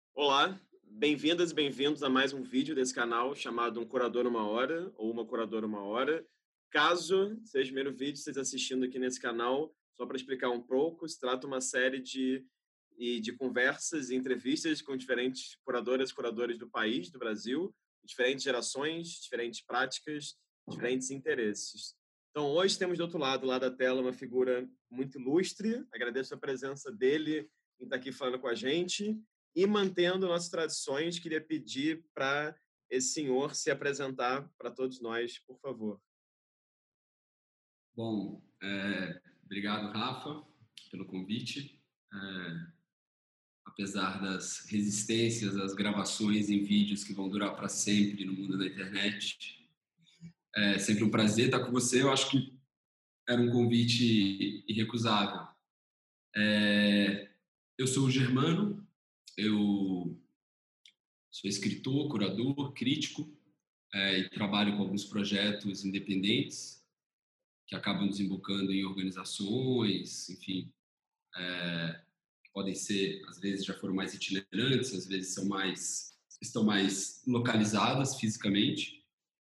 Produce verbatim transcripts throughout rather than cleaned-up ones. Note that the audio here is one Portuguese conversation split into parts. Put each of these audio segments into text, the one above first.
Olá, bem-vindas e bem-vindos a mais um vídeo desse canal chamado Um Curador Uma Hora ou Uma Curadora Uma Hora. Caso seja o primeiro vídeo que vocês assistindo aqui nesse canal, só para explicar um pouco, se trata de uma série de, e de conversas e entrevistas com diferentes curadoras e curadores do país, do Brasil, diferentes gerações, diferentes práticas, diferentes interesses. Então, hoje temos do outro lado, lá da tela, uma figura muito ilustre. Agradeço a presença dele em estar aqui falando com a gente. E mantendo nossas tradições, queria pedir para esse senhor se apresentar para todos nós, por favor. Bom, é, obrigado, Rafa, pelo convite. É, apesar das resistências às gravações em vídeos que vão durar para sempre no mundo da internet, é sempre um prazer estar com você. Eu acho que era um convite irrecusável. É, eu sou o Germano, eu sou escritor, curador, crítico, é, e trabalho com alguns projetos independentes que acabam desembocando em organizações, enfim, é, que podem ser, às vezes já foram mais itinerantes, às vezes são mais, estão mais localizadas fisicamente.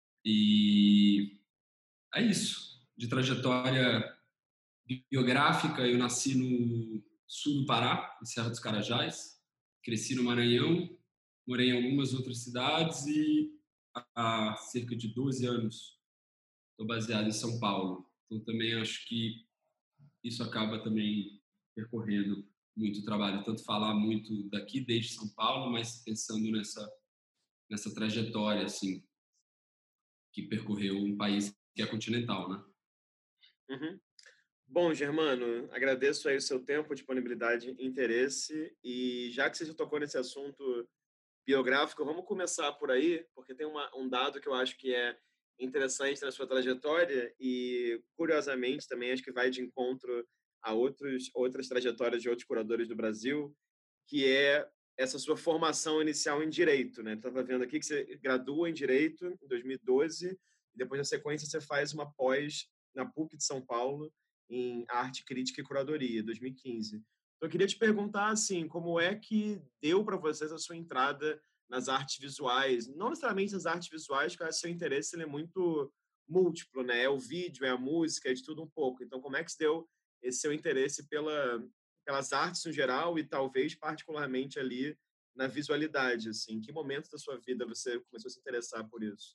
E é isso. De trajetória biográfica, eu nasci no sul do Pará, em Serra dos Carajás, cresci no Maranhão, morei em algumas outras cidades e há cerca de doze anos estou baseado em São Paulo. Então também acho que isso acaba também percorrendo muito o trabalho, tanto falar muito daqui desde São Paulo, mas pensando nessa nessa trajetória assim que percorreu um país que é continental, né? Uhum. Bom, Germano, agradeço aí o seu tempo, disponibilidade e interesse. E já que você já tocou nesse assunto biográfico, vamos começar por aí, porque tem uma, um dado que eu acho que é interessante na sua trajetória e, curiosamente, também acho que vai de encontro a outros, outras trajetórias de outros curadores do Brasil, que é essa sua formação inicial em Direito, né? Estava vendo aqui que você gradua em Direito em dois mil e doze, e depois, na sequência, você faz uma pós na PUC de São Paulo em Arte Crítica e Curadoria, dois mil e quinze. Então, eu queria te perguntar, assim, como é que deu para vocês a sua entrada nas artes visuais? Não necessariamente nas artes visuais, porque o seu interesse ele é muito múltiplo, né? É o vídeo, é a música, é de tudo um pouco. Então, como é que se deu esse seu interesse pela, pelas artes no geral e talvez particularmente ali na visualidade, assim? Em que momento da sua vida você começou a se interessar por isso?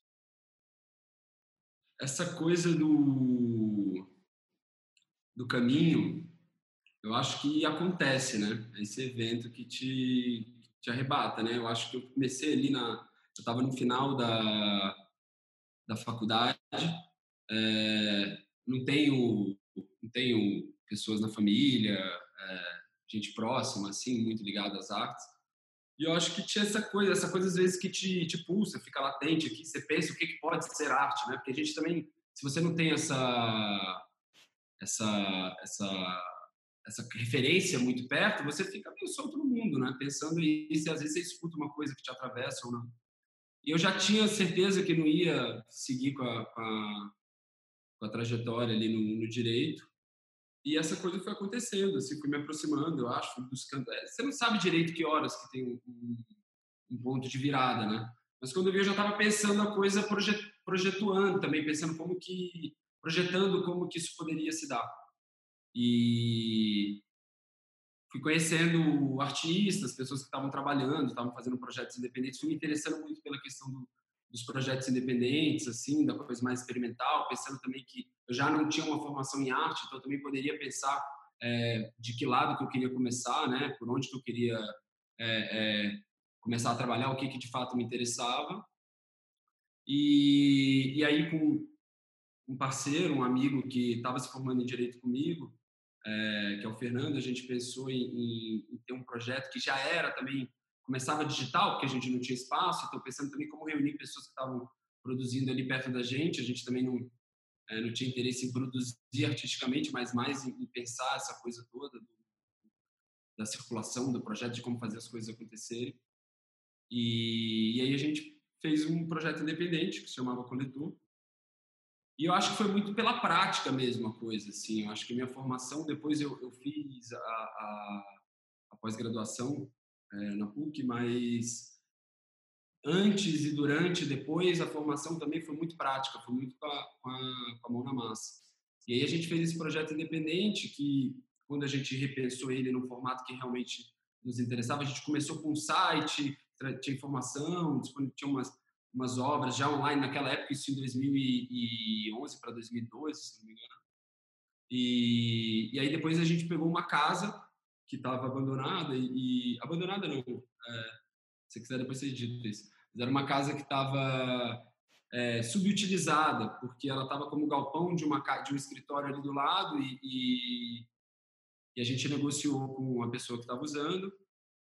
Essa coisa do do caminho, eu acho que acontece, né? Esse evento que te te arrebata, né? Eu acho que eu comecei ali na eu estava no final da da faculdade, é, não tenho não tenho pessoas na família, é, gente próxima assim muito ligada às artes, e eu acho que tinha essa coisa essa coisa às vezes que te, te pulsa, fica latente aqui, você pensa o que, que pode ser arte, né? Porque a gente também, se você não tem essa essa essa essa referência muito perto, você fica meio solto no mundo, né? Pensando nisso, e às vezes você escuta uma coisa que te atravessa ou não. E eu já tinha certeza que não ia seguir com a, com a com a trajetória ali no, no direito. E essa coisa foi acontecendo, assim, fui me aproximando, eu acho, fui buscando. É, você não sabe direito que horas que tem um, um, um ponto de virada, né? Mas quando eu vi, eu já estava pensando a coisa, projet, projetuando também, pensando como que, projetando como que isso poderia se dar. E fui conhecendo artistas, pessoas que estavam trabalhando, estavam fazendo projetos independentes, fui me interessando muito pela questão do, dos projetos independentes, assim, da coisa mais experimental, pensando também que eu já não tinha uma formação em arte, então eu também poderia pensar é, de que lado que eu queria começar, né, por onde que eu queria é, é, começar a trabalhar, o que que de fato me interessava. E, e aí com um parceiro, um amigo que estava se formando em direito comigo, é, que é o Fernando, a gente pensou em, em, em ter um projeto que já era também, começava digital, porque a gente não tinha espaço, então pensando também como reunir pessoas que estavam produzindo ali perto da gente, a gente também não, é, não tinha interesse em produzir artisticamente, mas mais em, em pensar essa coisa toda do, da circulação do projeto, de como fazer as coisas acontecerem. E, e aí a gente fez um projeto independente que se chamava Coletor. E eu acho que foi muito pela prática mesmo a coisa, assim. Eu acho que minha formação, depois eu, eu fiz a, a, a pós-graduação é, na PUC, mas antes e durante, depois, a formação também foi muito prática, foi muito com a, com a, com a mão na massa. E aí a gente fez esse projeto independente que, quando a gente repensou ele num formato que realmente nos interessava, a gente começou com um site, tinha informação, tinha umas, umas obras já online naquela época, isso em dois mil e onze para dois mil e doze, se não me engano. E, e aí depois a gente pegou uma casa que estava abandonada, e, e abandonada não, é, se quiser depois você edita isso, mas era uma casa que estava é, subutilizada, porque ela estava como galpão de, uma, de um escritório ali do lado, e, e, e a gente negociou com a pessoa que estava usando,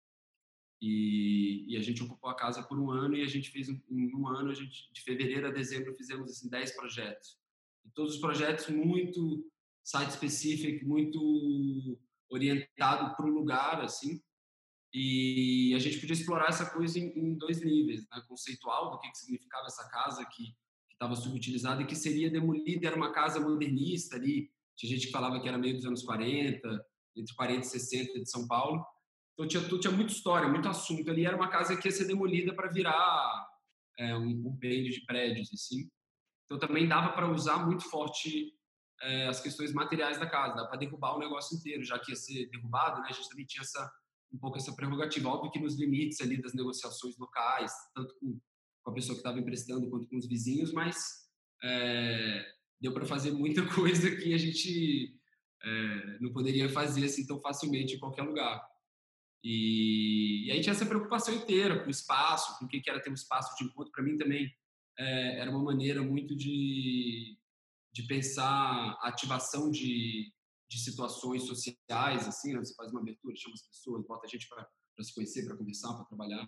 e, e a gente ocupou a casa por um ano, e a gente fez, em um ano, a gente, de fevereiro a dezembro, fizemos assim, dez projetos. E todos os projetos muito site-specific, muito orientado para o lugar, assim, e a gente podia explorar essa coisa em, em dois níveis, né? Conceitual, do que, que significava essa casa que estava subutilizada e que seria demolida, era uma casa modernista ali, tinha gente que falava que era meio dos anos quarenta, entre quarenta e sessenta de São Paulo, então tinha, tinha muita história, muito assunto ali, era uma casa que ia ser demolida para virar é, um compêndio de prédios, assim. Então também dava para usar muito forte é, as questões materiais da casa, dava para derrubar o negócio inteiro, já que ia ser derrubado, né? A gente também tinha essa um pouco essa prerrogativa. Óbvio que nos limites ali das negociações locais, tanto com, com a pessoa que estava emprestando quanto com os vizinhos, mas é, deu para fazer muita coisa que a gente é, não poderia fazer assim tão facilmente em qualquer lugar. E, e aí tinha essa preocupação inteira com o espaço, com o que era ter um espaço de encontro. Para mim também é, era uma maneira muito de, de pensar a ativação de, de situações sociais, assim, né? Você faz uma abertura, chama as pessoas, bota a gente para se conhecer, para conversar, para trabalhar.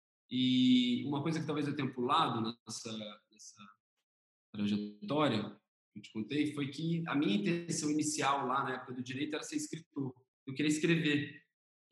E uma coisa que talvez eu tenha pulado nessa, nessa trajetória que eu te contei foi que a minha intenção inicial lá na época do direito era ser escritor. Eu queria escrever.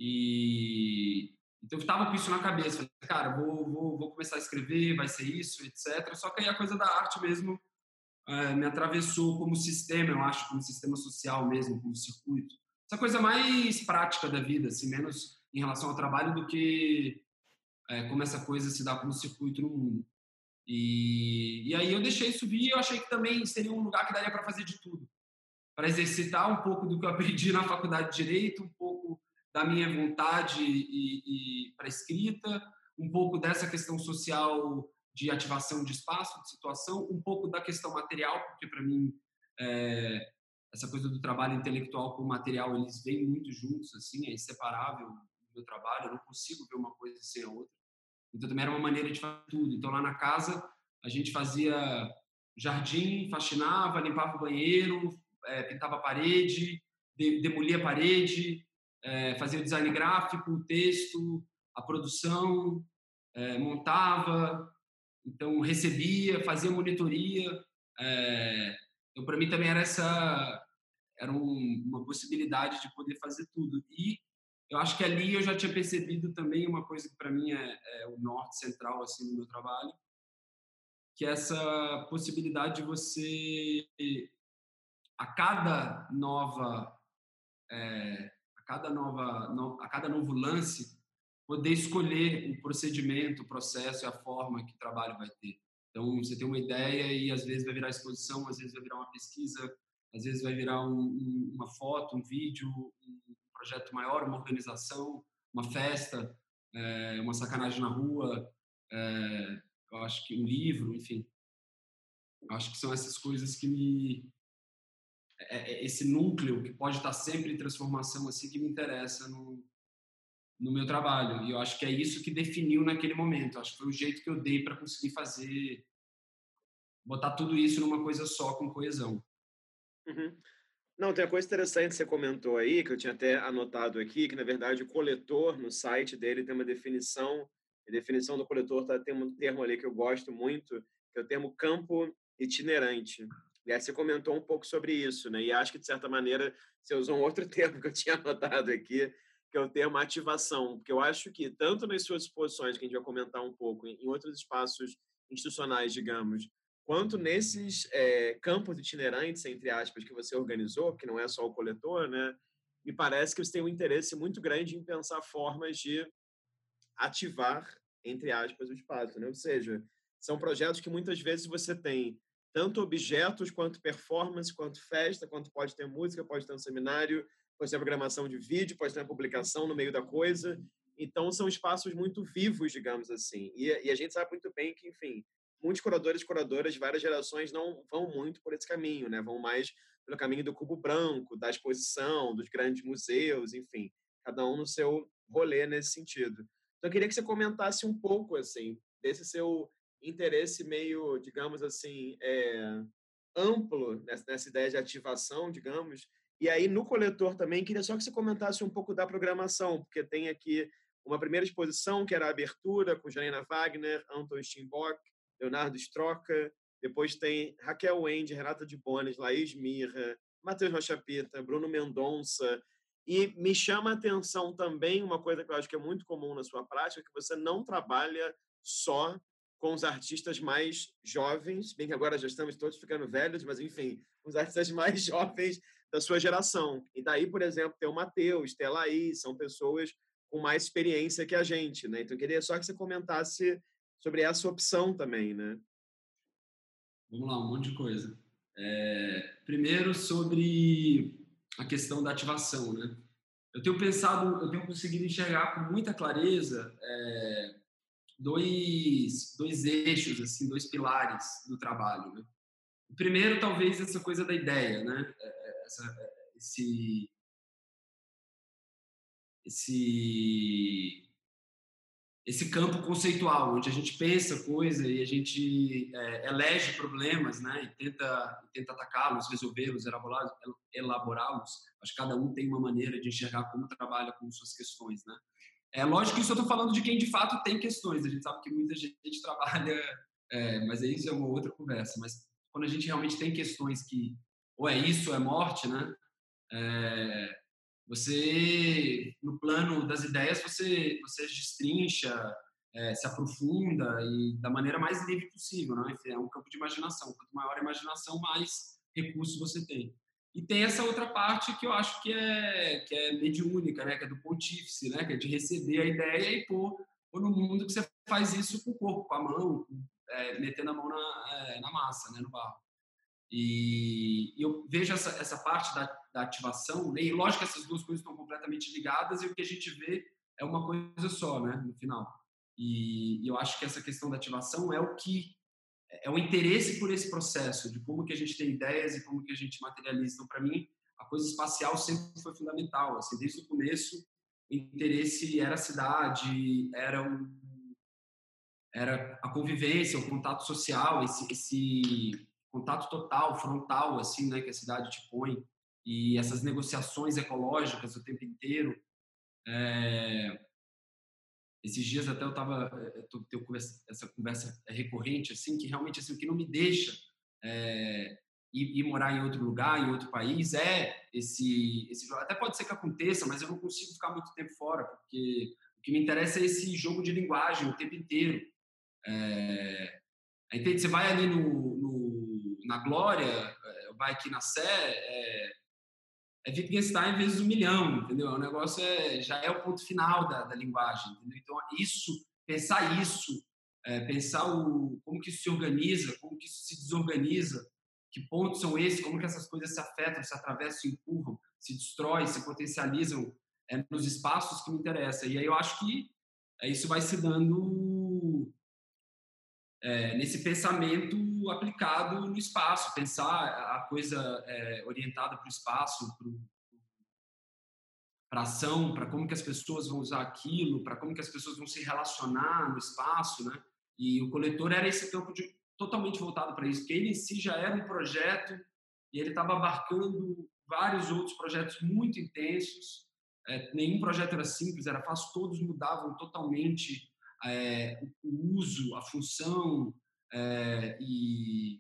E então eu estava com isso na cabeça. Falei, cara, vou, vou, vou começar a escrever, vai ser isso, etcétera. Só que aí a coisa da arte mesmo é, me atravessou como sistema, eu acho, como sistema social mesmo, como circuito. Essa coisa mais prática da vida, assim, menos em relação ao trabalho do que é, como essa coisa se dá como circuito no mundo. E, e aí eu deixei isso vir, eu achei que também seria um lugar que daria para fazer de tudo. Para exercitar um pouco do que eu aprendi na faculdade de Direito, um pouco da minha vontade e, e para escrita, um pouco dessa questão social de ativação de espaço, de situação, um pouco da questão material, porque para mim é, essa coisa do trabalho intelectual com o material, eles vêm muito juntos, assim, é inseparável do meu trabalho, eu não consigo ver uma coisa sem a outra. Então também era uma maneira de fazer tudo. Então lá na casa a gente fazia jardim, faxinava, limpava o banheiro, é, pintava a parede, de, demolia a parede, é, fazia o design gráfico, o texto, a produção, é, montava, então recebia, fazia monitoria. É, então para mim também era essa era um, uma possibilidade de poder fazer tudo. E eu acho que ali eu já tinha percebido também uma coisa que para mim é, é o norte central assim no meu trabalho, que é essa possibilidade de você a cada nova é, a cada nova no, a cada novo lance poder escolher o procedimento, o processo e a forma que o trabalho vai ter. Então você tem uma ideia e às vezes vai virar exposição, às vezes vai virar uma pesquisa, às vezes vai virar um, um, uma foto, um vídeo, um projeto maior, uma organização, uma festa, é, uma sacanagem na rua, é, eu acho que um livro, enfim. Eu acho que são essas coisas que me é, esse núcleo que pode estar sempre em transformação assim que me interessa no, no meu trabalho. E eu acho que é isso que definiu naquele momento. Eu acho que foi o jeito que eu dei para conseguir fazer, botar tudo isso numa coisa só, com coesão. Uhum. Não, tem uma coisa interessante que você comentou aí, que eu tinha até anotado aqui, que na verdade o coletor no site dele tem uma definição, a definição do coletor tá, tem um termo ali que eu gosto muito, que é o termo campo itinerante. E aí você comentou um pouco sobre isso, né? E acho que de certa maneira você usou um outro termo que eu tinha anotado aqui, que é o termo ativação, porque eu acho que tanto nas suas exposições, que a gente vai comentar um pouco, em outros espaços institucionais, digamos, quanto nesses é, campos itinerantes, entre aspas, que você organizou, que não é só o coletor, né? Me parece que você tem um interesse muito grande em pensar formas de ativar, entre aspas, o espaço, né? Ou seja, são projetos que muitas vezes você tem tanto objetos, quanto performance, quanto festa, quanto pode ter música, pode ter um seminário, pode ter programação de vídeo, pode ter uma publicação no meio da coisa. Então, são espaços muito vivos, digamos assim. E, e a gente sabe muito bem que, enfim, muitos curadores e curadoras de várias gerações não vão muito por esse caminho, né? Vão mais pelo caminho do cubo branco, da exposição, dos grandes museus, enfim, cada um no seu rolê nesse sentido. Então, eu queria que você comentasse um pouco, assim, desse seu interesse meio, digamos assim, é, amplo nessa, nessa ideia de ativação, digamos. E aí, no coletor também, queria só que você comentasse um pouco da programação, porque tem aqui uma primeira exposição, que era a abertura, com Janaina Wagner, Anton Steinbock, Leonardo Stroca. Depois tem Raquel Wendy, Renata de Bones, Laís Mirra, Matheus Rocha Pita, Bruno Mendonça. E me chama a atenção também uma coisa que eu acho que é muito comum na sua prática, que você não trabalha só com os artistas mais jovens, bem que agora já estamos todos ficando velhos, mas enfim, os artistas mais jovens da sua geração. E daí, por exemplo, tem o Matheus, tem a Laís, são pessoas com mais experiência que a gente, né? Então, eu queria só que você comentasse sobre essa opção também, né? Vamos lá, um monte de coisa. É, primeiro, sobre a questão da ativação, né? Eu tenho pensado, eu tenho conseguido enxergar com muita clareza é, dois, dois eixos, assim, dois pilares do trabalho, né? O primeiro, talvez, essa coisa da ideia, né? Essa, esse, esse, esse campo conceitual, onde a gente pensa coisa e a gente é, elege problemas, né? E tenta, tenta atacá-los, resolvê-los, elaborá-los, elaborá-los. Acho que cada um tem uma maneira de enxergar como trabalha com suas questões, né? É lógico que isso eu estou falando de quem de fato tem questões. A gente sabe que muita gente trabalha, é, mas isso é uma outra conversa. Mas quando a gente realmente tem questões que ou é isso ou é morte, né? É, você, no plano das ideias, você, você destrincha, é, se aprofunda e da maneira mais livre possível, né? Enfim, é um campo de imaginação. Quanto maior a imaginação, mais recursos você tem. E tem essa outra parte que eu acho que é, que é mediúnica, né? Que é do pontífice, né? Que é de receber a ideia e pôr, pôr no mundo, que você faz isso com o corpo, com a mão, é, metendo a mão na, é, na massa, né? No barro. E eu vejo essa, essa parte da, da ativação, né? E lógico que essas duas coisas estão completamente ligadas e o que a gente vê é uma coisa só, né? No final. E, e eu acho que essa questão da ativação é o que é o interesse por esse processo, de como que a gente tem ideias e como que a gente materializa. Então, para mim, a coisa espacial sempre foi fundamental. Assim, desde o começo, o interesse era a cidade, era, um, era a convivência, o contato social, esse, esse contato total, frontal, assim, né, que a cidade te põe, e essas negociações ecológicas o tempo inteiro. É... Esses dias até eu estava, tenho essa conversa recorrente, assim, que realmente assim, o que não me deixa é, ir, ir morar em outro lugar, em outro país, é esse, esse jogo. Até pode ser que aconteça, mas eu não consigo ficar muito tempo fora, porque o que me interessa é esse jogo de linguagem o tempo inteiro. É, entende? Você vai ali no, no, na Glória, vai aqui na Sé, é, é Wittgenstein vezes um milhão, entendeu? O negócio é, já é o ponto final da, da linguagem, entendeu? Então, isso, pensar isso, é, pensar o, como que isso se organiza, como que isso se desorganiza, que pontos são esses, como que essas coisas se afetam, se atravessam, se empurram, se destroem, se potencializam é, nos espaços que me interessam. E aí eu acho que é, isso vai se dando é, nesse pensamento aplicado no espaço, pensar a coisa é, orientada para o espaço, para a ação, para como que as pessoas vão usar aquilo, para como que as pessoas vão se relacionar no espaço, né? E o coletor era esse campo de, totalmente voltado para isso, porque ele em si já era um projeto e ele estava abarcando vários outros projetos muito intensos. É, nenhum projeto era simples, era fácil, todos mudavam totalmente é, o uso, a função, é, e,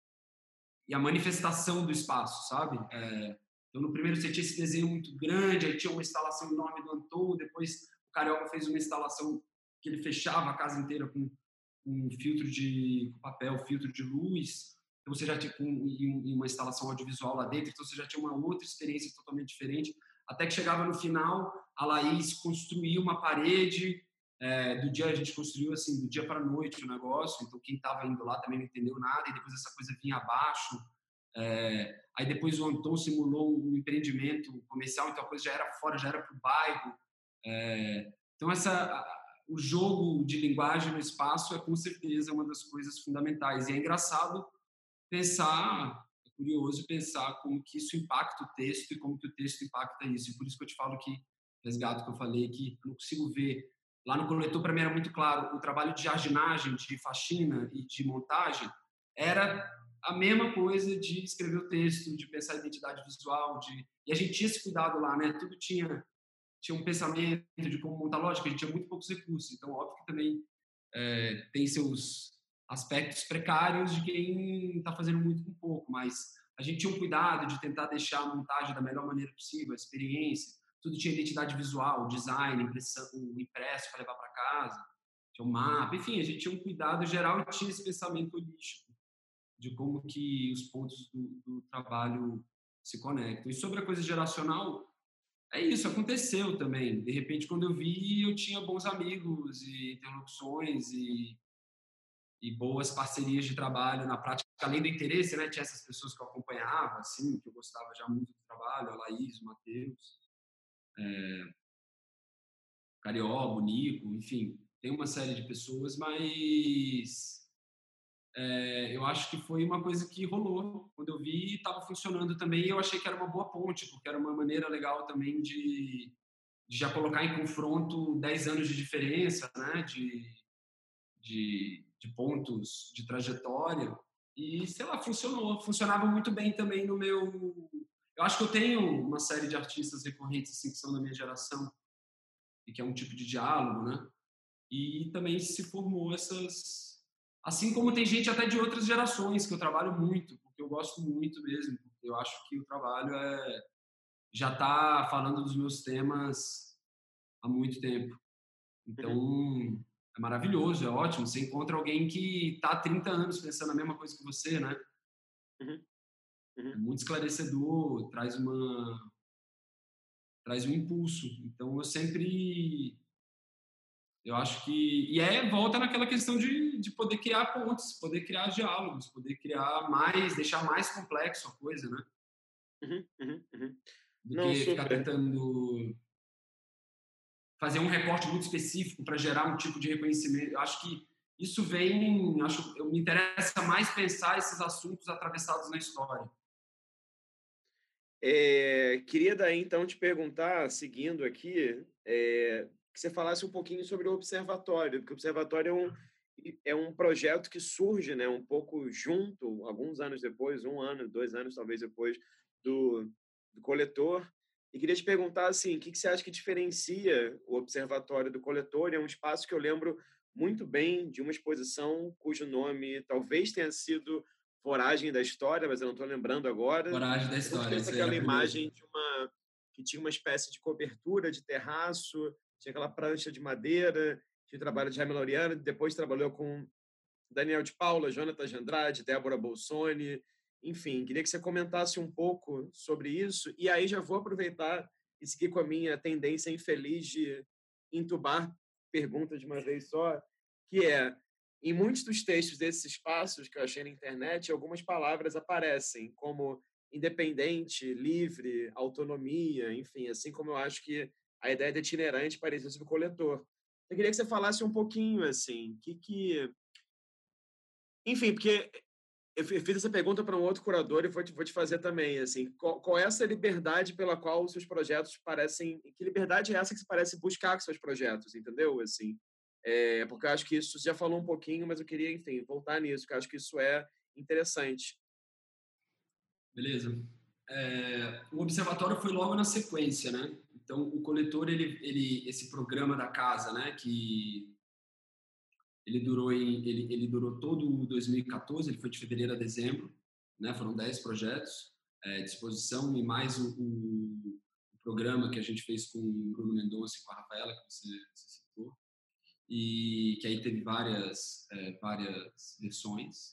e a manifestação do espaço, sabe? É, então, no primeiro você tinha esse desenho muito grande, aí tinha uma instalação enorme do Anton, depois o Carioca fez uma instalação que ele fechava a casa inteira com um filtro de com papel, filtro de luz, então você já tinha um, uma instalação audiovisual lá dentro, então você já tinha uma outra experiência totalmente diferente, até que chegava no final, a Laís construía uma parede É, do dia a gente construiu assim, do dia para a noite o negócio, então quem estava indo lá também não entendeu nada, e depois essa coisa vinha abaixo. É, aí depois o Anton simulou um empreendimento comercial, então a coisa já era fora, já era para o bairro. É, então essa, o jogo de linguagem no espaço é com certeza uma das coisas fundamentais. E é engraçado pensar, é curioso pensar como que isso impacta o texto e como que o texto impacta isso. E por isso que eu te falo que, resgato que eu falei, que eu não consigo ver. Lá no Coletor, para mim, era muito claro, o trabalho de jardinagem, de faxina e de montagem era a mesma coisa de escrever o texto, de pensar a identidade visual, de... e a gente tinha esse cuidado lá, né? Tudo tinha, tinha um pensamento de como montar lógica, a gente tinha muito poucos recursos, então óbvio que também é, tem seus aspectos precários de quem está fazendo muito com pouco, mas a gente tinha um cuidado de tentar deixar a montagem da melhor maneira possível, a experiência, tudo tinha identidade visual, design, impressão, o impresso para levar para casa, tinha um mapa, enfim, a gente tinha um cuidado geral e tinha esse pensamento holístico de como que os pontos do, do trabalho se conectam. E sobre a coisa geracional, é isso, aconteceu também. De repente, quando eu vi, eu tinha bons amigos e interlocuções e, e boas parcerias de trabalho na prática, além do interesse, né? Tinha essas pessoas que eu acompanhava, assim, que eu gostava já muito do trabalho, a Laís, o Matheus, o Carioba, o Nico, enfim, tem uma série de pessoas, mas é, eu acho que foi uma coisa que rolou. Quando eu vi, estava funcionando também e eu achei que era uma boa ponte, porque era uma maneira legal também de, de já colocar em confronto dez anos de diferença, né? De, de, de pontos de trajetória. E, sei lá, funcionou. Funcionava muito bem também no meu... Eu acho que eu tenho uma série de artistas recorrentes assim, que são da minha geração e que é um tipo de diálogo, né? E também se formou essas... Assim como tem gente até de outras gerações que eu trabalho muito, porque eu gosto muito mesmo. Eu acho que o trabalho é... já está falando dos meus temas há muito tempo. Então, Uhum, é maravilhoso, é ótimo. Você encontra alguém que está há trinta anos pensando a mesma coisa que você, né? uhum, É uhum. muito esclarecedor, traz uma traz um impulso. Então, eu sempre eu acho que e é volta naquela questão de, de poder criar pontes, poder criar diálogos, poder criar mais, deixar mais complexo a coisa, né? Uhum, uhum, uhum. Do Não, que ficar super. tentando fazer um recorte muito específico para gerar um tipo de reconhecimento. Eu acho que isso vem, acho, eu me interessa mais pensar esses assuntos atravessados na história. É, queria daí então te perguntar, seguindo aqui, é, que você falasse um pouquinho sobre o Observatório, porque o Observatório é um, é um projeto que surge, né, um pouco junto, alguns anos depois, um ano, dois anos talvez depois, do, do Coletor. E queria te perguntar assim, o que, que você acha que diferencia o Observatório do Coletor? É um espaço que eu lembro muito bem de uma exposição cujo nome talvez tenha sido Voragem da História, mas eu não estou lembrando agora. Coragem da Eu sempre história, penso essa aí é aquela a primeira. imagem de uma que tinha uma espécie de cobertura de terraço, tinha aquela prancha de madeira, de trabalho de Jaime Laureano, depois trabalhou com Daniel de Paula, Jonathan de Andrade, Débora Bolsoni, enfim, queria que você comentasse um pouco sobre isso, e aí já vou aproveitar e seguir com a minha tendência infeliz de entubar perguntas de uma vez só, que é, em muitos dos textos desses espaços que eu achei na internet, algumas palavras aparecem, como independente, livre, autonomia, enfim, assim como eu acho que a ideia de itinerante parecia sobre o coletor. Eu queria que você falasse um pouquinho, assim, que que... Enfim, porque eu fiz essa pergunta para um outro curador e vou te, vou te fazer também, assim, qual, qual é essa liberdade pela qual os seus projetos parecem... Que liberdade é essa que você parece buscar com seus projetos, entendeu? Assim, é, porque eu acho que isso, você já falou um pouquinho, mas eu queria, enfim, voltar nisso, porque eu acho que isso é interessante. Beleza? É, o observatório foi logo na sequência, né? Então, o coletor, ele, ele, esse programa da casa, né? Que ele durou em, ele, ele durou todo o dois mil e quatorze, ele foi de fevereiro a dezembro, né? Foram dez projetos é, de exposição e mais o, o, o programa que a gente fez com o Bruno Mendonça e com a Rafaela, que você, você citou, e que aí teve várias, é, várias versões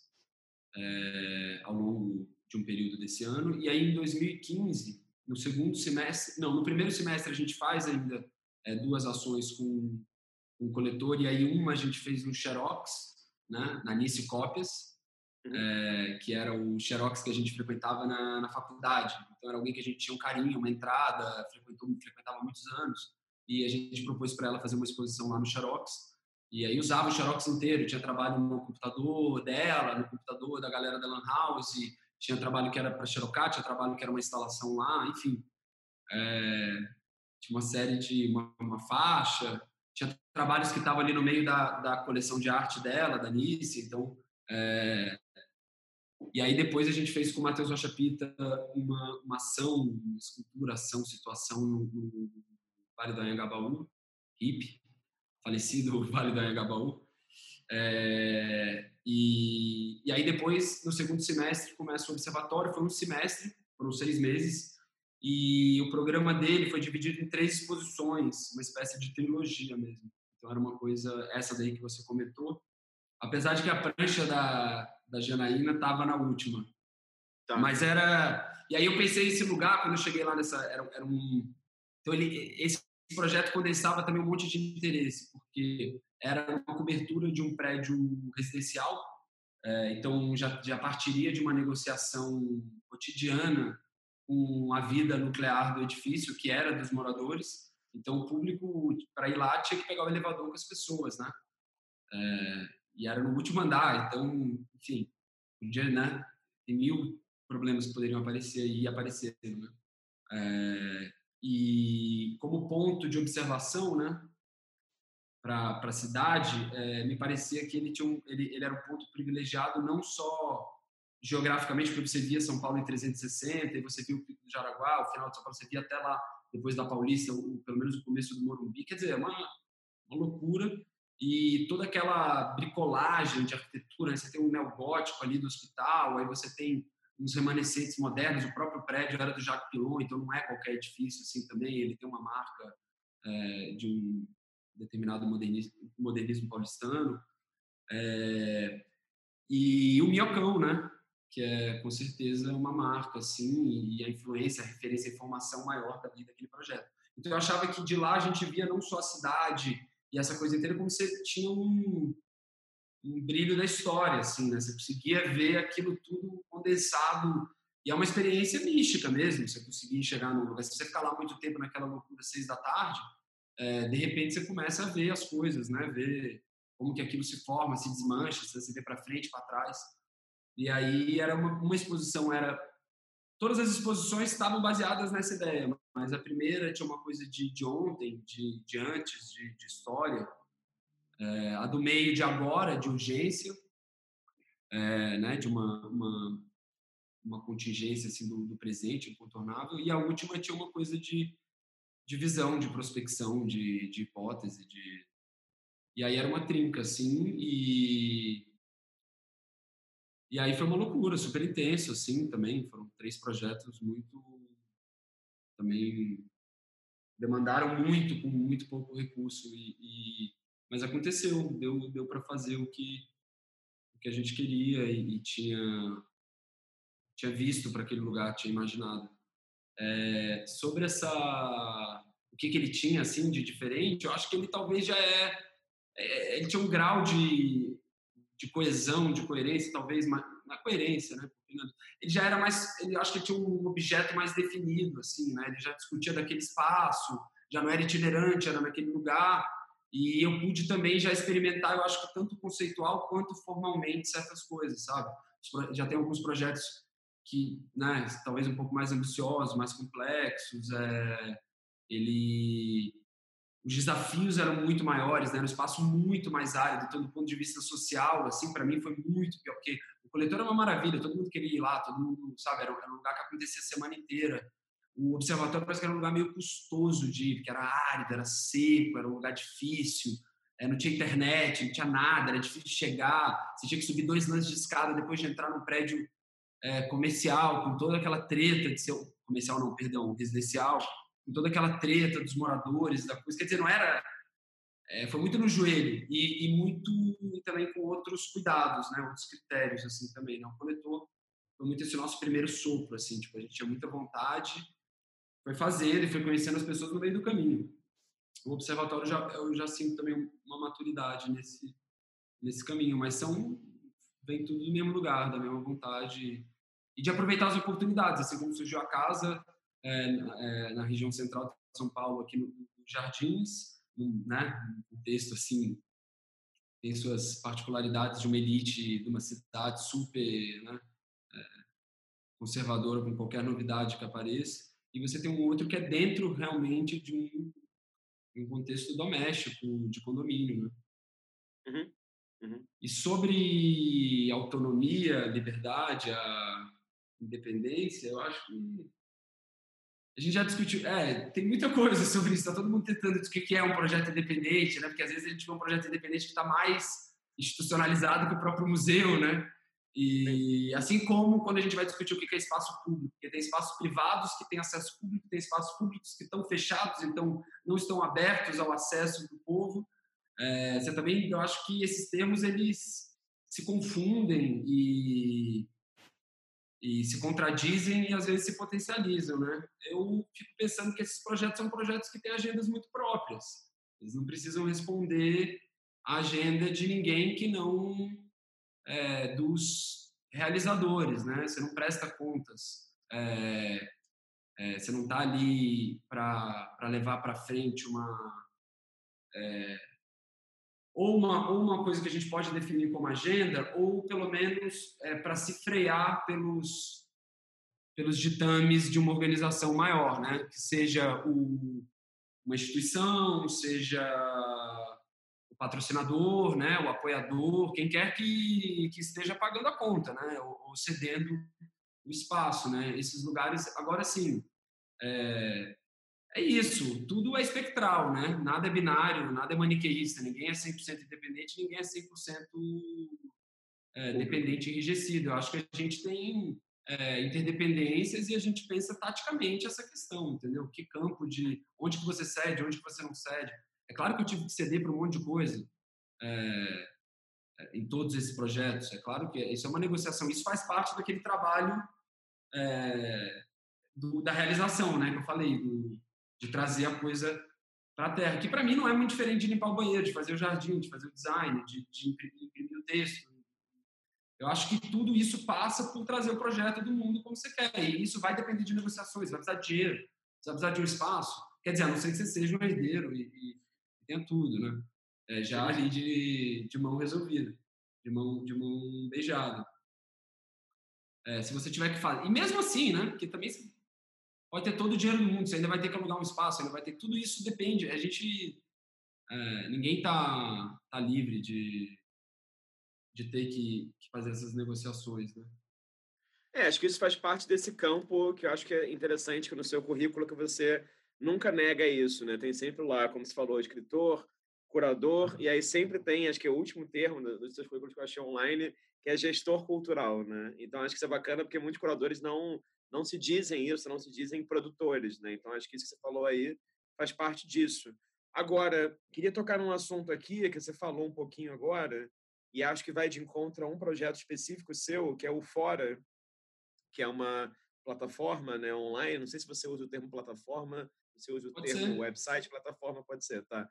é, ao longo de um período desse ano. E aí, em dois mil e quinze, no segundo semestre, não, no primeiro semestre a gente faz ainda é, duas ações com um coletor, e aí uma a gente fez no Xerox, né, na Nice Cópias, Uhum. é, que era o Xerox que a gente frequentava na, na faculdade. Então era alguém que a gente tinha um carinho, uma entrada, frequentou, frequentava há muitos anos, e a gente propôs para ela fazer uma exposição lá no Xerox, e aí usava o Xerox inteiro, tinha trabalho no computador dela, no computador da galera da Lan House, tinha trabalho que era para Xerocat, tinha trabalho que era uma instalação lá, enfim. É, tinha uma série de uma, uma faixa, tinha trabalhos que estavam ali no meio da, da coleção de arte dela, da Nice, então é, e aí depois a gente fez com o Matheus Rocha Pita uma, uma ação, uma escultura, ação, situação no, no Vale do Anhangabaú, hip, falecido Vale do Anhangabaú. É, e, e aí depois, no segundo semestre, começa o observatório, foi um semestre, foram seis meses, e o programa dele foi dividido em três exposições, uma espécie de trilogia mesmo. Então era uma coisa, essa daí que você comentou, apesar de que a prancha da, da Janaína estava na última. Tá. Mas era... E aí eu pensei esse lugar, quando eu cheguei lá nessa... Era, era um... Então ele, esse projeto condensava também um monte de interesse, porque era uma cobertura de um prédio residencial, é, então já, já partiria de uma negociação cotidiana com a vida nuclear do edifício, que era dos moradores. Então o público, para ir lá, tinha que pegar o elevador com as pessoas, né? É, e era no último andar, então, enfim, podia, né? Tem mil problemas que poderiam aparecer e apareceram, né? É, e como ponto de observação, né, para a cidade, é, me parecia que ele, tinha um, ele, ele era um ponto privilegiado não só geograficamente, porque você via São Paulo em trezentos e sessenta, e você via o Pico do Jaraguá, o final de São Paulo, você via até lá, depois da Paulista, o, pelo menos o começo do Morumbi, quer dizer, é uma, uma loucura, e toda aquela bricolagem de arquitetura, né? Você tem um neogótico ali do hospital, aí você tem uns remanescentes modernos, o próprio prédio era do Jacques Pilon, então não é qualquer edifício assim também, ele tem uma marca é, de um determinado modernismo, modernismo paulistano. É, e o Minhocão, né? Que é com certeza uma marca, assim, e a influência, a referência, a informação maior da vida daquele projeto. Então eu achava que de lá a gente via não só a cidade e essa coisa inteira, como você tinha um, um brilho da história, assim, né? Você conseguia ver aquilo tudo condensado, e é uma experiência mística mesmo, você conseguir chegar num lugar. Se você ficar lá muito tempo naquela loucura, seis da tarde, é, de repente você começa a ver as coisas, né? Ver como que aquilo se forma, se desmancha, se você vê para frente, para trás. E aí era uma, uma exposição, era todas as exposições estavam baseadas nessa ideia, mas a primeira tinha uma coisa de, de ontem, de, de antes, de, de história, é, a do meio de agora, de urgência, é, né? De uma, uma, uma contingência assim, do, do presente, incontornável, e a última tinha uma coisa de, de visão, de prospecção, de, de hipótese, de... E aí era uma trinca, assim, e E aí foi uma loucura, super intenso, assim, também. Foram três projetos muito... Também demandaram muito, com muito pouco recurso. E, e... Mas aconteceu, deu, deu para fazer o que, o que a gente queria e, e tinha, tinha visto para aquele lugar, tinha imaginado. É, sobre essa... O que, que ele tinha, assim, de diferente, eu acho que ele talvez já é... é ele tinha um grau de, de coesão, de coerência, talvez na coerência, né? Ele já era mais, ele acho que tinha um objeto mais definido, assim, né? Ele já discutia daquele espaço, já não era itinerante, era naquele lugar. E eu pude também já experimentar, eu acho que tanto conceitual quanto formalmente certas coisas, sabe? Já tem alguns projetos que, né? Talvez um pouco mais ambiciosos, mais complexos. É, ele os desafios eram muito maiores, né? Era um espaço muito mais árido, então do ponto de vista social, assim, para mim foi muito pior, porque o coletor era uma maravilha, todo mundo queria ir lá, todo mundo, sabe, era, era um lugar que acontecia a semana inteira. O observatório parece que era um lugar meio custoso de ir, porque era árido, era seco, era um lugar difícil, é, não tinha internet, não tinha nada, era difícil de chegar, você tinha que subir dois lances de escada depois de entrar num prédio é, comercial, com toda aquela treta de ser... Comercial não, perdão, residencial, com toda aquela treta dos moradores, da coisa. Quer dizer, não era... É, foi muito no joelho e, e muito e também com outros cuidados, né? Outros critérios, assim, também. Não, o coletor foi muito esse nosso primeiro sopro, assim. Tipo, a gente tinha muita vontade, foi fazendo e foi conhecendo as pessoas no meio do caminho. o observatório já, eu já sinto também uma maturidade nesse, nesse caminho, mas são, vem tudo do mesmo lugar, da mesma vontade, e de aproveitar as oportunidades, assim como surgiu a casa é, é, na região central de São Paulo, aqui no, no Jardins, um, né, um texto assim, tem suas particularidades de uma elite, de uma cidade super, né, conservadora com qualquer novidade que apareça, e você tem um outro que é dentro realmente de um, um contexto doméstico, de condomínio, né? Uhum. Uhum. E sobre autonomia, liberdade, a independência, eu acho que a gente já discutiu, é, tem muita coisa sobre isso, está todo mundo tentando discutir o que é um projeto independente, né? Porque às vezes a gente vê um projeto independente que está mais institucionalizado que o próprio museu, né? Sim. E assim como quando a gente vai discutir o que é espaço público, porque tem espaços privados que têm acesso público, tem espaços públicos que estão fechados, então não estão abertos ao acesso do povo. É, você também, eu acho que esses termos eles se confundem e e se contradizem e às vezes se potencializam, né? Eu fico pensando que esses projetos são projetos que têm agendas muito próprias. Eles não precisam responder à agenda de ninguém que não é, dos realizadores, né? Você não presta contas, é, é, você não está ali para levar para frente uma é, ou uma ou uma coisa que a gente pode definir como agenda, ou pelo menos é, para se frear pelos pelos ditames de uma organização maior, né? Que seja o, uma instituição, seja o patrocinador, né? O apoiador, quem quer que, que esteja pagando a conta, né? Ou, ou cedendo o espaço, né? Esses lugares, agora sim, é, é isso, tudo é espectral, né? Nada é binário, nada é maniqueísta, ninguém é cem por cento independente, ninguém é cem por cento é, Público. dependente e enrijecido. Eu acho que a gente tem é, interdependências e a gente pensa taticamente essa questão, entendeu? Que campo de onde que você cede, onde que você não cede. É claro que eu tive que ceder para um monte de coisa é, em todos esses projetos. É claro que isso é uma negociação. Isso faz parte daquele trabalho é, do, da realização, né? Que eu falei, do, de trazer a coisa para a terra. Que para mim não é muito diferente de limpar o banheiro, de fazer o jardim, de fazer o design, de, de imprimir, imprimir o texto. Eu acho que tudo isso passa por trazer o projeto do mundo como você quer. E isso vai depender de negociações, vai precisar de dinheiro, vai precisar de um espaço. Quer dizer, a não ser que você seja um herdeiro e, e tenha tudo, né? É, já Uhum. ali de, de mão resolvida, de mão, de mão beijada. É, se você tiver que fazer. E mesmo assim, né? Porque também pode ter todo o dinheiro do mundo, você ainda vai ter que alugar um espaço, ainda vai ter. Tudo isso depende. A gente. É, ninguém tá, tá livre de, de ter que, que fazer essas negociações, né? É, acho que isso faz parte desse campo que eu acho que é interessante, que no seu currículo que você nunca nega isso, né? Tem sempre lá, como você falou, escritor, curador, e aí sempre tem, acho que é o último termo do- dos seus currículos que eu achei online, que é gestor cultural, né? Então acho que isso é bacana porque muitos curadores não não se dizem isso, não se dizem produtores, né? Então acho que isso que você falou aí faz parte disso. Agora, queria tocar num assunto aqui que você falou um pouquinho agora, e acho que vai de encontro a um projeto específico seu, que é o Fora, que é uma plataforma, né, online. Não sei se você usa o termo plataforma, você usa o Pode termo ser. website, plataforma pode ser, tá?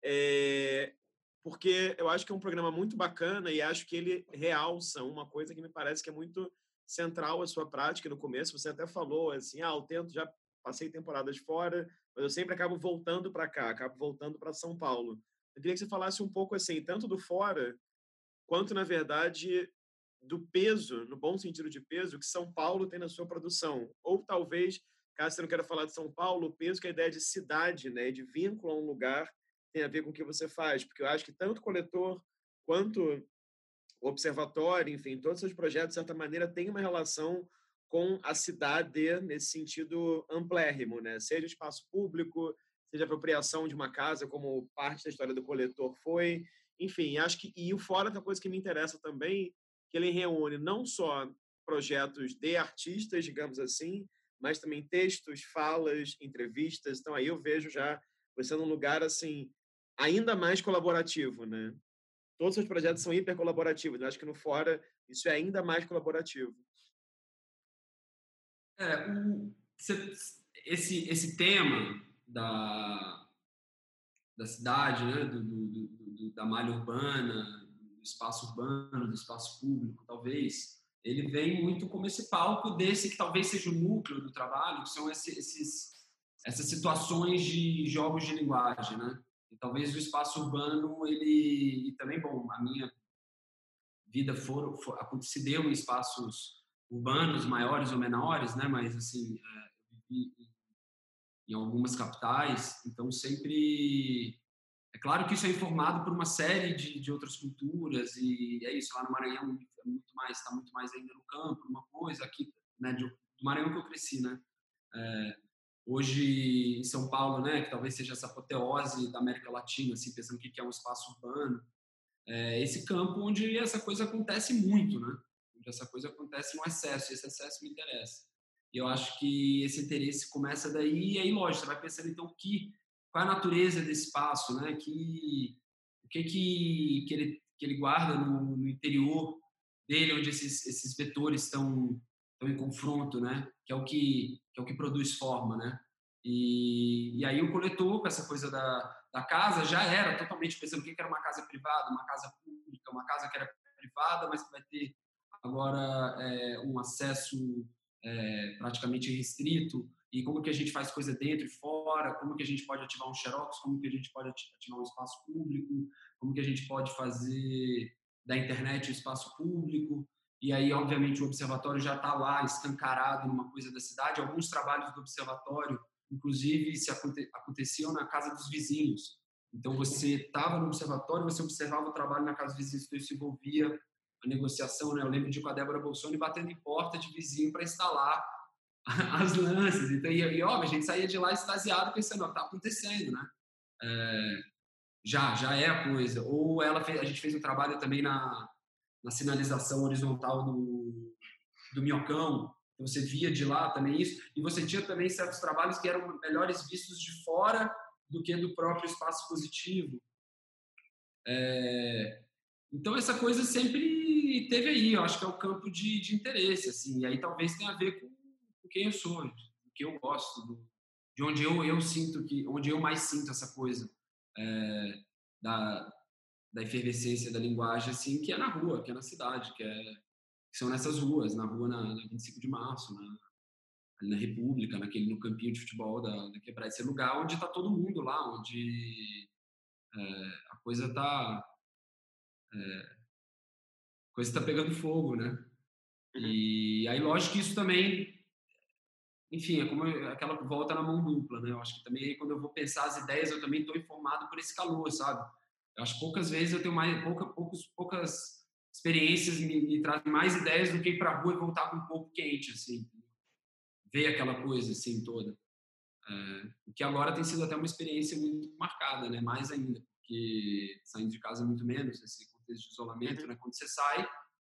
É, porque eu acho que é um programa muito bacana e acho que ele realça uma coisa que me parece que é muito central à sua prática no começo. Você até falou assim, ah, eu tento, já passei temporadas fora, mas eu sempre acabo voltando para cá, acabo voltando para São Paulo. Eu queria que você falasse um pouco assim, tanto do fora quanto, na verdade, do peso, no bom sentido de peso, que São Paulo tem na sua produção. Ou talvez, caso você não queira falar de São Paulo, o peso que a ideia de cidade, né, de vínculo a um lugar, tem a ver com o que você faz. Porque eu acho que tanto o coletor quanto o observatório, enfim, todos os projetos, de certa maneira, têm uma relação com a cidade nesse sentido amplérrimo, né? Seja espaço público, seja apropriação de uma casa, como parte da história do coletor foi. Enfim, acho que e o fora é uma coisa que me interessa também, que ele reúne não só projetos de artistas, digamos assim, mas também textos, falas, entrevistas. Então aí eu vejo já você num lugar assim ainda mais colaborativo, né? Todos os seus projetos são hiper colaborativos. Eu acho que no fora isso é ainda mais colaborativo. É, o, esse, esse tema da, da cidade, né? do, do, do, do, da malha urbana, do espaço urbano, do espaço público, talvez, ele vem muito como esse palco desse que talvez seja o núcleo do trabalho, que são esse, esses, essas situações de jogos de linguagem, né? E talvez o espaço urbano, ele... E também, bom, a minha vida for, for, se deu em espaços urbanos, maiores ou menores, né? Mas, assim, é, eu vivi em algumas capitais, então sempre... É claro que isso é informado por uma série de, de outras culturas e é isso, lá no Maranhão é muito mais, está muito mais ainda no campo, uma coisa aqui, né, de, do Maranhão que eu cresci, né? É, hoje em São Paulo, né, que talvez seja essa apoteose da América Latina, assim, pensando o que é um espaço urbano, é esse campo onde essa coisa acontece muito, né? Onde essa coisa acontece no excesso, e esse excesso me interessa. E eu acho que esse interesse começa daí, e aí, lógico, você vai pensando, então, que, qual é a natureza desse espaço, né? Que, o que que, que, ele, que ele guarda no, no interior dele, onde esses, esses vetores estão, estão em confronto, né? Que é o que, que, é o que produz forma, né? E, e aí o coletor, com essa coisa da, da casa, já era totalmente pensando o que era uma casa privada, uma casa pública, uma casa que era privada, mas que vai ter agora é, um acesso é, praticamente restrito, e como que a gente faz coisa dentro e fora, como que a gente pode ativar um xerox, como que a gente pode ativar um espaço público, como que a gente pode fazer da internet um espaço público, e aí, obviamente, o observatório já está lá escancarado numa coisa da cidade. Alguns trabalhos do observatório, inclusive, se aconte aconteciam na casa dos vizinhos. Então, você estava no observatório, você observava o trabalho na casa dos vizinhos, então isso envolvia a negociação, né? Eu lembro de com a Débora Bolsoni batendo em porta de vizinho para instalar as lanças. Então, e, e óbvio, a gente saía de lá extasiado pensando, ó, tá acontecendo, né? É, já, já é a coisa. Ou ela fez, a gente fez um trabalho também na, na sinalização horizontal do, do Minhocão, você via de lá também isso, e você tinha também certos trabalhos que eram melhores vistos de fora do que do próprio espaço positivo. É, então, essa coisa sempre teve aí, eu acho que é o campo de, de interesse, assim, e aí talvez tenha a ver com, com quem eu sou, do que eu gosto, do, de onde eu, eu sinto que, onde eu mais sinto essa coisa é, da, da efervescência da linguagem, assim, que é na rua, que é na cidade, que, é, que são nessas ruas, na rua na, na vinte e cinco de março, na, ali na República, naquele, no campinho de futebol da, da Quebrada, esse lugar onde está todo mundo lá, onde é, a coisa está é, a coisa está pegando fogo, né? Uhum. E aí, lógico que isso também, enfim, é como aquela volta na mão dupla, né? Eu acho que também quando eu vou pensar as ideias, eu também estou informado por esse calor, sabe? Eu acho que poucas vezes eu tenho mais, pouca, poucos, poucas experiências me, me trazem mais ideias do que ir para a rua e voltar com um pouco quente, assim, ver aquela coisa assim toda. É, o que agora tem sido até uma experiência muito marcada, né? Mais ainda, porque saindo de casa muito menos, esse contexto de isolamento, Uhum. né? Quando você sai,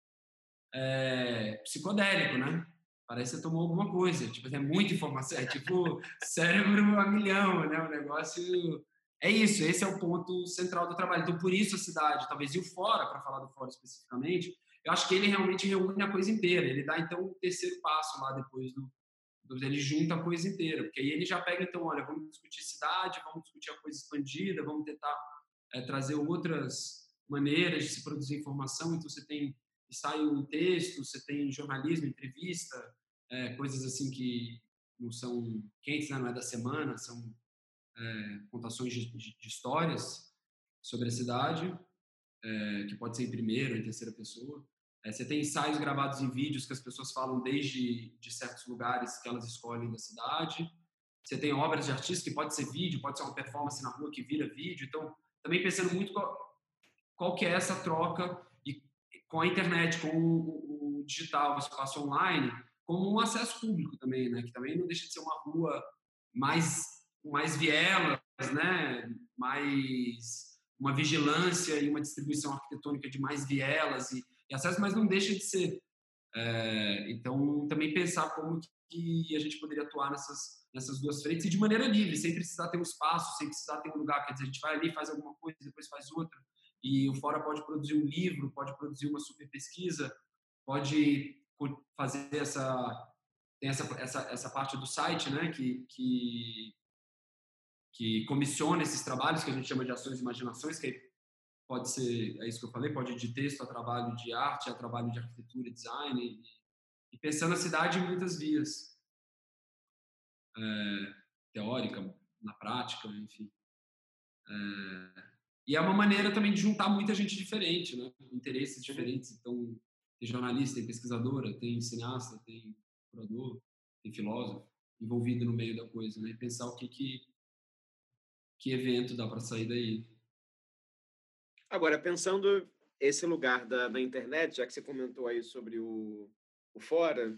é psicodélico, né? Parece que você tomou alguma coisa, tipo, é muita informação, é tipo cérebro a milhão, né? O negócio é isso, esse é o ponto central do trabalho. Então, por isso a cidade, talvez e o fora, para falar do fora especificamente, eu acho que ele realmente reúne a coisa inteira. Ele dá então o terceiro passo lá depois do, ele junta a coisa inteira, porque aí ele já pega, então, olha, vamos discutir cidade, vamos discutir a coisa expandida, vamos tentar é, trazer outras maneiras de se produzir informação. Então, você tem ensaio em texto, você tem jornalismo, entrevista, é, coisas assim que não são quentes, né? Não é da semana, são é, contações de, de, de histórias sobre a cidade, é, que pode ser em primeira ou em terceira pessoa. É, você tem ensaios gravados em vídeos que as pessoas falam desde de certos lugares que elas escolhem da cidade. Você tem obras de artistas que pode ser vídeo, pode ser uma performance na rua que vira vídeo. Então, também pensando muito qual, qual que é essa troca e, com a internet, com o, o digital, o espaço online, como um acesso público também, né? Que também não deixa de ser uma rua mais mais vielas, né? Mais uma vigilância e uma distribuição arquitetônica de mais vielas e, e acesso, mas não deixa de ser. É, então, também pensar como que a gente poderia atuar nessas, nessas duas frentes e de maneira livre, sem precisar ter um espaço, sem precisar ter um lugar. Quer dizer, a gente vai ali, faz alguma coisa, depois faz outra. E o Fora pode produzir um livro, pode produzir uma super pesquisa, pode fazer essa... Tem essa, essa, essa parte do site, né, que, que que comissiona esses trabalhos que a gente chama de ações e imaginações, que pode ser, é isso que eu falei, pode ir de texto a trabalho de arte, a trabalho de arquitetura e design, e, e pensando a cidade em muitas vias, é, teórica, na prática, enfim. É, e é uma maneira também de juntar muita gente diferente, né? Interesses diferentes. Então, tem jornalista, tem pesquisadora, tem cineasta, tem curador, tem filósofo envolvido no meio da coisa, né? E pensar o que que, que evento dá para sair daí. Agora, pensando esse lugar da, da internet, já que você comentou aí sobre o, o Fora,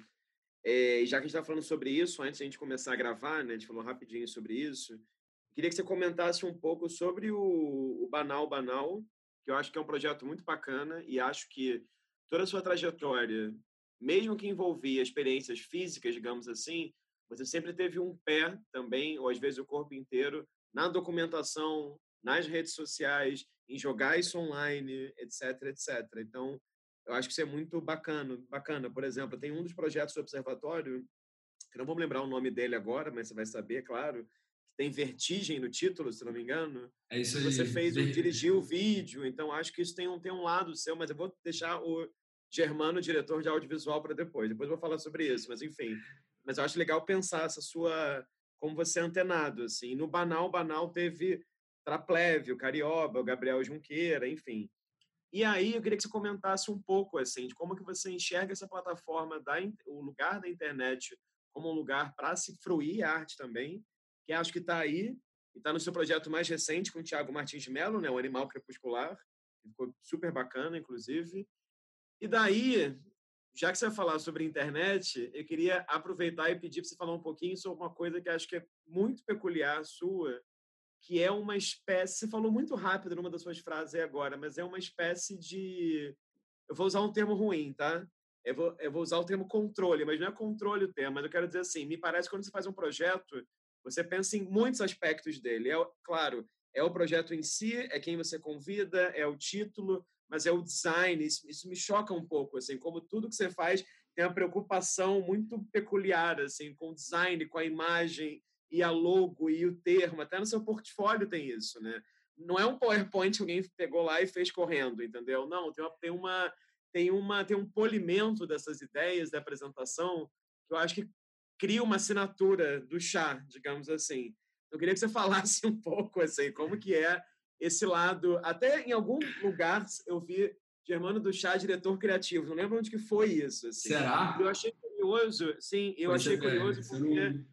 é, já que a gente está falando sobre isso, antes de a gente começar a gravar, né, a gente falou rapidinho sobre isso, queria que você comentasse um pouco sobre o, o Banal Banal, que eu acho que é um projeto muito bacana e acho que toda a sua trajetória, mesmo que envolvia experiências físicas, digamos assim, você sempre teve um pé também, ou às vezes o corpo inteiro, na documentação, nas redes sociais, em jogar isso online, etc, etcétera. Então, eu acho que isso é muito bacana. Bacana. Por exemplo, tem um dos projetos do Observatório, que não vou me lembrar o nome dele agora, mas você vai saber, claro, que tem Vertigem no título, se não me engano, É isso que você aí. fez, o, dirigiu o vídeo, então acho que isso tem um, tem um lado seu, mas eu vou deixar o Germano, diretor de audiovisual, para depois. Depois eu vou falar sobre isso, mas enfim. Mas eu acho legal pensar essa sua... como você é antenado, assim. No Banal, Banal teve Traplévio, Carioba, o Gabriel Junqueira, enfim. E aí eu queria que você comentasse um pouco assim de como que você enxerga essa plataforma, da, o lugar da internet como um lugar para se fruir arte também, que acho que está aí, e está no seu projeto mais recente com o Thiago Martins de Mello, né, o Animal Crepuscular, que ficou super bacana, inclusive. E daí, já que você vai falar sobre internet, eu queria aproveitar e pedir para você falar um pouquinho sobre uma coisa que acho que é muito peculiar sua, que é uma espécie... Você falou muito rápido numa das suas frases aí agora, mas é uma espécie de... Eu vou usar um termo ruim, tá? Eu vou, eu vou usar o termo controle, mas não é controle o termo, mas eu quero dizer assim, me parece que quando você faz um projeto, você pensa em muitos aspectos dele. É, claro, é o projeto em si, é quem você convida, é o título, mas é o design. Isso, isso me choca um pouco, assim, como tudo que você faz tem uma preocupação muito peculiar, assim, com o design, com a imagem, e a logo e o termo, até no seu portfólio tem isso, né? Não é um PowerPoint que alguém pegou lá e fez correndo, entendeu? Não, tem uma, tem uma, tem uma, tem um polimento dessas ideias da apresentação que eu acho que cria uma assinatura do chá, digamos assim. Eu queria que você falasse um pouco assim, como que é esse lado. Até em algum lugar eu vi Germano do Chá, diretor criativo. Não lembro onde que foi isso, assim. Será? Eu achei curioso, sim, eu Pois achei é, curioso isso eu porque não...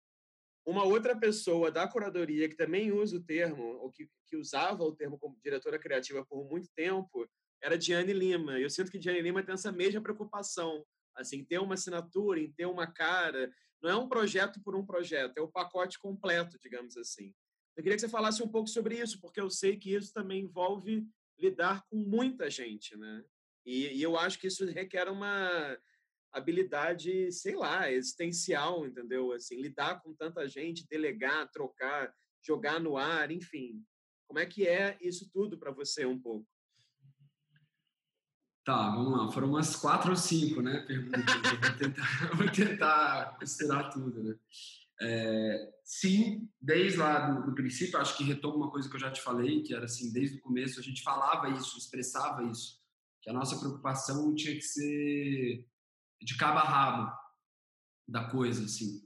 uma outra pessoa da curadoria que também usa o termo, ou que, que usava o termo como diretora criativa por muito tempo, era Diane Lima. Eu sinto que Diane Lima tem essa mesma preocupação, assim, ter uma assinatura, em ter uma cara. Não é um projeto por um projeto, é o pacote completo, digamos assim. Eu queria que você falasse um pouco sobre isso, porque eu sei que isso também envolve lidar com muita gente, né? E, e eu acho que isso requer uma habilidade, sei lá, existencial, entendeu? Assim, lidar com tanta gente, delegar, trocar, jogar no ar, enfim. Como é que é isso tudo para você um pouco? Tá, vamos lá. Foram umas quatro ou cinco, né, perguntas. Eu vou tentar, vou tentar costurar tudo, né? É, sim, desde lá do, do princípio, acho que retoma uma coisa que eu já te falei, que era assim, desde o começo a gente falava isso, expressava isso, que a nossa preocupação tinha que ser de cabo a rabo da coisa, assim.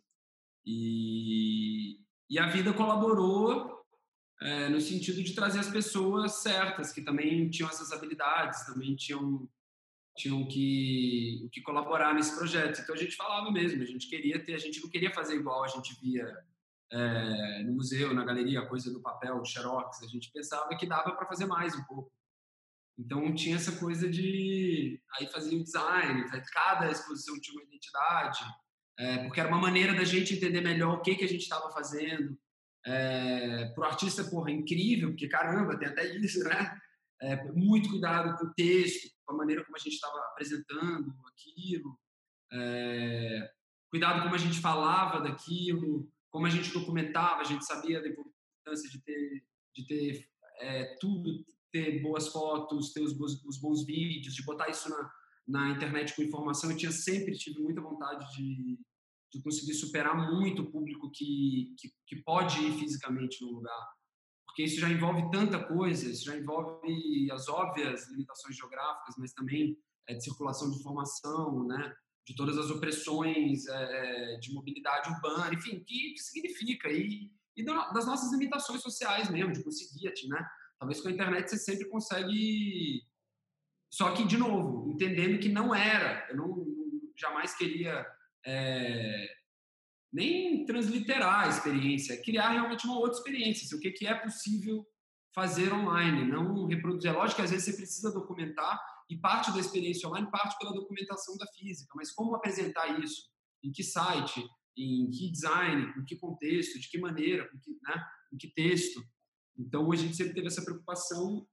E, e a vida colaborou é, no sentido de trazer as pessoas certas, que também tinham essas habilidades, também tinham tinham que, que colaborar nesse projeto. Então a gente falava mesmo, a gente queria ter, a gente não queria fazer igual a gente via é, no museu, na galeria, a coisa do papel, do xerox, a gente pensava que dava para fazer mais um pouco. Então tinha essa coisa de aí fazia o design, cada exposição tinha uma identidade, é, porque era uma maneira da gente entender melhor o que que a gente estava fazendo. É, para o artista, porra, incrível, porque caramba, tem até isso, né? É, muito cuidado com o texto, com a maneira como a gente estava apresentando aquilo, é, cuidado como a gente falava daquilo, como a gente documentava, a gente sabia da importância de ter, de ter é, tudo, ter boas fotos, ter os bons, os bons vídeos, de botar isso na, na internet com informação. Eu tinha sempre tive muita vontade de, de conseguir superar muito o público que, que, que pode ir fisicamente no lugar. Porque isso já envolve tanta coisa, isso já envolve as óbvias limitações geográficas, mas também é, de circulação de informação, né? De todas as opressões é, de mobilidade urbana, enfim, o que, que significa? E, e das nossas limitações sociais mesmo, de conseguir, né? Talvez com a internet você sempre consegue... Só que, de novo, entendendo que não era, eu não, não jamais queria é, nem transliterar a experiência, criar realmente uma outra experiência, assim, o que, que é possível fazer online, não reproduzir. É lógico que às vezes você precisa documentar e parte da experiência online parte pela documentação da física, mas como apresentar isso? Em que site? Em que design? Em que contexto? De que maneira? Em que, né? Em que texto? Então, a gente sempre teve essa preocupação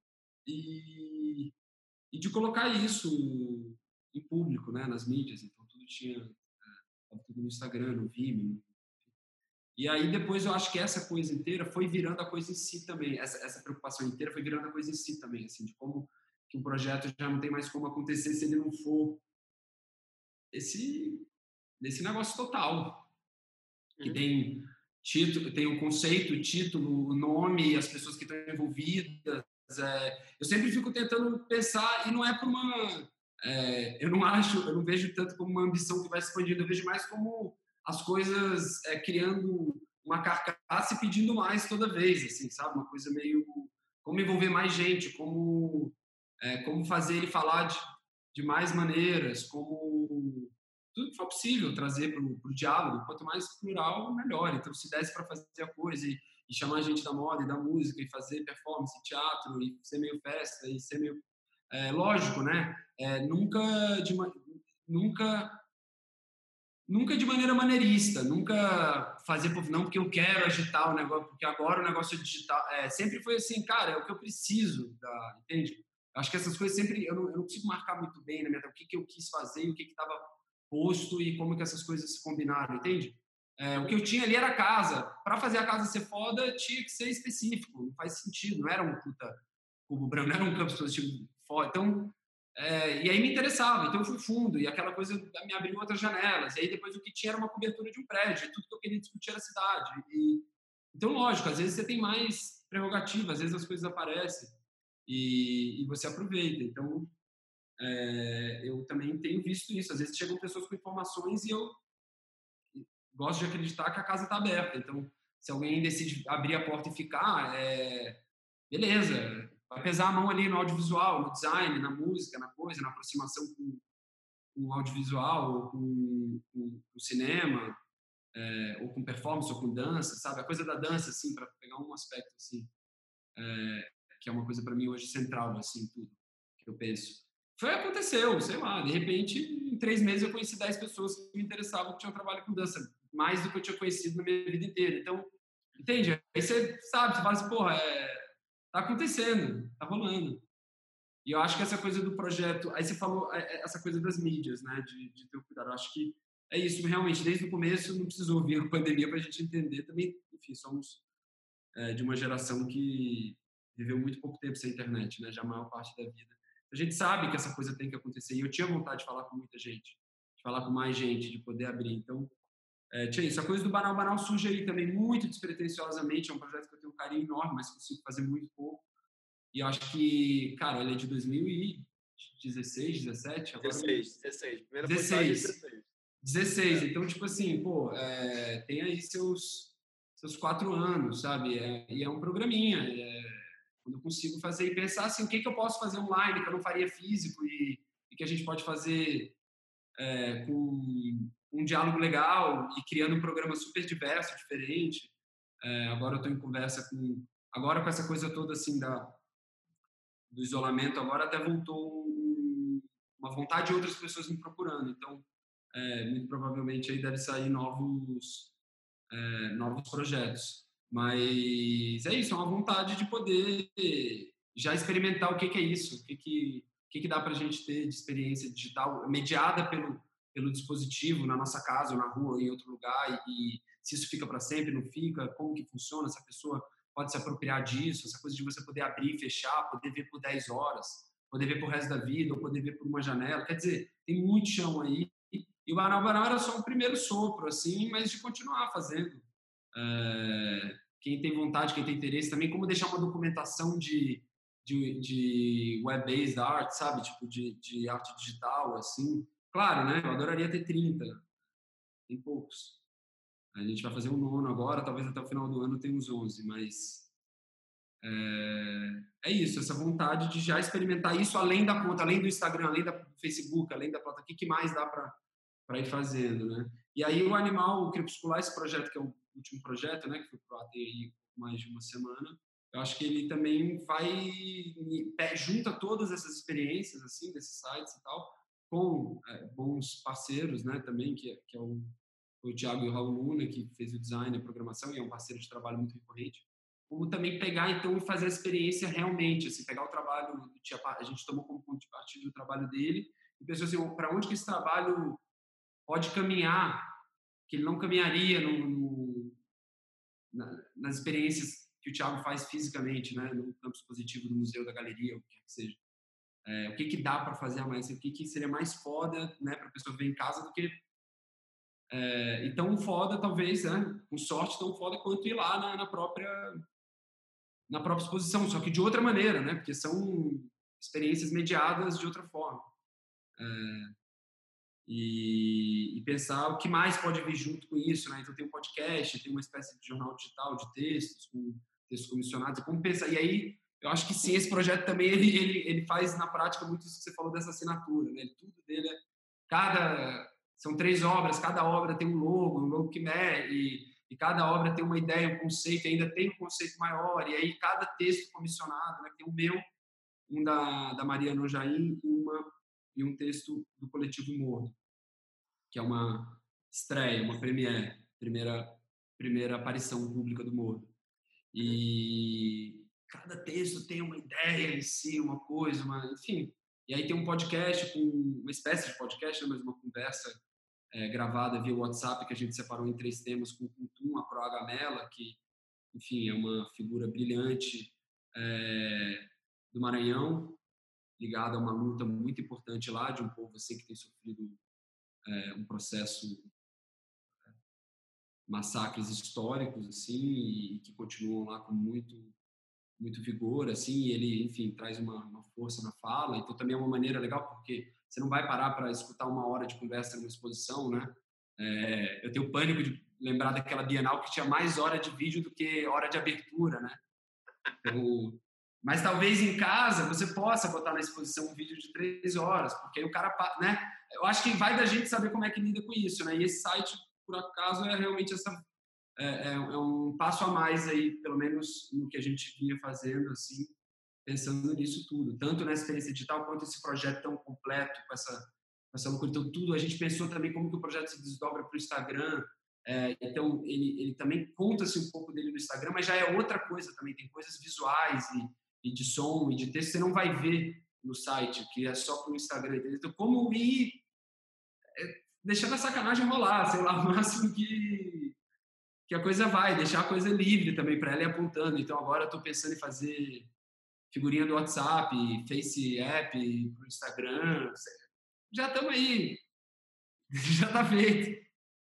e, e de colocar isso em público, né? Nas mídias. Então, tudo tinha é, tudo no Instagram, no Vimeo. E aí, depois, eu acho que essa coisa inteira foi virando a coisa em si também. Essa, essa preocupação inteira foi virando a coisa em si também, assim, de como que um projeto já não tem mais como acontecer se ele não for esse, esse negócio total. Que Uhum. tem título, tem o conceito, o título, o nome, as pessoas que estão envolvidas. É, eu sempre fico tentando pensar, e não é por uma... É, eu não acho, eu não vejo tanto como uma ambição que vai se expandindo, eu vejo mais como as coisas é, criando uma carcaça e pedindo mais toda vez, assim, sabe? Uma coisa meio... Como envolver mais gente, como, é, como fazer ele falar de, de mais maneiras, como... Tudo que for possível trazer para o diálogo. Quanto mais plural, melhor. Então, se desse para fazer a coisa e, e chamar a gente da moda e da música e fazer performance, teatro e ser meio festa e ser meio... É, lógico, né? É, nunca, de, nunca, nunca de maneira maneirista, nunca fazer... Não porque eu quero agitar o negócio, porque agora o negócio é digital. É, sempre foi assim, cara, é o que eu preciso, da, entende? Eu acho que essas coisas sempre... Eu não, eu não consigo marcar muito bem na minha... O que, que eu quis fazer e o que estava... posto e como que essas coisas se combinaram, entende? É, o que eu tinha ali era casa. Para fazer a casa ser foda, tinha que ser específico. Não faz sentido. Não era um puta cubo branco, não era um campo expositivo foda. Então, é, e aí me interessava. Então eu fui fundo e aquela coisa me abriu outras janelas. E aí depois o que tinha era uma cobertura de um prédio. E tudo que eu queria discutir era a cidade. E, então, lógico, às vezes você tem mais prerrogativa, às vezes as coisas aparecem e, e você aproveita. Então, é, eu também tenho visto isso. Às vezes chegam pessoas com informações e eu gosto de acreditar que a casa está aberta. Então, se alguém decide abrir a porta e ficar, é, beleza. Vai pesar a mão ali no audiovisual, no design, na música, na coisa, na aproximação com, com o audiovisual, ou com, com, com o cinema, é, ou com performance, ou com dança, sabe? A coisa da dança, assim, para pegar um aspecto, assim, é, que é uma coisa para mim hoje central, assim, tudo que eu penso. Foi, aconteceu, sei lá, de repente, em três meses eu conheci dez pessoas que me interessavam, que tinham trabalho com dança, mais do que eu tinha conhecido na minha vida inteira. Então, entende? Aí você sabe, você fala assim, porra, é, tá acontecendo, tá rolando. E eu acho que essa coisa do projeto, aí você falou essa coisa das mídias, né, de, de ter o cuidado. Eu acho que é isso, realmente, desde o começo não precisou vir a pandemia para a gente entender também. Enfim, somos é, de uma geração que viveu muito pouco tempo sem internet, né, já a maior parte da vida. A gente sabe que essa coisa tem que acontecer e eu tinha vontade de falar com muita gente, de falar com mais gente, de poder abrir. Então, é, tinha isso. A coisa do Banal Banal surge aí também muito despretensiosamente, é um projeto que eu tenho um carinho enorme, mas consigo fazer muito pouco. E eu acho que, cara, ele é de dois mil e dezesseis, dezessete, agora... dezesseis, dezesseis. Primeira postagem, dezesseis. dezesseis. dezesseis. É. Então, tipo assim, pô, é, tem aí seus, seus quatro anos, sabe? É, e é um programinha. É, quando eu consigo fazer e pensar assim, o que, que eu posso fazer online que eu não faria físico e, e que a gente pode fazer é, com um diálogo legal e criando um programa super diverso, diferente. É, agora eu estou em conversa com... Agora com essa coisa toda assim da, do isolamento, agora até voltou um, uma vontade de outras pessoas me procurando. Então, é, muito provavelmente aí deve sair novos, é, novos projetos. Mas é isso, é uma vontade de poder já experimentar o que, que é isso, o que, que, o que, que dá para a gente ter de experiência digital mediada pelo, pelo dispositivo na nossa casa, ou na rua, ou em outro lugar, e, e se isso fica para sempre, não fica, como que funciona, se a pessoa pode se apropriar disso, essa coisa de você poder abrir e fechar, poder ver por dez horas, poder ver por resto da vida, ou poder ver por uma janela. Quer dizer, tem muito chão aí, e E o Banal Banal era só um primeiro sopro, assim, mas de continuar fazendo. É, quem tem vontade, quem tem interesse também, como deixar uma documentação de, de, de web-based art, sabe? Tipo, de, de arte digital, assim. Claro, né? Eu adoraria ter trinta, tem poucos. A gente vai fazer um nono agora, talvez até o final do ano tenha uns onze, mas é, é isso, essa vontade de já experimentar isso além da conta, além do Instagram, além do Facebook, além da plataforma, o que, que mais dá para ir fazendo, né? E aí o Animal Crepuscular, esse projeto que é o último projeto, né, que foi pro A T I mais de uma semana, eu acho que ele também vai junta todas essas experiências assim desses sites e tal com é, bons parceiros, né, também que, que é o, o Thiago e o Raul Luna, que fez o design, a programação, e é um parceiro de trabalho muito recorrente. Como também pegar então e fazer a experiência realmente, assim, pegar o trabalho do Tia, a gente tomou como ponto de partida o trabalho dele e pensou assim, para onde que esse trabalho pode caminhar, que ele não caminharia no, no, na, nas experiências que o Thiago faz fisicamente, né, no campo expositivo do museu, da galeria, o que quer que seja. É, o que que dá para fazer a mais, o que que seria mais foda, né, para a pessoa ver em casa do que é, e tão foda, talvez, né, com sorte, tão foda quanto ir lá na, na própria na própria exposição, só que de outra maneira, né, porque são experiências mediadas de outra forma. É, E, e pensar o que mais pode vir junto com isso, né? Então tem um podcast, tem uma espécie de jornal digital de textos, com textos comissionados, como pensar. E aí eu acho que sim, esse projeto também ele, ele, ele faz na prática muito isso que você falou dessa assinatura, né? Tudo dele é cada são três obras, cada obra tem um logo, um logo que né, e, e cada obra tem uma ideia, um conceito, ainda tem um conceito maior. E aí cada texto comissionado, né? Tem o meu, um da, da Maria Nojaim e uma e um texto do Coletivo Morro, que é uma estreia, uma premiere, primeira, primeira aparição pública do Moro. E cada texto tem uma ideia em si, uma coisa, uma, enfim. E aí tem um podcast, com uma espécie de podcast, né, mas uma conversa é, gravada via WhatsApp que a gente separou em três temas com o Kuntum, a Pro Agamela, que, enfim, é uma figura brilhante é, do Maranhão, ligada a uma luta muito importante lá, de um povo assim, que tem sofrido é, um processo massacres históricos assim e que continuam lá com muito muito vigor assim, e ele enfim traz uma, uma força na fala, então também é uma maneira legal porque você não vai parar para escutar uma hora de conversa numa exposição, né? É, eu tenho pânico de lembrar daquela Bienal que tinha mais hora de vídeo do que hora de abertura, né? Então, mas talvez em casa você possa botar na exposição um vídeo de três horas, porque aí o cara, né? Eu acho que vai da gente saber como é que lida com isso, né? E esse site, por acaso, é realmente essa é, é, é um passo a mais aí, pelo menos no que a gente vinha fazendo, assim, pensando nisso tudo, tanto na experiência digital quanto esse projeto tão completo com essa, com essa loucura. Então, tudo a gente pensou também como que o projeto se desdobra para o Instagram. É, então, ele, ele também conta-se um pouco dele no Instagram, mas já é outra coisa também. Tem coisas visuais e, e de som e de texto que você não vai ver no site, que é só para o Instagram. Entendeu? Então, como ir é, deixando a sacanagem rolar, sei lá, o máximo que, que a coisa vai, deixar a coisa livre também para ela ir apontando. Então, agora eu estou pensando em fazer figurinha do WhatsApp, Face App, pro Instagram. Já estamos aí. Já está feito.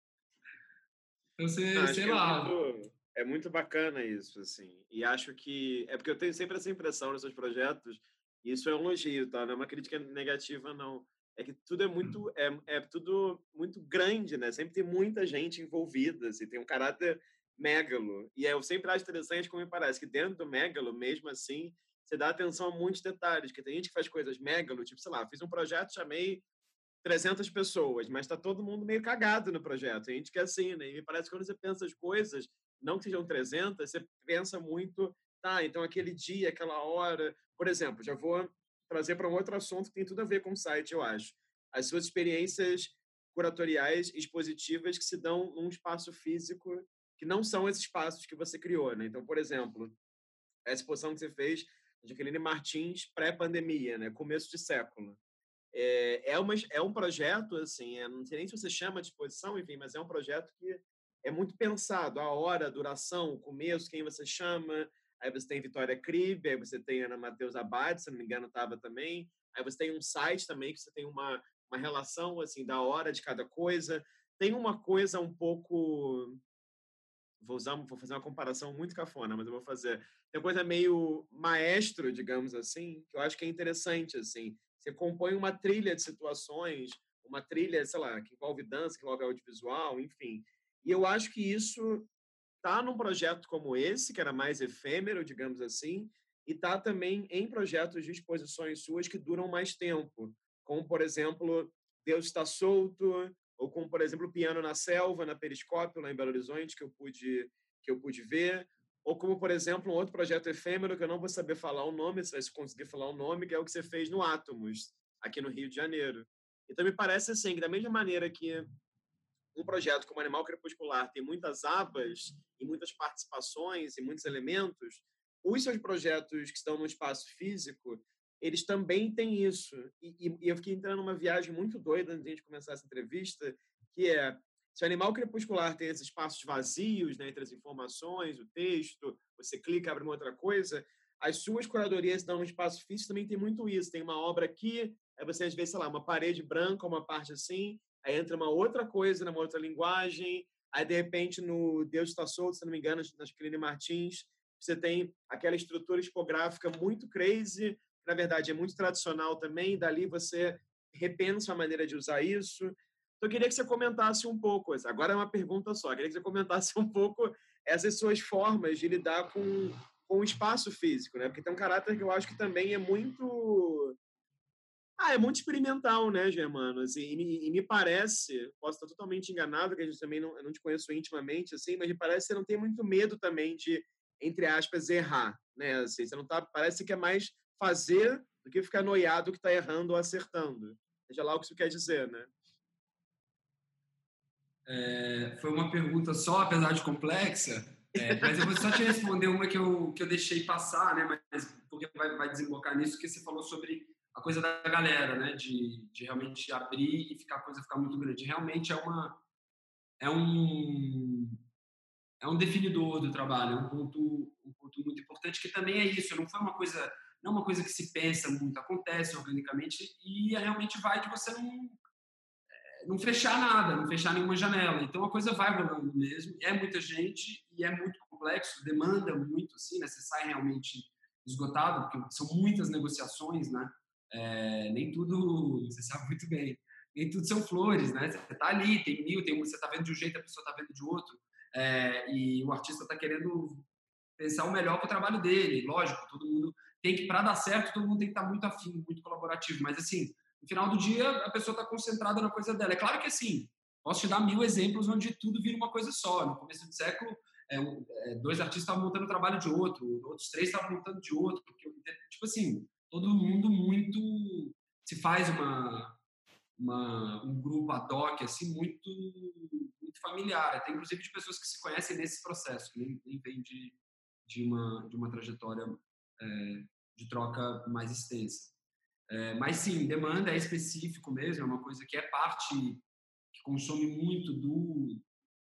Então, Não, você, acho sei que é lá. muito, é muito bacana isso, assim. E acho que... É porque eu tenho sempre essa impressão nos seus projetos, e isso é um elogio, tá? Não é uma crítica negativa, não. É que tudo é muito... É, é tudo muito grande, né? Sempre tem muita gente envolvida, assim, tem um caráter mégalo. E eu sempre acho interessante como me parece que dentro do mégalo, mesmo assim, você dá atenção a muitos detalhes, que tem gente que faz coisas mégalo, tipo, sei lá, fiz um projeto, chamei trezentas pessoas, mas está todo mundo meio cagado no projeto. A gente que é assim, né? E me parece que quando você pensa as coisas, não que sejam trezentas, você pensa muito, tá, então aquele dia, aquela hora. Por exemplo, já vou trazer para um outro assunto que tem tudo a ver com o site, eu acho. As suas experiências curatoriais, expositivas que se dão num espaço físico que não são esses espaços que você criou, né? Então, por exemplo, a exposição que você fez de Jaqueline Martins pré-pandemia, né? Começo de século. É, é, uma, é um projeto, assim, é, não sei nem se você chama de exposição, enfim, mas é um projeto que é muito pensado, a hora, a duração, o começo, quem você chama, aí você tem Vitória Kribe, aí você tem Ana Matheus Abad, se não me engano, estava também, aí você tem um site também, que você tem uma, uma relação assim da hora de cada coisa. Tem uma coisa um pouco, vou usar, vou fazer uma comparação muito cafona, mas eu vou fazer. Tem uma coisa meio maestro, digamos assim, que eu acho que é interessante assim. Você compõe uma trilha de situações, uma trilha, sei lá, que envolve dança, que envolve audiovisual, enfim. E eu acho que isso tá num projeto como esse, que era mais efêmero, digamos assim, e tá também em projetos de exposições suas que duram mais tempo, como, por exemplo, Deus Está Solto, ou como, por exemplo, Piano na Selva, na Periscópio, lá em Belo Horizonte, que eu pude, que eu pude ver, ou como, por exemplo, um outro projeto efêmero, que eu não vou saber falar o nome, se vai conseguir falar o nome, que é o que você fez no Átomos, aqui no Rio de Janeiro. Então, me parece assim, que da mesma maneira que um projeto como Animal Crepuscular tem muitas abas e muitas participações e muitos elementos, os seus projetos que estão no espaço físico, eles também têm isso. E, e, e eu fiquei entrando numa viagem muito doida antes de a gente começar essa entrevista, que é, se o Animal Crepuscular tem esses espaços vazios, né, entre as informações, o texto, você clica, abre uma outra coisa, as suas curadorias estão no espaço físico também tem muito isso. Tem uma obra aqui, aí você às vezes, sei lá, uma parede branca, uma parte assim, aí entra uma outra coisa, numa outra linguagem, aí de repente no Deus Está Solto, se não me engano, na Jaqueline Martins, você tem aquela estrutura tipográfica muito crazy, que na verdade é muito tradicional também, dali você repensa a maneira de usar isso. Então eu queria que você comentasse um pouco, agora é uma pergunta só, eu queria que você comentasse um pouco essas suas formas de lidar com, com o espaço físico, né? Porque tem um caráter que eu acho que também é muito ah, é muito experimental, né, Germano? Assim, e, me, e me parece, posso estar totalmente enganado, que a gente também não, eu não te conheço intimamente, assim, mas me parece que você não tem muito medo também de, entre aspas, errar, né? Assim, você não tá, parece que é mais fazer do que ficar noiado que está errando ou acertando. Seja lá o que isso quer dizer, né? É, foi uma pergunta só, apesar de complexa, é, mas eu vou só te responder uma que eu, que eu deixei passar, né? Mas porque vai, vai desembocar nisso que você falou sobre a coisa da galera, né? De, de realmente abrir e ficar, a coisa ficar muito grande. Realmente é uma é um é um definidor do trabalho, é um ponto um ponto muito importante que também é isso. Não foi uma coisa não é uma coisa que se pensa muito, acontece organicamente e realmente vai que você não não fechar nada, não fechar nenhuma janela. Então a coisa vai rolando mesmo. É muita gente e é muito complexo, demanda muito, assim, né? Você sai realmente esgotado, porque são muitas negociações, né? É, nem tudo, você sabe muito bem, nem tudo são flores, né? Você tá ali, tem mil, tem um, você tá vendo de um jeito, a pessoa tá vendo de outro, é, e o artista tá querendo pensar o melhor para o trabalho dele. Lógico, todo mundo tem que, para dar certo, todo mundo tem que estar muito afim, muito colaborativo. Mas, assim, no final do dia, a pessoa está concentrada na coisa dela. É claro que, assim, posso te dar mil exemplos onde tudo vira uma coisa só. No começo do século, é, um, é, dois artistas estavam montando o trabalho de outro, outros três estavam montando de outro. Porque, tipo assim, todo mundo muito se faz uma, uma, um grupo ad hoc, assim, muito, muito familiar. Até, inclusive, de pessoas que se conhecem nesse processo, que nem, nem vem de, de uma, de uma trajetória é, de troca mais extensa. É, mas sim, demanda é específico mesmo, é uma coisa que é parte, que consome muito do,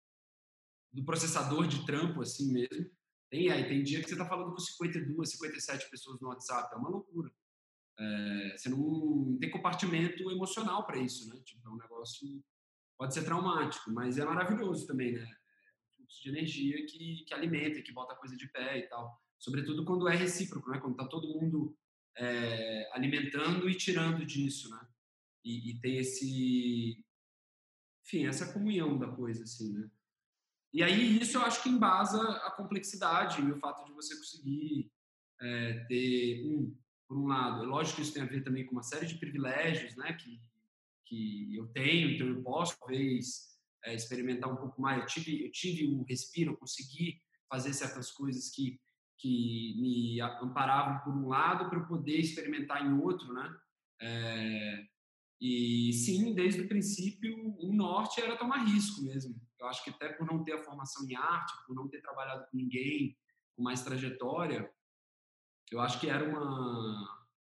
do processador de trampo, assim mesmo. Tem, aí tem dia que você está falando com cinquenta e duas, cinquenta e sete pessoas no WhatsApp, é uma loucura. É, você não tem compartimento emocional para isso, né? Tipo, é um negócio, pode ser traumático, mas é maravilhoso também, né? Fluxo de energia que, que alimenta, que bota a coisa de pé e tal. Sobretudo quando é recíproco, né? Quando tá todo mundo é, alimentando e tirando disso, né? E, e tem esse, enfim, essa comunhão da coisa, assim, né? E aí isso eu acho que embasa a complexidade e o fato de você conseguir é, ter um, por um lado, é lógico que isso tem a ver também com uma série de privilégios, né? Que que eu tenho, então eu posso talvez é, experimentar um pouco mais. Eu tive, eu tive um respiro, eu consegui fazer certas coisas que que me amparavam por um lado para eu poder experimentar em outro, né? É, e sim, desde o princípio, o norte era tomar risco mesmo. Eu acho que até por não ter a formação em arte, por não ter trabalhado com ninguém com mais trajetória, eu acho que era uma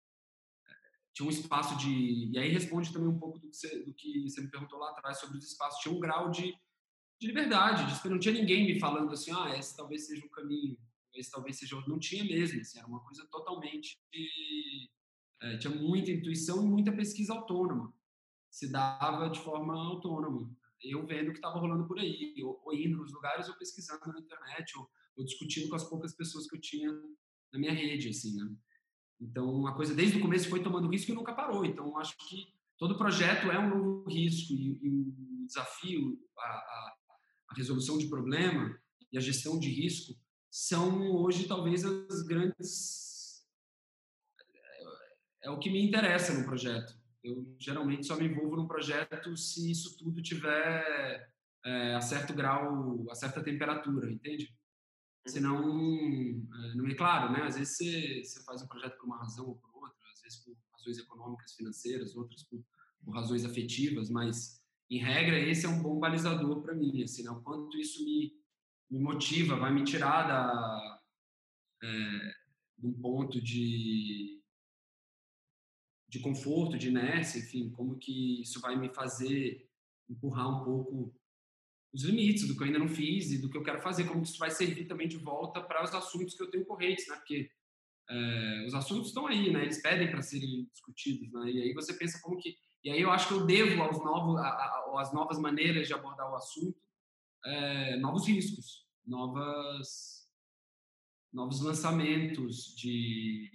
tinha um espaço de... E aí responde também um pouco do que você, do que você me perguntou lá atrás sobre os espaços. Tinha um grau de, de liberdade, de, não tinha ninguém me falando assim, ah, esse talvez seja um caminho, esse talvez seja outro. Não tinha mesmo, assim, era uma coisa totalmente... De, é, tinha muita intuição e muita pesquisa autônoma. se dava de forma autônoma. Eu vendo o que estava rolando por aí, ou, ou indo nos lugares, ou pesquisando na internet, ou, ou discutindo com as poucas pessoas que eu tinha na minha rede, assim, né? Então, a coisa desde o começo foi tomando risco e nunca parou. Então, acho que todo projeto é um novo risco e, e o desafio, a, a, a resolução de problema e a gestão de risco são hoje talvez as grandes é o que me interessa no projeto. Eu geralmente só me envolvo num projeto se isso tudo tiver é, a certo grau, a certa temperatura, entende? Uhum. Senão, é, não é claro, né? Às vezes você, você faz um projeto por uma razão ou por outra, às vezes por razões econômicas, financeiras, outras por, por razões afetivas, mas em regra esse é um bom balizador para mim, assim, né? O quanto isso me, me motiva, vai me tirar da, é, de um ponto de de conforto, de inércia, enfim, como que isso vai me fazer empurrar um pouco os limites do que eu ainda não fiz e do que eu quero fazer, como que isso vai servir também de volta para os assuntos que eu tenho correntes, né? Porque é, os assuntos estão aí, né? Eles pedem para serem discutidos, né? E aí você pensa como que... E aí eu acho que eu devo aos novos, a, a, às novas maneiras de abordar o assunto, é, novos riscos, novas, novos lançamentos de...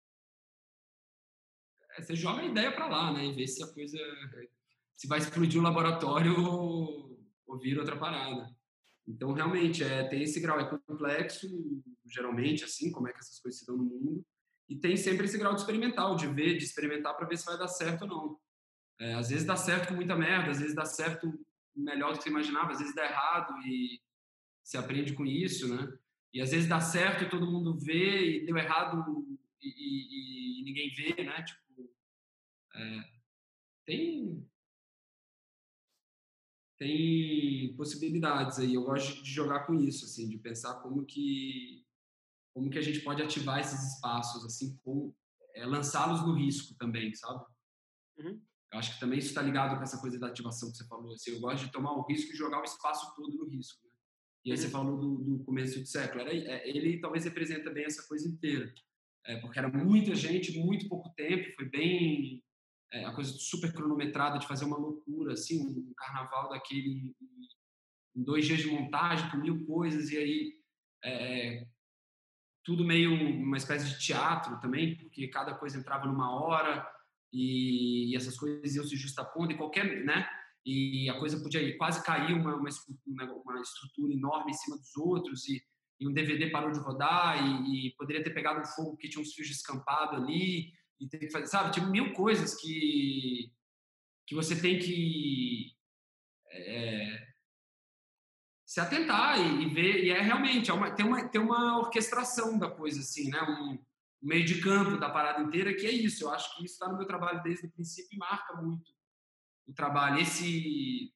É, você joga a ideia para lá, né? E vê se a coisa... se vai explodir o laboratório ou, ou vir outra parada. Então, realmente, é, tem esse grau, é complexo, geralmente, assim, como é que essas coisas se dão no mundo, e tem sempre esse grau de experimental, de ver, de experimentar para ver se vai dar certo ou não. É, às vezes dá certo com muita merda, às vezes dá certo melhor do que você imaginava, às vezes dá errado e se aprende com isso, né? E às vezes dá certo e todo mundo vê, e deu errado e, e, e ninguém vê, né? Tipo, é, tem, tem possibilidades aí. Eu gosto de jogar com isso, assim, de pensar como que como que a gente pode ativar esses espaços, assim, como é, lançá-los no risco também, sabe? Uhum. Eu acho que também isso está ligado com essa coisa da ativação que você falou. Assim, eu gosto de tomar o risco e jogar o espaço todo no risco. Né? E aí você Uhum. falou do, do começo do século. Era, ele talvez representa bem essa coisa inteira. É, porque era muita gente, muito pouco tempo, foi bem é, a coisa super cronometrada de fazer uma loucura, assim, um carnaval daquele em dois dias de montagem, com mil coisas, e aí é, tudo meio uma espécie de teatro também, porque cada coisa entrava numa hora e, e essas coisas iam se justapondo e qualquer, né? E a coisa podia ir, quase cair uma, uma, uma estrutura enorme em cima dos outros e, e um D V D parou de rodar e, e poderia ter pegado um fogo que tinha uns fios descampados ali e ter que fazer, sabe? Tipo, mil coisas que, que você tem que é, se atentar e, e ver, e é realmente, é uma, tem, uma, tem uma orquestração da coisa, assim, né? Um, um meio de campo da parada inteira, que é isso. Eu acho que isso está no meu trabalho desde o princípio e marca muito o trabalho, esse,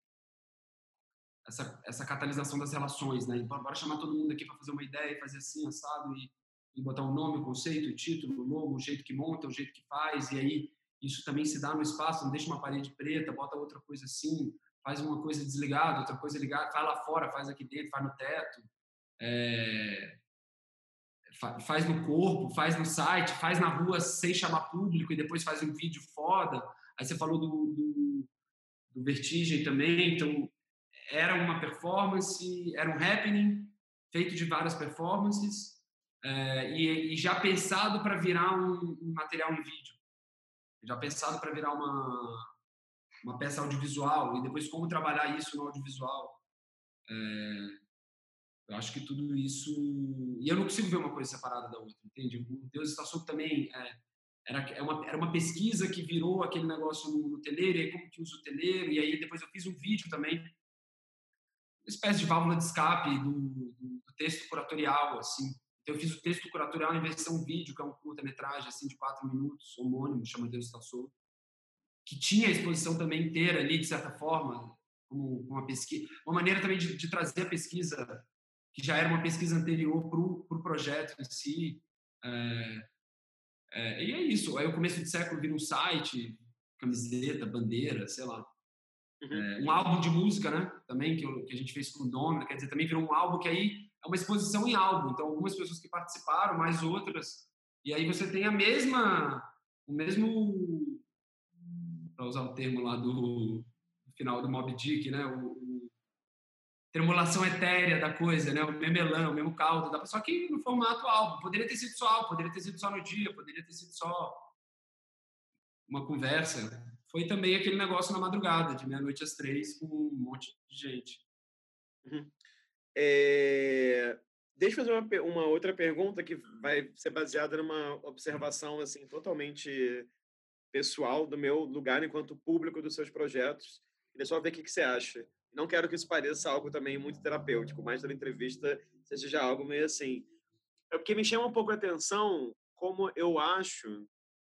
essa, essa catalisação das relações, né? Bora, bora chamar todo mundo aqui para fazer uma ideia, fazer assim, assado, e, e botar um nome, o um conceito, o um título, o um logo, o jeito que monta, o jeito que faz, e aí isso também se dá no espaço, não deixa uma parede preta, bota outra coisa assim, faz uma coisa desligada, outra coisa ligada, faz lá fora, faz aqui dentro, faz no teto, é, faz no corpo, faz no site, faz na rua sem chamar público e depois faz um vídeo foda. Aí você falou do, do, do Vertigem também, então era uma performance, era um happening feito de várias performances é, e, e já pensado para virar um, um material em vídeo, já pensado para virar uma, uma peça audiovisual e depois como trabalhar isso no audiovisual. É, eu acho que tudo isso... E eu não consigo ver uma coisa separada da outra, entende? O Deus está solto também é, era, é uma, era uma pesquisa que virou aquele negócio no, no teleiro, e aí como que usa o teleiro, e aí depois eu fiz um vídeo também, uma espécie de válvula de escape do, do, do texto curatorial, assim. Então eu fiz o texto curatorial em versão vídeo, que é um curta-metragem assim, de quatro minutos, homônimo, chama Deus está solto, que tinha a exposição também inteira ali, de certa forma, como uma pesquisa, uma maneira também de, de trazer a pesquisa, que já era uma pesquisa anterior para o pro projeto em si. É, é, e é isso. Aí o começo do século vira um site, camiseta, bandeira, sei lá. Uhum. É, um álbum de música, né? Também, que, eu, que a gente fez com o Dom, quer dizer, também virou um álbum que aí é uma exposição em álbum. Então, algumas pessoas que participaram, mais outras. E aí você tem a mesma, o mesmo, para usar o termo lá do, do final do Moby Dick, né? O, o tremulação etérea da coisa, né? O memelão, o mesmo caldo, da... só que no formato álbum. Poderia ter sido só álbum, poderia ter sido só no dia, poderia ter sido só uma conversa. Foi também aquele negócio na madrugada, de meia-noite às três, com um monte de gente. Uhum. É... Deixa eu fazer uma, uma outra pergunta que vai ser baseada numa observação assim, totalmente pessoal do meu lugar enquanto público dos seus projetos. Queria só ver o que, que você acha. Não quero que isso pareça algo também muito terapêutico, mas da entrevista seja já algo meio assim. É porque me chama um pouco a atenção como eu acho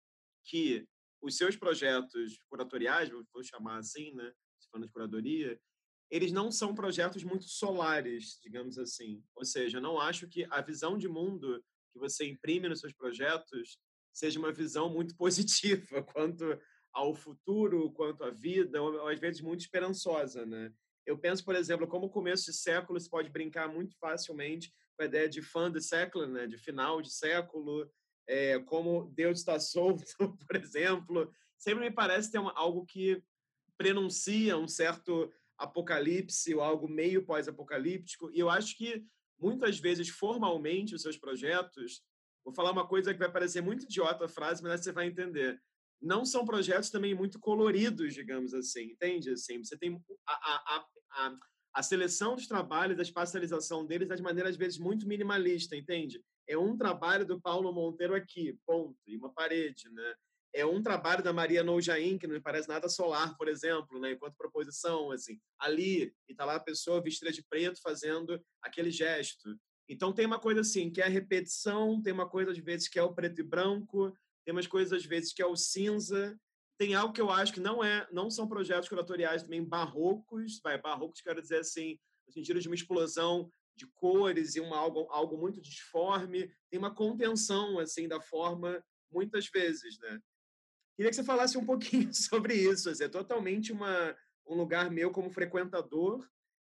que os seus projetos curatoriais, vou chamar assim, né, falando de curadoria, eles não são projetos muito solares, digamos assim. Ou seja, eu não acho que a visão de mundo que você imprime nos seus projetos seja uma visão muito positiva quanto ao futuro, quanto à vida, ou às vezes muito esperançosa, né? Eu penso, por exemplo, como o começo de século se pode brincar muito facilmente com a ideia de fim de século, né? De final de século, é, como Deus está solto, por exemplo. Sempre me parece ter uma, algo que prenuncia um certo apocalipse ou algo meio pós-apocalíptico. E eu acho que, muitas vezes, formalmente, os seus projetos... Vou falar uma coisa que vai parecer muito idiota a frase, mas você vai entender. Não são projetos também muito coloridos, digamos assim, entende? Assim, você tem a, a, a, a seleção dos trabalhos, a espacialização deles é de maneira, às vezes, muito minimalista, entende? É um trabalho do Paulo Monteiro aqui, ponto, e uma parede, né? É um trabalho da Maria Noujaim, que não me parece nada solar, por exemplo, né, enquanto proposição, assim, ali, e está lá a pessoa vestida de preto fazendo aquele gesto. Então, tem uma coisa assim, que é a repetição, tem uma coisa, às vezes, que é o preto e branco, tem umas coisas, às vezes, que é o cinza, tem algo que eu acho que não é, não são projetos curatoriais também barrocos, vai, barrocos quero dizer assim, no sentido de uma explosão de cores e uma, algo, algo muito disforme, tem uma contenção, assim, da forma, muitas vezes, né? Queria que você falasse um pouquinho sobre isso. Assim, é totalmente uma, um lugar meu como frequentador.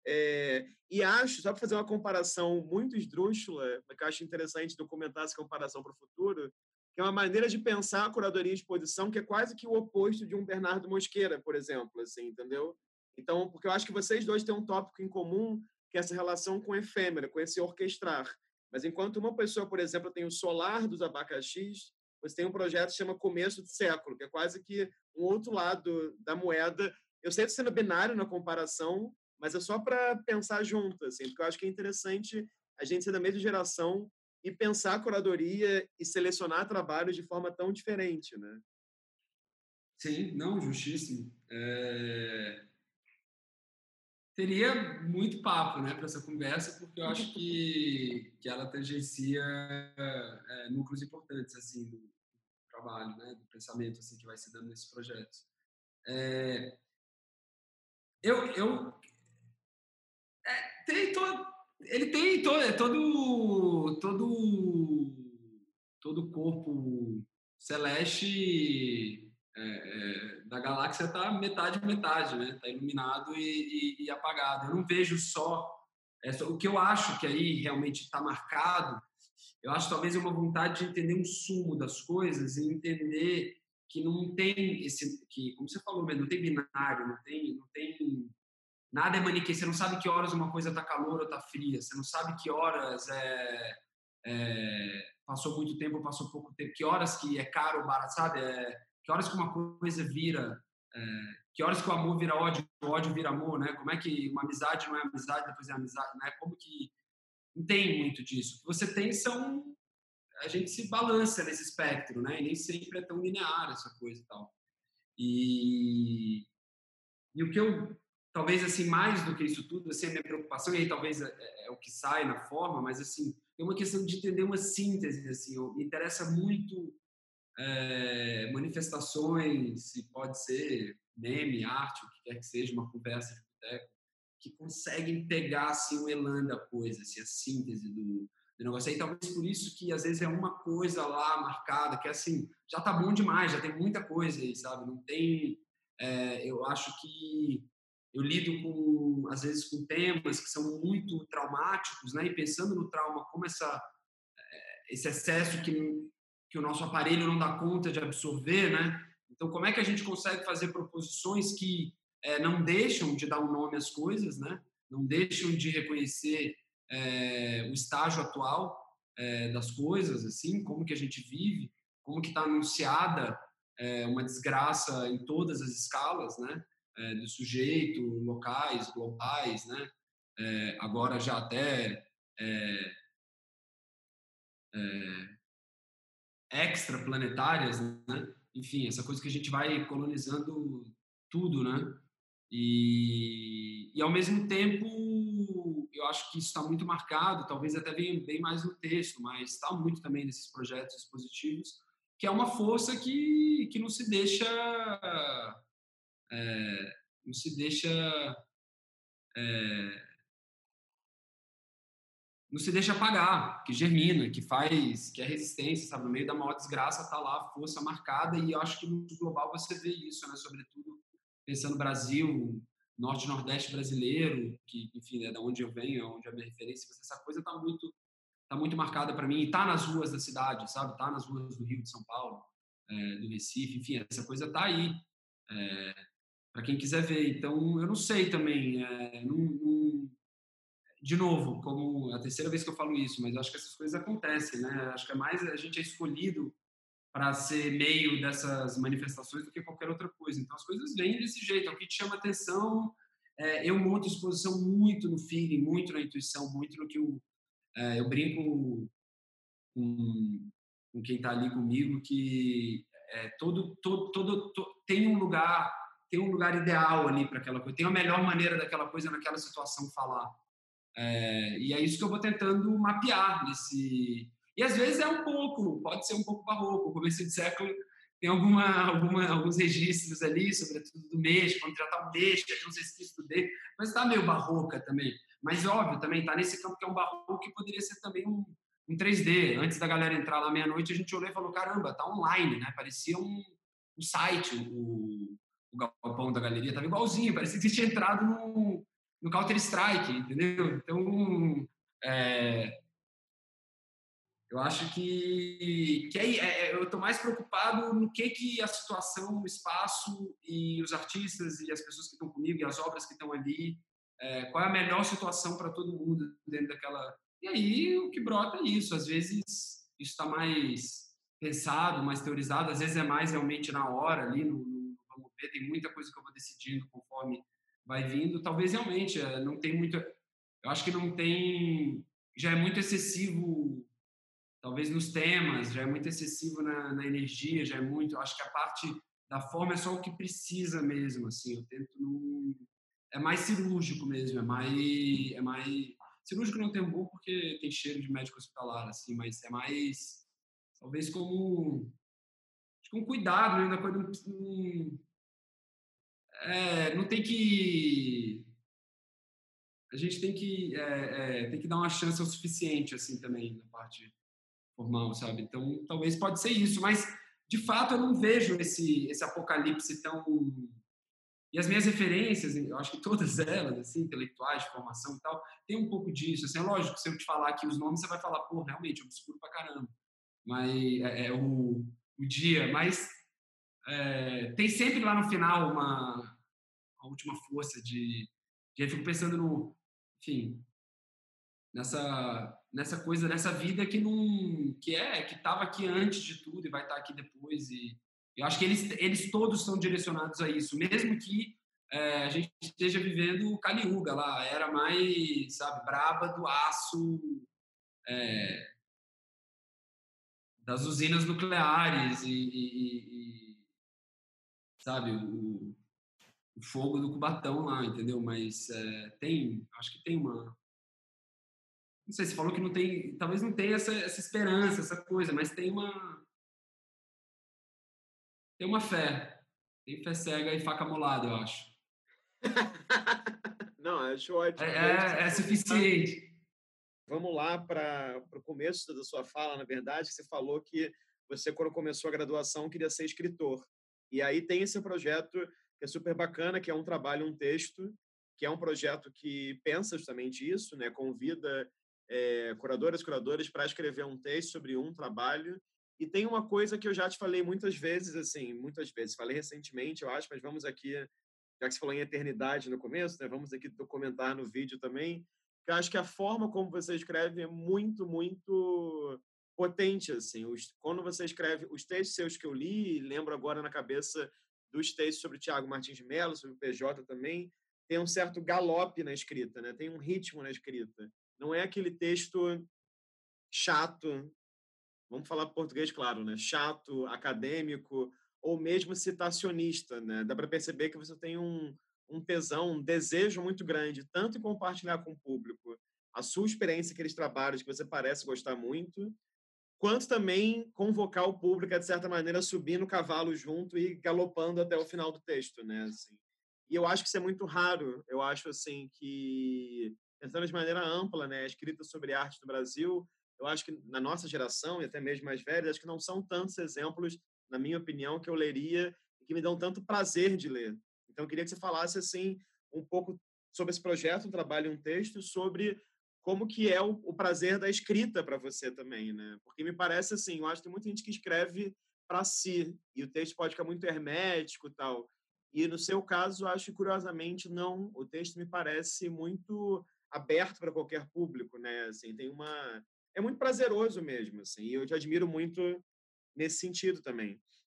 É, e acho, só para fazer uma comparação muito esdrúxula, que eu acho interessante documentar essa comparação para o futuro, que é uma maneira de pensar a curadoria e exposição que é quase que o oposto de um Bernardo Mosqueira, por exemplo, assim, entendeu? Então, porque eu acho que vocês dois têm um tópico em comum, que é essa relação com o efêmero, com esse orquestrar. Mas enquanto uma pessoa, por exemplo, tem o solar dos abacaxis, você tem um projeto que chama Começo de Século, que é quase que um outro lado da moeda. Eu sei que sendo binário na comparação, mas é só para pensar junto, assim, porque eu acho que é interessante a gente ser da mesma geração e pensar a curadoria e selecionar trabalhos de forma tão diferente, né? Sim, não, justíssimo. É... Teria muito papo, né, para essa conversa, porque eu acho que, que ela tangencia é, núcleos importantes, assim, do trabalho, né, do pensamento, assim, que vai se dando nesses projetos. É... Eu, eu é, tem todo, ele tem todo, é todo, todo, todo corpo celeste é, é, da galáxia tá metade metade, né? Tá iluminado e, e, e apagado. Eu não vejo só, é, só o que eu acho que aí realmente está marcado. Eu acho talvez uma vontade de entender um sumo das coisas e entender que não tem esse, que como você falou, não tem binário, não tem, não tem nada é maniqueísta. Você não sabe que horas uma coisa está calor ou está fria. Você não sabe que horas é, é, passou muito tempo ou passou pouco tempo. Que horas que é caro ou barato, sabe? É, que horas que uma coisa vira... É, que horas que o amor vira ódio, o ódio vira amor, né? Como é que uma amizade não é amizade, depois é amizade, né? Como que... Não tem muito disso. O que você tem são... A gente se balança nesse espectro, né? E nem sempre é tão linear essa coisa e tal. E... E o que eu, talvez, assim, mais do que isso tudo, assim, a minha preocupação, e aí talvez é, é, é o que sai na forma, mas, assim, é uma questão de entender uma síntese, assim, eu, me interessa muito é, manifestações, se pode ser meme, arte, o que quer que seja, uma conversa de boteco, que conseguem pegar, assim, o elan da coisa, assim, a síntese do, do negócio. Aí, talvez por isso que, às vezes, é uma coisa lá marcada, que, assim, já tá bom demais, já tem muita coisa aí, sabe? Não tem... É, eu acho que eu lido com, às vezes, com temas que são muito traumáticos, né? E pensando no trauma, como essa, esse excesso que, que o nosso aparelho não dá conta de absorver, né? Então, como é que a gente consegue fazer proposições que é, não deixam de dar um nome às coisas, né? Não deixam de reconhecer é, o estágio atual é, das coisas, assim, como que a gente vive, como que está anunciada é, uma desgraça em todas as escalas, né? É, do sujeito, locais, globais, né? É, agora já até é, é, extraplanetárias, né? Enfim, essa coisa que a gente vai colonizando tudo, né? E, e ao mesmo tempo, eu acho que isso está muito marcado, talvez até venha bem mais no texto, mas está muito também nesses projetos expositivos, que é uma força que, que não se deixa é, não se deixa é, não se deixa apagar, que germina, que faz, que é resistência, sabe? No meio da maior desgraça está lá a força marcada, e eu acho que no global você vê isso, né? Sobretudo pensando no Brasil, norte e nordeste brasileiro, que, enfim, é da onde eu venho, é onde é a minha referência, essa coisa está muito, tá muito marcada para mim, e está nas ruas da cidade, sabe? Está nas ruas do Rio, de São Paulo, é, do Recife, enfim, essa coisa está aí, é, para quem quiser ver. Então, eu não sei também, é, não, não de novo, como é a terceira vez que eu falo isso, mas acho que essas coisas acontecem, né? Acho que é mais a gente é escolhido para ser meio dessas manifestações do que qualquer outra coisa. Então as coisas vêm desse jeito, é o que te chama atenção. É, eu monto exposição muito no feeling, muito na intuição, muito no que eu, é, eu brinco com, com quem está ali comigo, que é, todo, todo, todo, todo tem um lugar tem um lugar ideal ali para aquela coisa, tem a melhor maneira daquela coisa naquela situação falar. É, e é isso que eu vou tentando mapear nesse. E às vezes é um pouco, pode ser um pouco barroco. O começo de século tem alguma, alguma, alguns registros ali, sobretudo do México, quando já está o México, eu não sei se estudei, mas está meio barroca também. Mas óbvio, também está nesse campo que é um barroco que poderia ser também um, um três D. Antes da galera entrar lá meia-noite, a gente olhou e falou: caramba, tá online, né? Parecia um, um site, o, o galpão da galeria, estava igualzinho, parecia que você tinha entrado num no Counter-Strike, entendeu? Então, é, eu acho que, que é, é, eu estou mais preocupado no que, que a situação, o espaço e os artistas e as pessoas que estão comigo e as obras que estão ali, é, qual é a melhor situação para todo mundo dentro daquela... E aí, o que brota é isso. Às vezes, isso está mais pensado, mais teorizado, às vezes é mais realmente na hora, ali, no, no vamos ver, tem muita coisa que eu vou decidindo conforme vai vindo. Talvez realmente não tem muito... Eu acho que não tem... Já é muito excessivo, talvez nos temas, já é muito excessivo na, na energia, já é muito... Acho que a parte da forma é só o que precisa mesmo, assim. Eu tento não... É mais cirúrgico mesmo, é mais... É mais... Cirúrgico não tem um bom porque tem cheiro de médico hospitalar, assim, mas é mais... Talvez como... com cuidado, né? Da coisa não, é, não tem que... A gente tem que, é, é, tem que dar uma chance o suficiente, assim, também, na parte formal, sabe? Então, talvez pode ser isso, mas, de fato, eu não vejo esse, esse apocalipse tão... E as minhas referências, eu acho que todas elas, assim, intelectuais, de formação e tal, tem um pouco disso, assim, é lógico, se eu te falar aqui os nomes, você vai falar, pô, realmente, obscuro pra caramba, mas é, é o, o dia, mas é, tem sempre lá no final uma, uma última força de... de eu fico pensando no... Enfim, nessa nessa coisa, nessa vida que não que é que estava aqui antes de tudo e vai estar aqui depois, e eu acho que eles eles todos são direcionados a isso, mesmo que é, a gente esteja vivendo o Kali Yuga lá, a era mais, sabe, braba do aço, é, das usinas nucleares e, e, e sabe, o, o fogo do Cubatão lá, entendeu? Mas é, tem, acho que tem uma... Não sei, você falou que não tem, talvez não tenha essa, essa esperança, essa coisa, mas tem uma, tem uma fé. Tem fé cega e faca molada, eu acho. Não, acho ótimo. É, E aí, se é, é for, suficiente. vamos lá para o começo da sua fala, na verdade, que você falou que você, quando começou a graduação, queria ser escritor. E aí tem esse projeto que é super bacana, que é um trabalho, um texto, que é um projeto que pensa justamente isso, né? Convida é, curadoras e curadores para escrever um texto sobre um trabalho, E tem uma coisa que eu já te falei muitas vezes, assim, muitas vezes, falei recentemente, eu acho, mas vamos aqui, já que você falou em eternidade no começo, né, vamos aqui documentar no vídeo também, que eu acho que a forma como você escreve é muito, muito potente, assim. Os, quando você escreve os textos seus que eu li, lembro agora na cabeça dos textos sobre o Tiago Martins de Mello, sobre o P J também, tem um certo galope na escrita, né? Tem um ritmo na escrita. Não é aquele texto chato, vamos falar português, claro, né? Chato, acadêmico, ou mesmo citacionista, né? Dá para perceber que você tem um, um tesão, um desejo muito grande, tanto em compartilhar com o público a sua experiência, aqueles trabalhos que você parece gostar muito, quanto também convocar o público a, de certa maneira, subir no cavalo junto e galopando até o final do texto, né? Assim. E eu acho que isso é muito raro. Eu acho, assim, que, pensando de maneira ampla, né, a escrita sobre arte no Brasil, eu acho que na nossa geração, e até mesmo mais velhas, acho que não são tantos exemplos, na minha opinião, que eu leria e que me dão tanto prazer de ler. Então, eu queria que você falasse, assim, um pouco sobre esse projeto, um trabalho e um texto, sobre como que é o, o prazer da escrita para você também, né? Porque me parece assim, eu acho que tem muita gente que escreve para si e o texto pode ficar muito hermético e tal. E no seu caso, acho que curiosamente não, o texto me parece muito aberto para qualquer público, né? Assim, tem uma é muito prazeroso mesmo, assim. E eu te admiro muito nesse sentido também.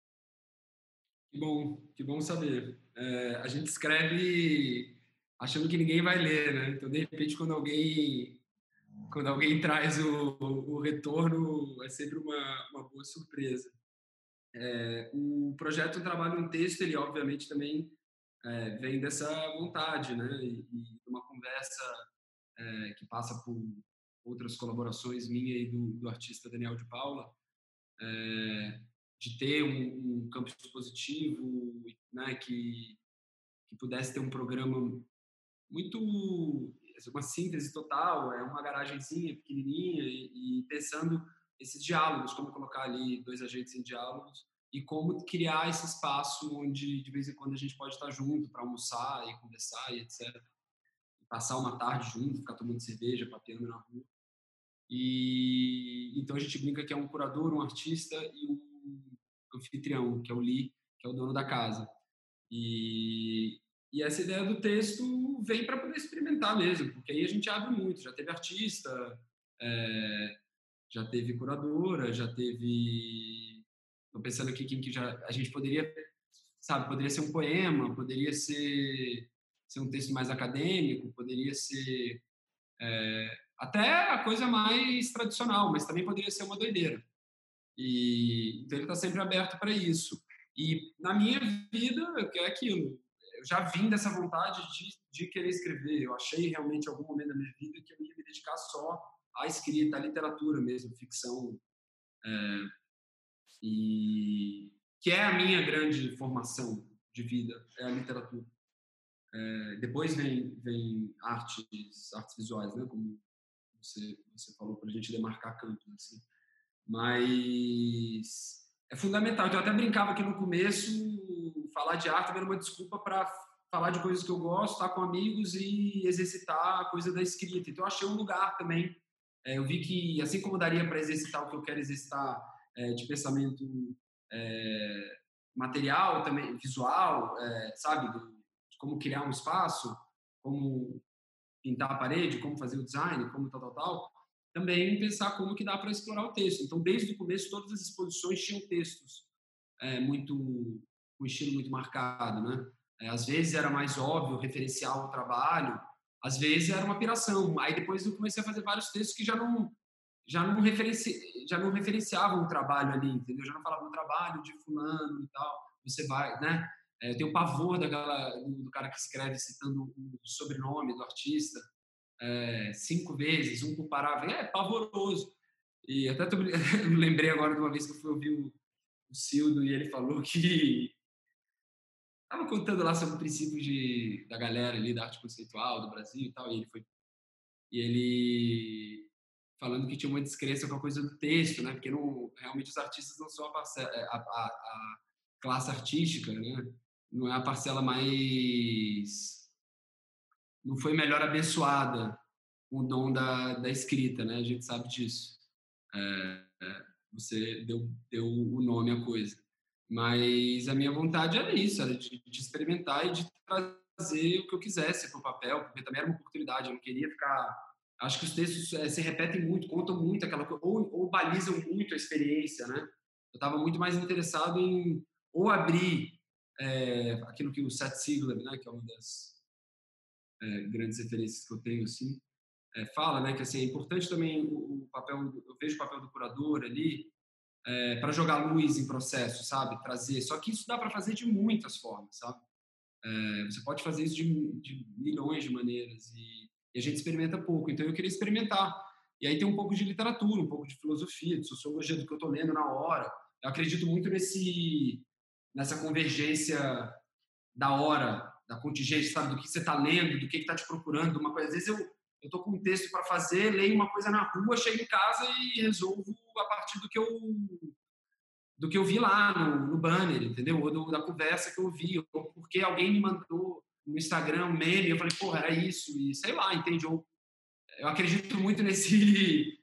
Que bom, que bom saber. É, a gente escreve achando que ninguém vai ler, né? Então, de repente, quando alguém quando alguém traz o, o retorno, é sempre uma, uma boa surpresa. É, o projeto Trabalho em Texto, ele obviamente também é, vem dessa vontade, né? E, e uma conversa é, que passa por outras colaborações minha e do, do artista Daniel de Paula, é, de ter um, um campus expositivo, né? Que, que pudesse ter um programa muito uma síntese total, é uma garagenzinha pequenininha e, e pensando esses diálogos, como colocar ali dois agentes em diálogos e como criar esse espaço onde de vez em quando a gente pode estar junto para almoçar e conversar e etcétera. E passar uma tarde junto, ficar tomando cerveja, papeando na rua. E então a gente brinca que é um curador, um artista e um anfitrião, que é o Lee, que é o dono da casa. E, e essa ideia do texto vem para poder experimentar mesmo, porque aí a gente abre muito. Já teve artista, é, já teve curadora, já teve. Estou pensando aqui quem que já. A gente poderia, sabe, poderia ser um poema, poderia ser, ser um texto mais acadêmico, poderia ser é, até a coisa mais tradicional, mas também poderia ser uma doideira. E, então ele está sempre aberto para isso. E na minha vida é aquilo. Eu já vim dessa vontade de, de querer escrever. Eu achei realmente em algum momento da minha vida que eu ia me dedicar só à escrita, à literatura mesmo, ficção. É, e que é a minha grande formação de vida, é a literatura. É, depois vem, vem artes, artes visuais, né? Como você, você falou, para a gente demarcar campos. Assim. Mas é fundamental. Então, eu até brincava que no começo falar de arte era uma desculpa para falar de coisas que eu gosto, estar com amigos e exercitar a coisa da escrita. Então, eu achei um lugar também. É, eu vi que, assim como daria para exercitar o que eu quero exercitar é, de pensamento é, material, também visual, é, sabe? Do, de como criar um espaço, como pintar a parede, como fazer o design, como tal, tal, tal, também pensar como que dá para explorar o texto. Então, desde o começo, todas as exposições tinham textos é, muito, com um estilo muito marcado, né? É, às vezes era mais óbvio referenciar o trabalho, às vezes era uma piração. Aí depois eu comecei a fazer vários textos que já não já não, referenci, já não referenciavam o trabalho ali, entendeu? Já não falavam o trabalho de fulano e tal. Você vai, né? É, eu tenho pavor daquela, do, do cara que escreve citando o sobrenome do artista é, cinco vezes, um por parágrafo. É pavoroso. E até tô, me lembrei agora de uma vez que eu fui ouvir o, o Cildo e ele falou que estava contando lá sobre o princípio de, da galera ali da arte conceitual do Brasil e tal, e ele foi e ele falando que tinha uma descrença com a coisa do texto, né? Porque não, realmente os artistas não são a, parcela, a, a, a classe artística, né? Não é a parcela mais não foi melhor abençoada o dom da, da escrita, né? A gente sabe disso. É, é, você deu, deu o nome à coisa. Mas a minha vontade era isso, era de, de experimentar e de trazer o que eu quisesse para o papel, porque também era uma oportunidade, eu não queria ficar... Acho que os textos é, se repetem muito, contam muito aquela coisa, ou, ou balizam muito a experiência, né? Eu estava muito mais interessado em ou abrir é, aquilo que o Seth Siegler, né, que é uma das é, grandes referências que eu tenho, assim, é, fala, né, que assim, é importante também o, o papel, eu vejo o papel do curador ali, é, para jogar luz em processo, sabe? Trazer. Só que isso dá para fazer de muitas formas, sabe? É, você pode fazer isso de, de milhões de maneiras e, e a gente experimenta pouco. Então eu queria experimentar. E aí tem um pouco de literatura, um pouco de filosofia, de sociologia do que eu estou lendo na hora. Eu acredito muito nesse nessa convergência da hora, da contingência, sabe? Do que você está lendo, do que está te procurando. Uma coisa, às vezes eu eu estou com um texto para fazer, leio uma coisa na rua, chego em casa e resolvo a partir do que eu do que eu vi lá no, no banner, entendeu? Ou do, da conversa que eu vi, ou porque alguém me mandou no Instagram um meme, eu falei, porra, era isso, e sei lá, entende? Eu, eu acredito muito nesse...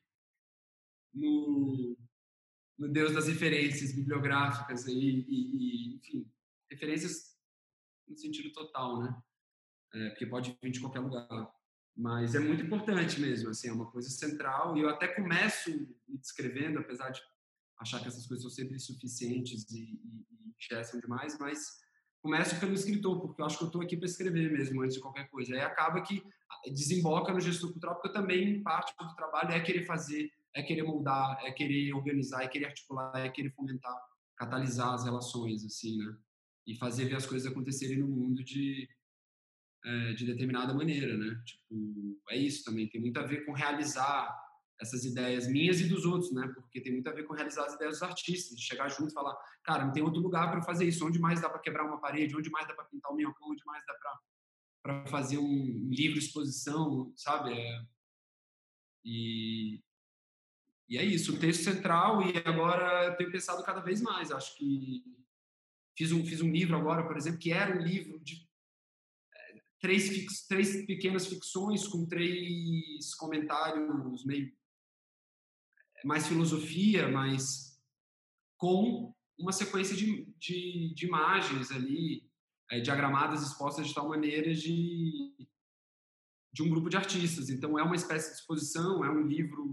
no, no Deus das referências bibliográficas e, e, e, enfim, referências no sentido total, né? É, porque pode vir de qualquer lugar. Mas é muito importante mesmo, assim, é uma coisa central, e eu até começo me descrevendo, apesar de achar que essas coisas são sempre insuficientes e, e, e engessam demais, mas começo pelo escritor, porque eu acho que eu estou aqui para escrever mesmo, antes de qualquer coisa. Aí acaba que desemboca no gestor cultural, porque eu também, parte do trabalho é querer fazer, é querer moldar, é querer organizar, é querer articular, é querer fomentar, catalisar as relações, assim, né? E fazer ver as coisas acontecerem no mundo de, é, de determinada maneira, né? Tipo, é isso também, tem muito a ver com realizar essas ideias minhas e dos outros, né? Porque tem muito a ver com realizar as ideias dos artistas, de chegar junto e falar, cara, não tem outro lugar para fazer isso, onde mais dá para quebrar uma parede, onde mais dá para pintar um minhocão, onde mais dá para fazer um livro exposição, sabe? É, e, e é isso, o texto central, e agora eu tenho pensado cada vez mais, acho que fiz um, fiz um livro agora, por exemplo, que era um livro de três, fix, três pequenas ficções com três comentários meio mais filosofia, mais com uma sequência de, de, de imagens ali, é, diagramadas, expostas de tal maneira de, de um grupo de artistas. Então, é uma espécie de exposição, é um livro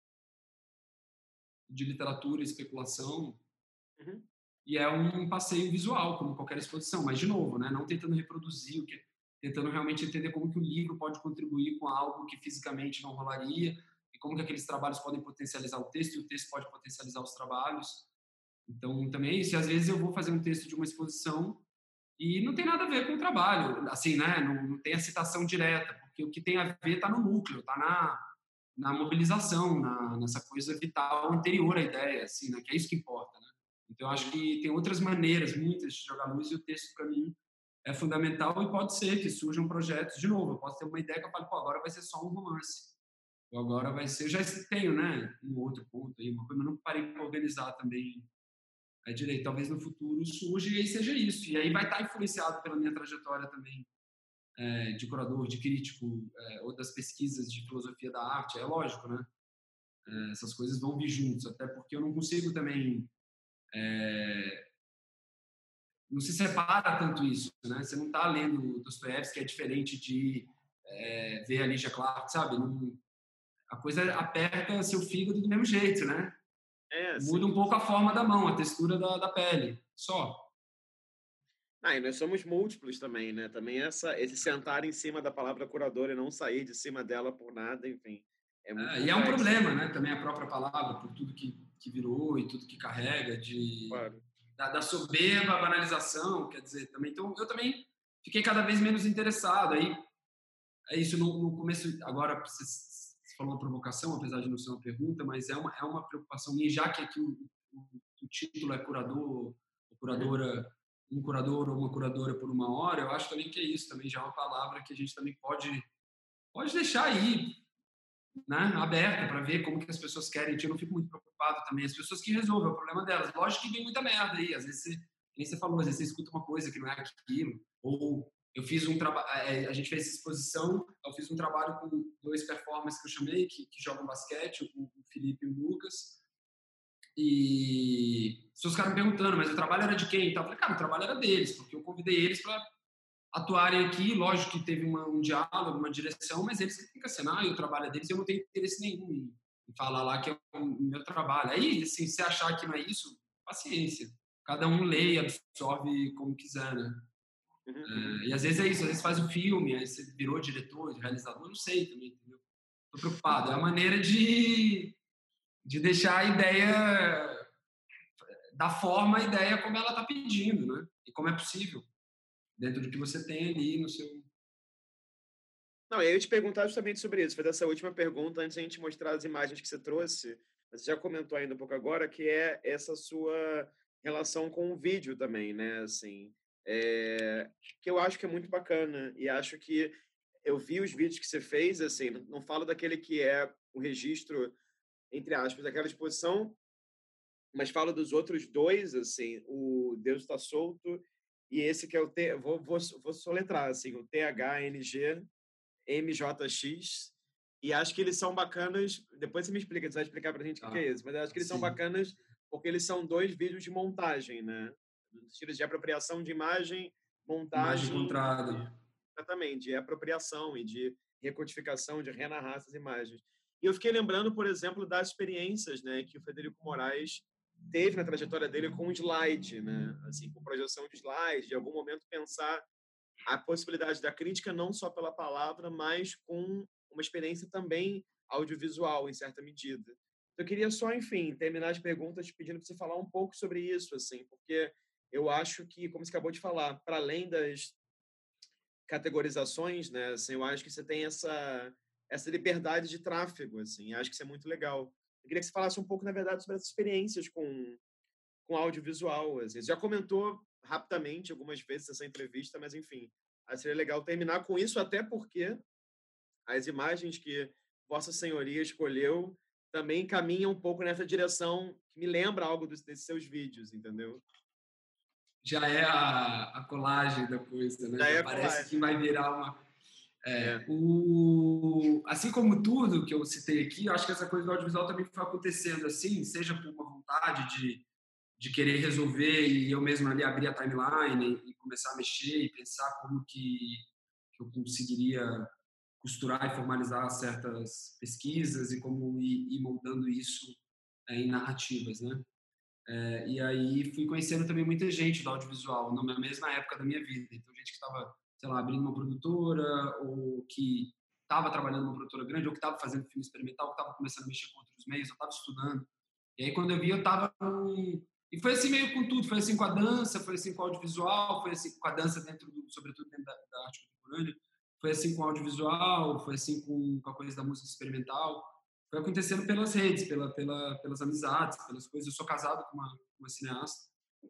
de literatura e especulação, Uhum. e é um passeio visual, como qualquer exposição, mas, de novo, né, não tentando reproduzir o que, tentando realmente entender como que o livro pode contribuir com algo que fisicamente não rolaria, e como que aqueles trabalhos podem potencializar o texto, e o texto pode potencializar os trabalhos. Então, também é isso. E às vezes eu vou fazer um texto de uma exposição e não tem nada a ver com o trabalho, assim, né? Não, não tem a citação direta, porque o que tem a ver está no núcleo, está na, na mobilização, na, nessa coisa vital anterior à ideia, assim, né? Que é isso que importa, né? Então, eu acho que tem outras maneiras, muitas, de jogar luz, e o texto, para mim, é fundamental, e pode ser que surjam projetos, de novo, eu posso ter uma ideia que eu falo, pô, agora vai ser só um romance, ou agora vai ser, eu já tenho, né, um outro ponto aí, uma coisa, mas não parei para organizar também é direito. Talvez no futuro surja e aí seja isso. E aí vai estar influenciado pela minha trajetória também é, de curador, de crítico, é, ou das pesquisas de filosofia da arte. É lógico, né? É, essas coisas vão vir juntos, até porque eu não consigo também... É, não se separa tanto isso, né? Você não está lendo Dostoiévski, que é diferente de é, ver a Lígia Clark, sabe? Não, a coisa aperta seu fígado do mesmo jeito, né? É, Muda um sim. pouco a forma da mão, a textura da, da pele, só. Ah, e nós somos múltiplos também, né? Também essa, esse sentar em cima da palavra curador e não sair de cima dela por nada, enfim, é muito É, e é um complexo. problema, né? Também a própria palavra, por tudo que, que virou e tudo que carrega, de, Claro. da, da soberba à banalização, quer dizer, também. Então, eu também fiquei cada vez menos interessado. Aí, é isso, no, no começo, agora, você, você falou uma provocação, apesar de não ser uma pergunta, mas é uma, é uma preocupação minha, já que aqui o, o, o título é curador, ou Uhum. curadora, um curador ou uma curadora por uma hora, eu acho também que é isso, também já é uma palavra que a gente também pode, pode deixar aí, né, aberta para ver como que as pessoas querem. Eu não fico muito preocupado também. As pessoas que resolvem é o problema delas. Lógico que vem muita merda aí. Às vezes, você, como você falou, às vezes você escuta uma coisa que não é aquilo. Ou eu fiz um trabalho, a gente fez exposição, eu fiz um trabalho com dois performers que eu chamei, que, que jogam basquete, o, o Felipe e o Lucas. E as pessoas ficaram me perguntando, mas o trabalho era de quem? Então, eu falei, cara, o trabalho era deles, porque eu convidei eles para atuarem aqui. Lógico que teve uma, um diálogo, uma direção, mas eles que têm que assinar, e o trabalho é deles, eu não tenho interesse nenhum em, em falar lá que é o meu trabalho. Aí, assim, se achar que não é isso, paciência. Cada um lê e absorve como quiser, né? Uhum, uhum. É, e às vezes é isso, às vezes faz o filme, aí você virou diretor, realizador, não sei também, entendeu? Tô preocupado. É a maneira de, de deixar a ideia, da forma a ideia como ela tá pedindo, né? E como é possível, dentro do que você tem ali no seu... Não, eu ia te perguntar justamente sobre isso. Foi dessa última pergunta, antes de a gente mostrar as imagens que você trouxe. Você já comentou ainda um pouco agora, que é essa sua relação com o vídeo também, né? Assim, é, que eu acho que é muito bacana. E acho que eu vi os vídeos que você fez, assim, não não falo daquele que é o registro, entre aspas, daquela exposição, mas falo dos outros dois, assim, o Deus está solto e esse que é o T, vou, vou, vou soletrar, assim, o T H N G M J X, e acho que eles são bacanas. Depois você me explica, você vai explicar pra gente o que que Ah, é isso, mas eu acho que eles são sim. bacanas porque eles são dois vídeos de montagem, né? Estilos de apropriação de imagem, Imagem montagem, encontrada. exatamente, de apropriação e de recodificação, de renarrar essas imagens. E eu fiquei lembrando, por exemplo, das experiências, né, que o Federico Moraes teve na trajetória dele com o slide, né? Assim, com projeção de slide, de algum momento pensar a possibilidade da crítica não só pela palavra, mas com uma experiência também audiovisual, em certa medida. Eu queria só, enfim, terminar as perguntas pedindo para você falar um pouco sobre isso, assim, porque eu acho que, como você acabou de falar, para além das categorizações, né, assim, eu acho que você tem essa essa liberdade de tráfego, assim, acho que isso é muito legal. Eu queria que você falasse um pouco, na verdade, sobre essas experiências com com audiovisual. Assim. Você já comentou rapidamente algumas vezes essa entrevista, mas enfim, aí seria legal terminar com isso, até porque as imagens que Vossa Senhoria escolheu também caminham um pouco nessa direção que me lembra algo dos, desses seus vídeos, entendeu? Já é a, a colagem da coisa, né? Já Já é a parece que colagem. vai virar uma... É, É. o, assim como tudo que eu citei aqui, eu acho que essa coisa do audiovisual também foi acontecendo assim, seja por uma vontade de, de querer resolver e eu mesmo ali abrir a timeline e, e começar a mexer e pensar como que, que eu conseguiria costurar e formalizar certas pesquisas e como ir, ir moldando isso é, em narrativas, né? É, e aí fui conhecendo também muita gente do audiovisual na mesma época da minha vida. Então, gente que estava, sei lá, abrindo uma produtora, ou que estava trabalhando numa produtora grande, ou que estava fazendo filme experimental, que estava começando a mexer com outros meios, eu estava estudando. E aí, quando eu vi, eu estava... Com... E foi assim meio com tudo. Foi assim com a dança, foi assim com o audiovisual, foi assim com a dança, dentro do, sobretudo dentro da, da arte contemporânea. Foi assim com o audiovisual, foi assim com, com a coisa da música experimental. Foi acontecendo pelas redes, pela, pela, pelas amizades, pelas coisas. Eu sou casado com uma, uma cineasta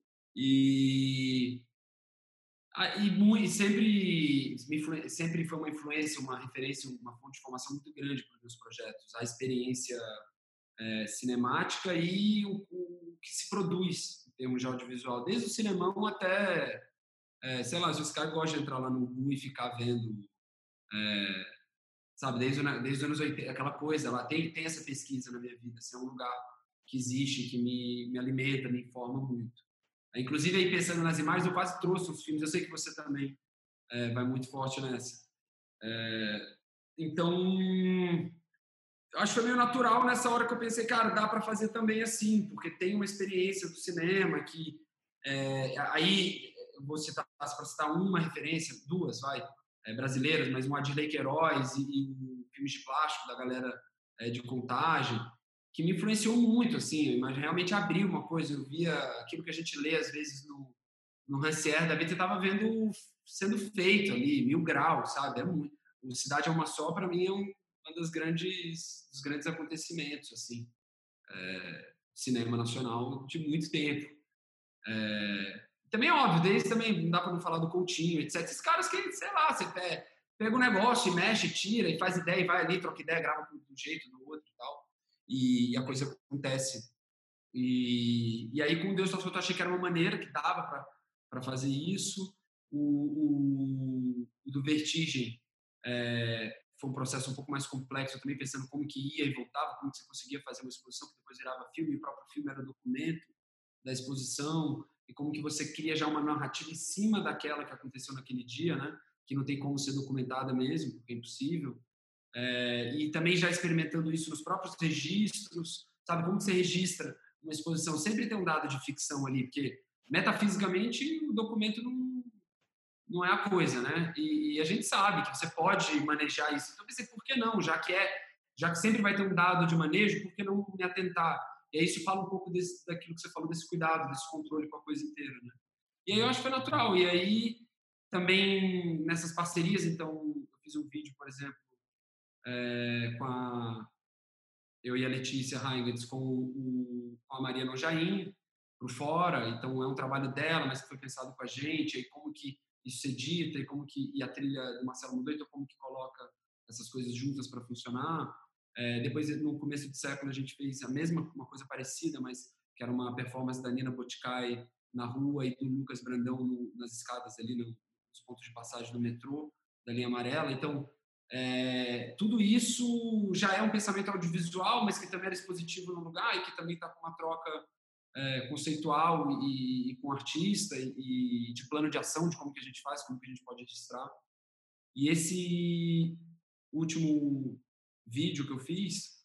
e, e, muito, sempre, me, sempre foi uma influência, uma referência, uma fonte de formação muito grande para os meus projetos. A experiência é, cinemática e o, o que se produz em termos de audiovisual, desde o cinemão até, é, sei lá, se os caras gostam de entrar lá no Google e ficar vendo... É, sabe, desde, desde os anos oitenta, aquela coisa, lá tem, tem essa pesquisa na minha vida, assim, é um lugar que existe, que me, me alimenta, me informa muito. Inclusive, aí pensando nas imagens, eu quase trouxe os filmes, eu sei que você também é, vai muito forte nessa. É, então, acho que foi meio natural nessa hora que eu pensei, cara, dá para fazer também assim, porque tem uma experiência do cinema que, é, aí, eu vou citar, para citar uma referência, duas, vai, é, brasileiras, mas um Adilei Queiroz e, e um filme de plástico da galera é, de Contagem, que me influenciou muito, assim, mas realmente abriu uma coisa, eu via aquilo que a gente lê às vezes no, no Rancière da vida, você estava vendo sendo feito ali, mil graus, sabe? É muito. O Cidade é uma Só, para mim, é um, um dos grandes, dos grandes acontecimentos, assim, é, cinema nacional de muito tempo. É, também é óbvio, desde também, não dá para não falar do Coutinho, etcétera. Esses caras que, sei lá, você pega, pega um negócio e mexe, tira e faz ideia e vai ali, troca ideia, grava de um jeito, do outro e tal. E, e a coisa acontece. E, e aí, com Deus Tá Solto, eu achei que era uma maneira que dava para fazer isso. O, o, o do Vertigem é, foi um processo um pouco mais complexo, também pensando como que ia e voltava, como que você conseguia fazer uma exposição que depois virava filme, e o próprio filme era documento da exposição, e como que você cria já uma narrativa em cima daquela que aconteceu naquele dia, né? Que não tem como ser documentada mesmo, porque é impossível. É, e também já experimentando isso nos próprios registros, sabe? Como que você registra uma exposição? Sempre tem um dado de ficção ali, porque metafisicamente o documento não, não é a coisa, né? E, e a gente sabe que você pode manejar isso. Então, eu pensei, por que não? Já que é, já que sempre vai ter um dado de manejo, por que não me atentar? E aí isso fala um pouco desse, daquilo que você falou, desse cuidado, desse controle com a coisa inteira, né? E aí eu acho que foi natural. E aí também nessas parcerias, então eu fiz um vídeo, por exemplo, é, com a, eu e a Letícia Heingertz com, o, com a Maria Nojaim por fora, então é um trabalho dela, mas que foi pensado com a gente, e como que isso se edita, e como que, e a trilha do Marcelo Mudou, então como que coloca essas coisas juntas para funcionar. É, depois, no começo do século, a gente fez a mesma, uma coisa parecida, mas que era uma performance da Nina Boticai na rua e do Lucas Brandão no, nas escadas ali, no, nos pontos de passagem do metrô, da linha amarela. Então, é, tudo isso já é um pensamento audiovisual, mas que também era expositivo no lugar e que também está com uma troca é, conceitual e, e com artista e, e de plano de ação, de como que a gente faz, como que a gente pode registrar. E esse último vídeo que eu fiz,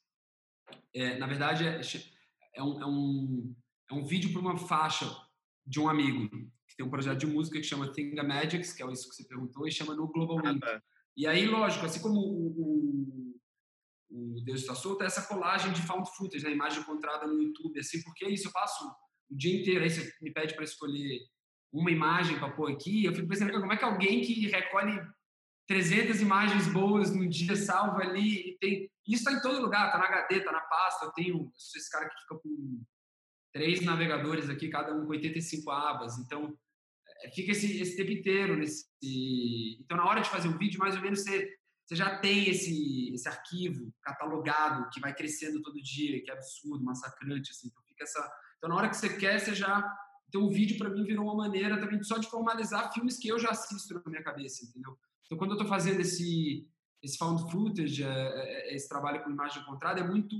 é, na verdade, é, é, um, é, um, é um vídeo para uma faixa de um amigo que tem um projeto de música que chama Thinga Magics, que é isso que você perguntou, e chama no Global Ah, Link. tá. E aí, lógico, assim como o, o, o Deus Está Solto, é essa colagem de found footage, né? Imagem encontrada no YouTube, assim, porque é isso, eu passo o dia inteiro, aí você me pede para escolher uma imagem para pôr aqui, eu fico pensando, como é que alguém que recolhe trezentas imagens boas no dia, salva ali, e tem... Isso está em todo lugar, está na H D, está na pasta, eu tenho, eu sou esse cara que fica com três navegadores aqui, cada um com oitenta e cinco abas, então fica esse, esse tempo inteiro nesse... Então, na hora de fazer um vídeo, mais ou menos, você, você já tem esse, esse arquivo catalogado que vai crescendo todo dia, que é absurdo, massacrante, assim. Então, fica essa... então na hora que você quer, você já... Então, o vídeo, para mim, virou uma maneira também só de formalizar filmes que eu já assisto na minha cabeça, entendeu? Então, quando eu estou fazendo esse, esse found footage, esse trabalho com imagem encontrada, é muito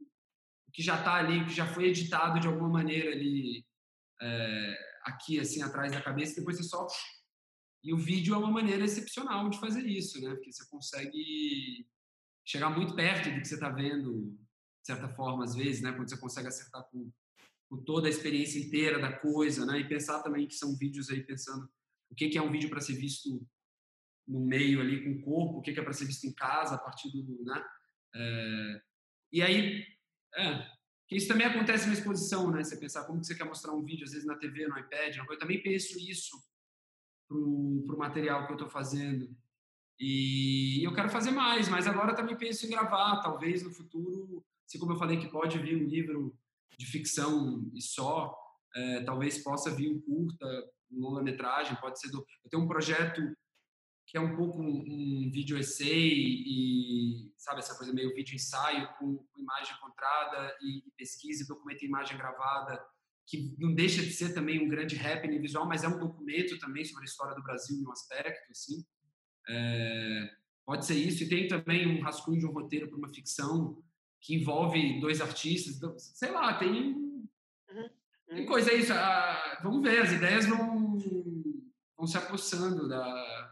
o que já está ali, o que já foi editado de alguma maneira ali, é, aqui, assim, atrás da cabeça, e depois você só... E o vídeo é uma maneira excepcional de fazer isso, né? Porque você consegue chegar muito perto do que você está vendo, de certa forma, às vezes, né? Quando você consegue acertar com, com toda a experiência inteira da coisa, né? E pensar também que são vídeos aí pensando o que, que é um vídeo para ser visto no meio ali com o corpo, o que, que é para ser visto em casa a partir do, né? É, e aí, é, que isso também acontece na exposição, né? Você pensar como que você quer mostrar um vídeo, às vezes na T V, no iPad, eu também penso isso para o material que eu estou fazendo. E eu quero fazer mais, mas agora também penso em gravar, talvez no futuro, assim como eu falei que pode vir um livro de ficção e só, é, talvez possa vir um curta, um longa-metragem, pode ser do... Eu tenho um projeto que é um pouco um, um vídeo essay e, sabe, essa coisa meio vídeo ensaio com, com imagem encontrada e, e pesquisa e documento em imagem gravada, que não deixa de ser também um grande happening visual, mas é um documento também sobre a história do Brasil em um aspecto, assim. É, pode ser isso. E tem também um rascunho de um roteiro para uma ficção que envolve dois artistas. Então, sei lá, tem, Uhum, tem uhum. coisa aí. Ah, vamos ver, as ideias vão, vão se apossando da,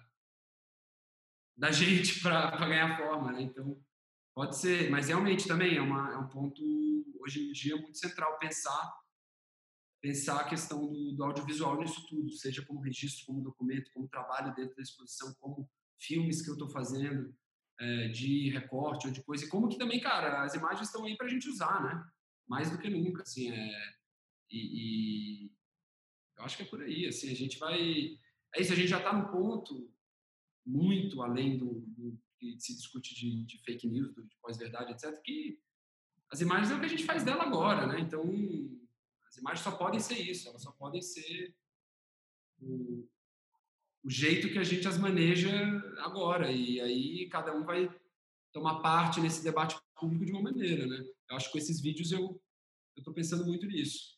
da gente para ganhar forma, né? Então, pode ser. Mas realmente também é, uma, é um ponto, hoje em dia, muito central pensar pensar a questão do, do audiovisual nisso tudo, seja como registro, como documento, como trabalho dentro da exposição, como filmes que eu estou fazendo, é, de recorte ou de coisa, e como que também, cara, as imagens estão aí para a gente usar, né? Mais do que nunca, assim, é, e, e eu acho que é por aí, assim, a gente vai... É isso, a gente já está num ponto muito além do, do que se discute de, de fake news, do, de pós-verdade, etcétera, que as imagens é o que a gente faz dela agora, né? Então, as imagens só podem ser isso, elas só podem ser o, o jeito que a gente as maneja agora. E aí cada um vai tomar parte nesse debate público de uma maneira, né? Eu acho que com esses vídeos eu estou pensando muito nisso.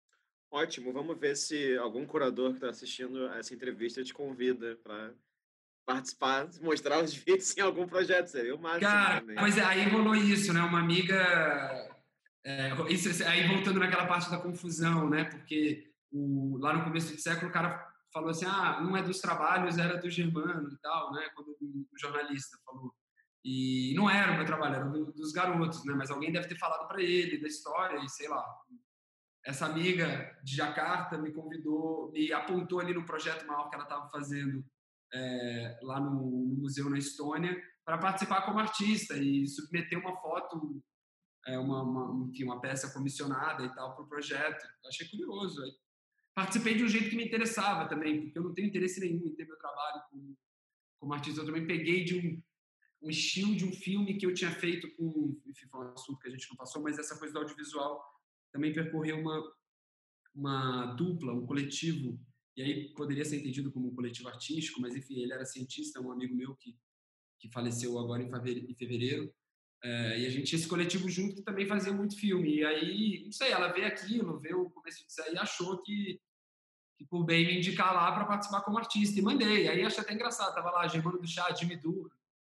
Ótimo, vamos ver se algum curador que está assistindo essa entrevista te convida para participar, mostrar os vídeos em algum projeto, seria o máximo Cara, também. pois é, aí rolou isso, né? Uma amiga. É, isso, aí voltando naquela parte da confusão, né? Porque o, lá no começo do século o cara falou assim: ah, não é dos trabalhos, era do Germano e tal, né? Quando o jornalista falou. E não era o meu trabalho, era do, dos garotos, né? Mas alguém deve ter falado para ele da história e sei lá. Essa amiga de Jacarta me convidou, me apontou ali no projeto maior que ela estava fazendo é, lá no, no museu na Estônia para participar como artista e submeter uma foto, é, uma, uma, enfim, uma peça comissionada e tal para o projeto. Achei curioso. Participei de um jeito que me interessava também, porque eu não tenho interesse nenhum em ter meu trabalho como, como artista. Eu também peguei de um, um estilo de um filme que eu tinha feito com, enfim, foi um assunto que a gente não passou, mas essa coisa do audiovisual também percorreu uma uma dupla, um coletivo, e aí poderia ser entendido como um coletivo artístico, mas enfim, ele era cientista, um amigo meu que, que faleceu agora em fevereiro, é, e a gente tinha esse coletivo junto que também fazia muito filme, e aí, não sei, ela veio aquilo, veio o começo disso aí e achou que, que por bem me indicar lá para participar como artista, e mandei, aí achei até engraçado, tava lá, Germano do Chá, Jimmy Durr,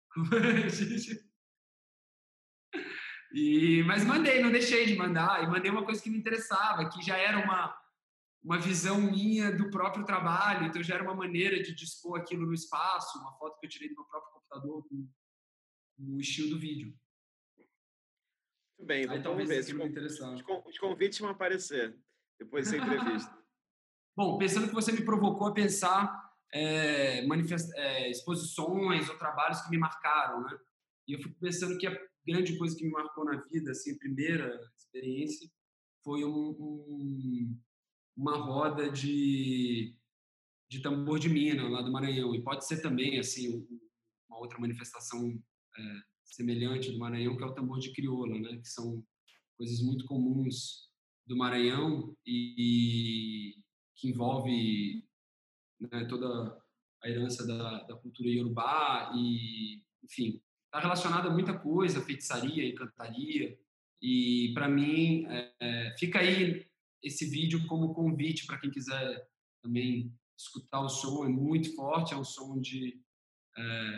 e, mas mandei, não deixei de mandar, e mandei uma coisa que me interessava, que já era uma uma visão minha do próprio trabalho, então já era uma maneira de dispor aquilo no espaço, uma foto que eu tirei do meu próprio computador com, com o estilo do vídeo. Muito bem, Aí vamos talvez ver. aquilo me interessava. Os convites vão aparecer depois dessa entrevista. Bom, pensando que você me provocou a pensar é, manifest... é, exposições ou trabalhos que me marcaram, né? E eu fico pensando que a grande coisa que me marcou na vida, assim, a primeira experiência, foi um, um, uma roda de de tambor de mina lá do Maranhão, e pode ser também assim uma outra manifestação é, semelhante do Maranhão, que é o tambor de crioula, né, que são coisas muito comuns do Maranhão e, e que envolve, né, toda a herança da, da cultura iorubá e, enfim, está relacionado a muita coisa, feitiçaria, encantaria, e para mim é, fica aí esse vídeo como convite para quem quiser também escutar o som, é muito forte, é um som de é,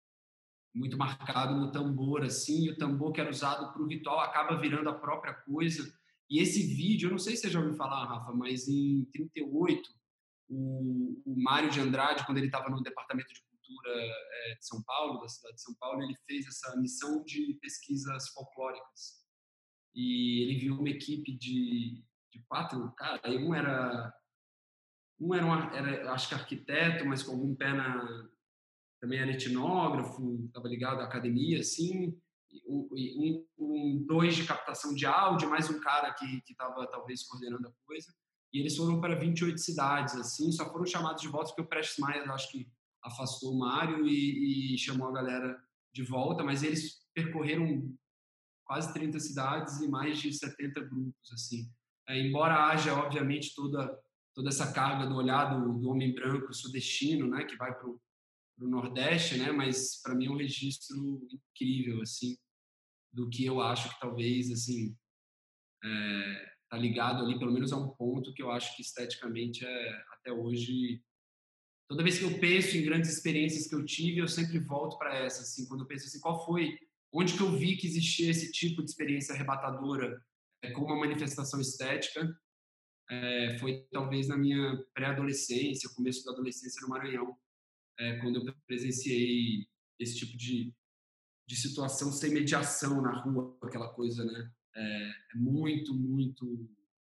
muito marcado no tambor, assim, e o tambor que era usado para o ritual acaba virando a própria coisa. E esse vídeo, eu não sei se você já ouviu falar, Rafa, mas em trinta e oito, o, o Mário de Andrade, quando ele estava no Departamento de Cultura é, de São Paulo, da cidade de São Paulo, ele fez essa missão de pesquisas folclóricas. E ele viu uma equipe de, de quatro, cara, um era um era, um, era, acho que arquiteto, mas com algum pé na... Também era etnógrafo, estava ligado à academia, assim. Um, um, um, dois de captação de áudio, mais um cara que estava, talvez, coordenando a coisa. E eles foram para vinte e oito cidades, assim. Só foram chamados de volta porque o Prestes Maia, acho que afastou o Mário e, e chamou a galera de volta. Mas eles percorreram quase trinta cidades e mais de setenta grupos, assim. É, embora haja, obviamente, toda toda essa carga do olhar do, do homem branco sudestino, né, que vai para o Nordeste, né, mas para mim é um registro incrível, assim, do que eu acho que talvez, assim, é, tá ligado ali, pelo menos a um ponto que eu acho que esteticamente é, até hoje, toda vez que eu penso em grandes experiências que eu tive, eu sempre volto para essa, assim, quando eu penso assim, qual foi, onde que eu vi que existia esse tipo de experiência arrebatadora é, com uma manifestação estética, é, foi talvez na minha pré-adolescência, começo da adolescência no Maranhão, é, quando eu presenciei esse tipo de, de situação sem mediação na rua, aquela coisa, né? É, é muito, muito,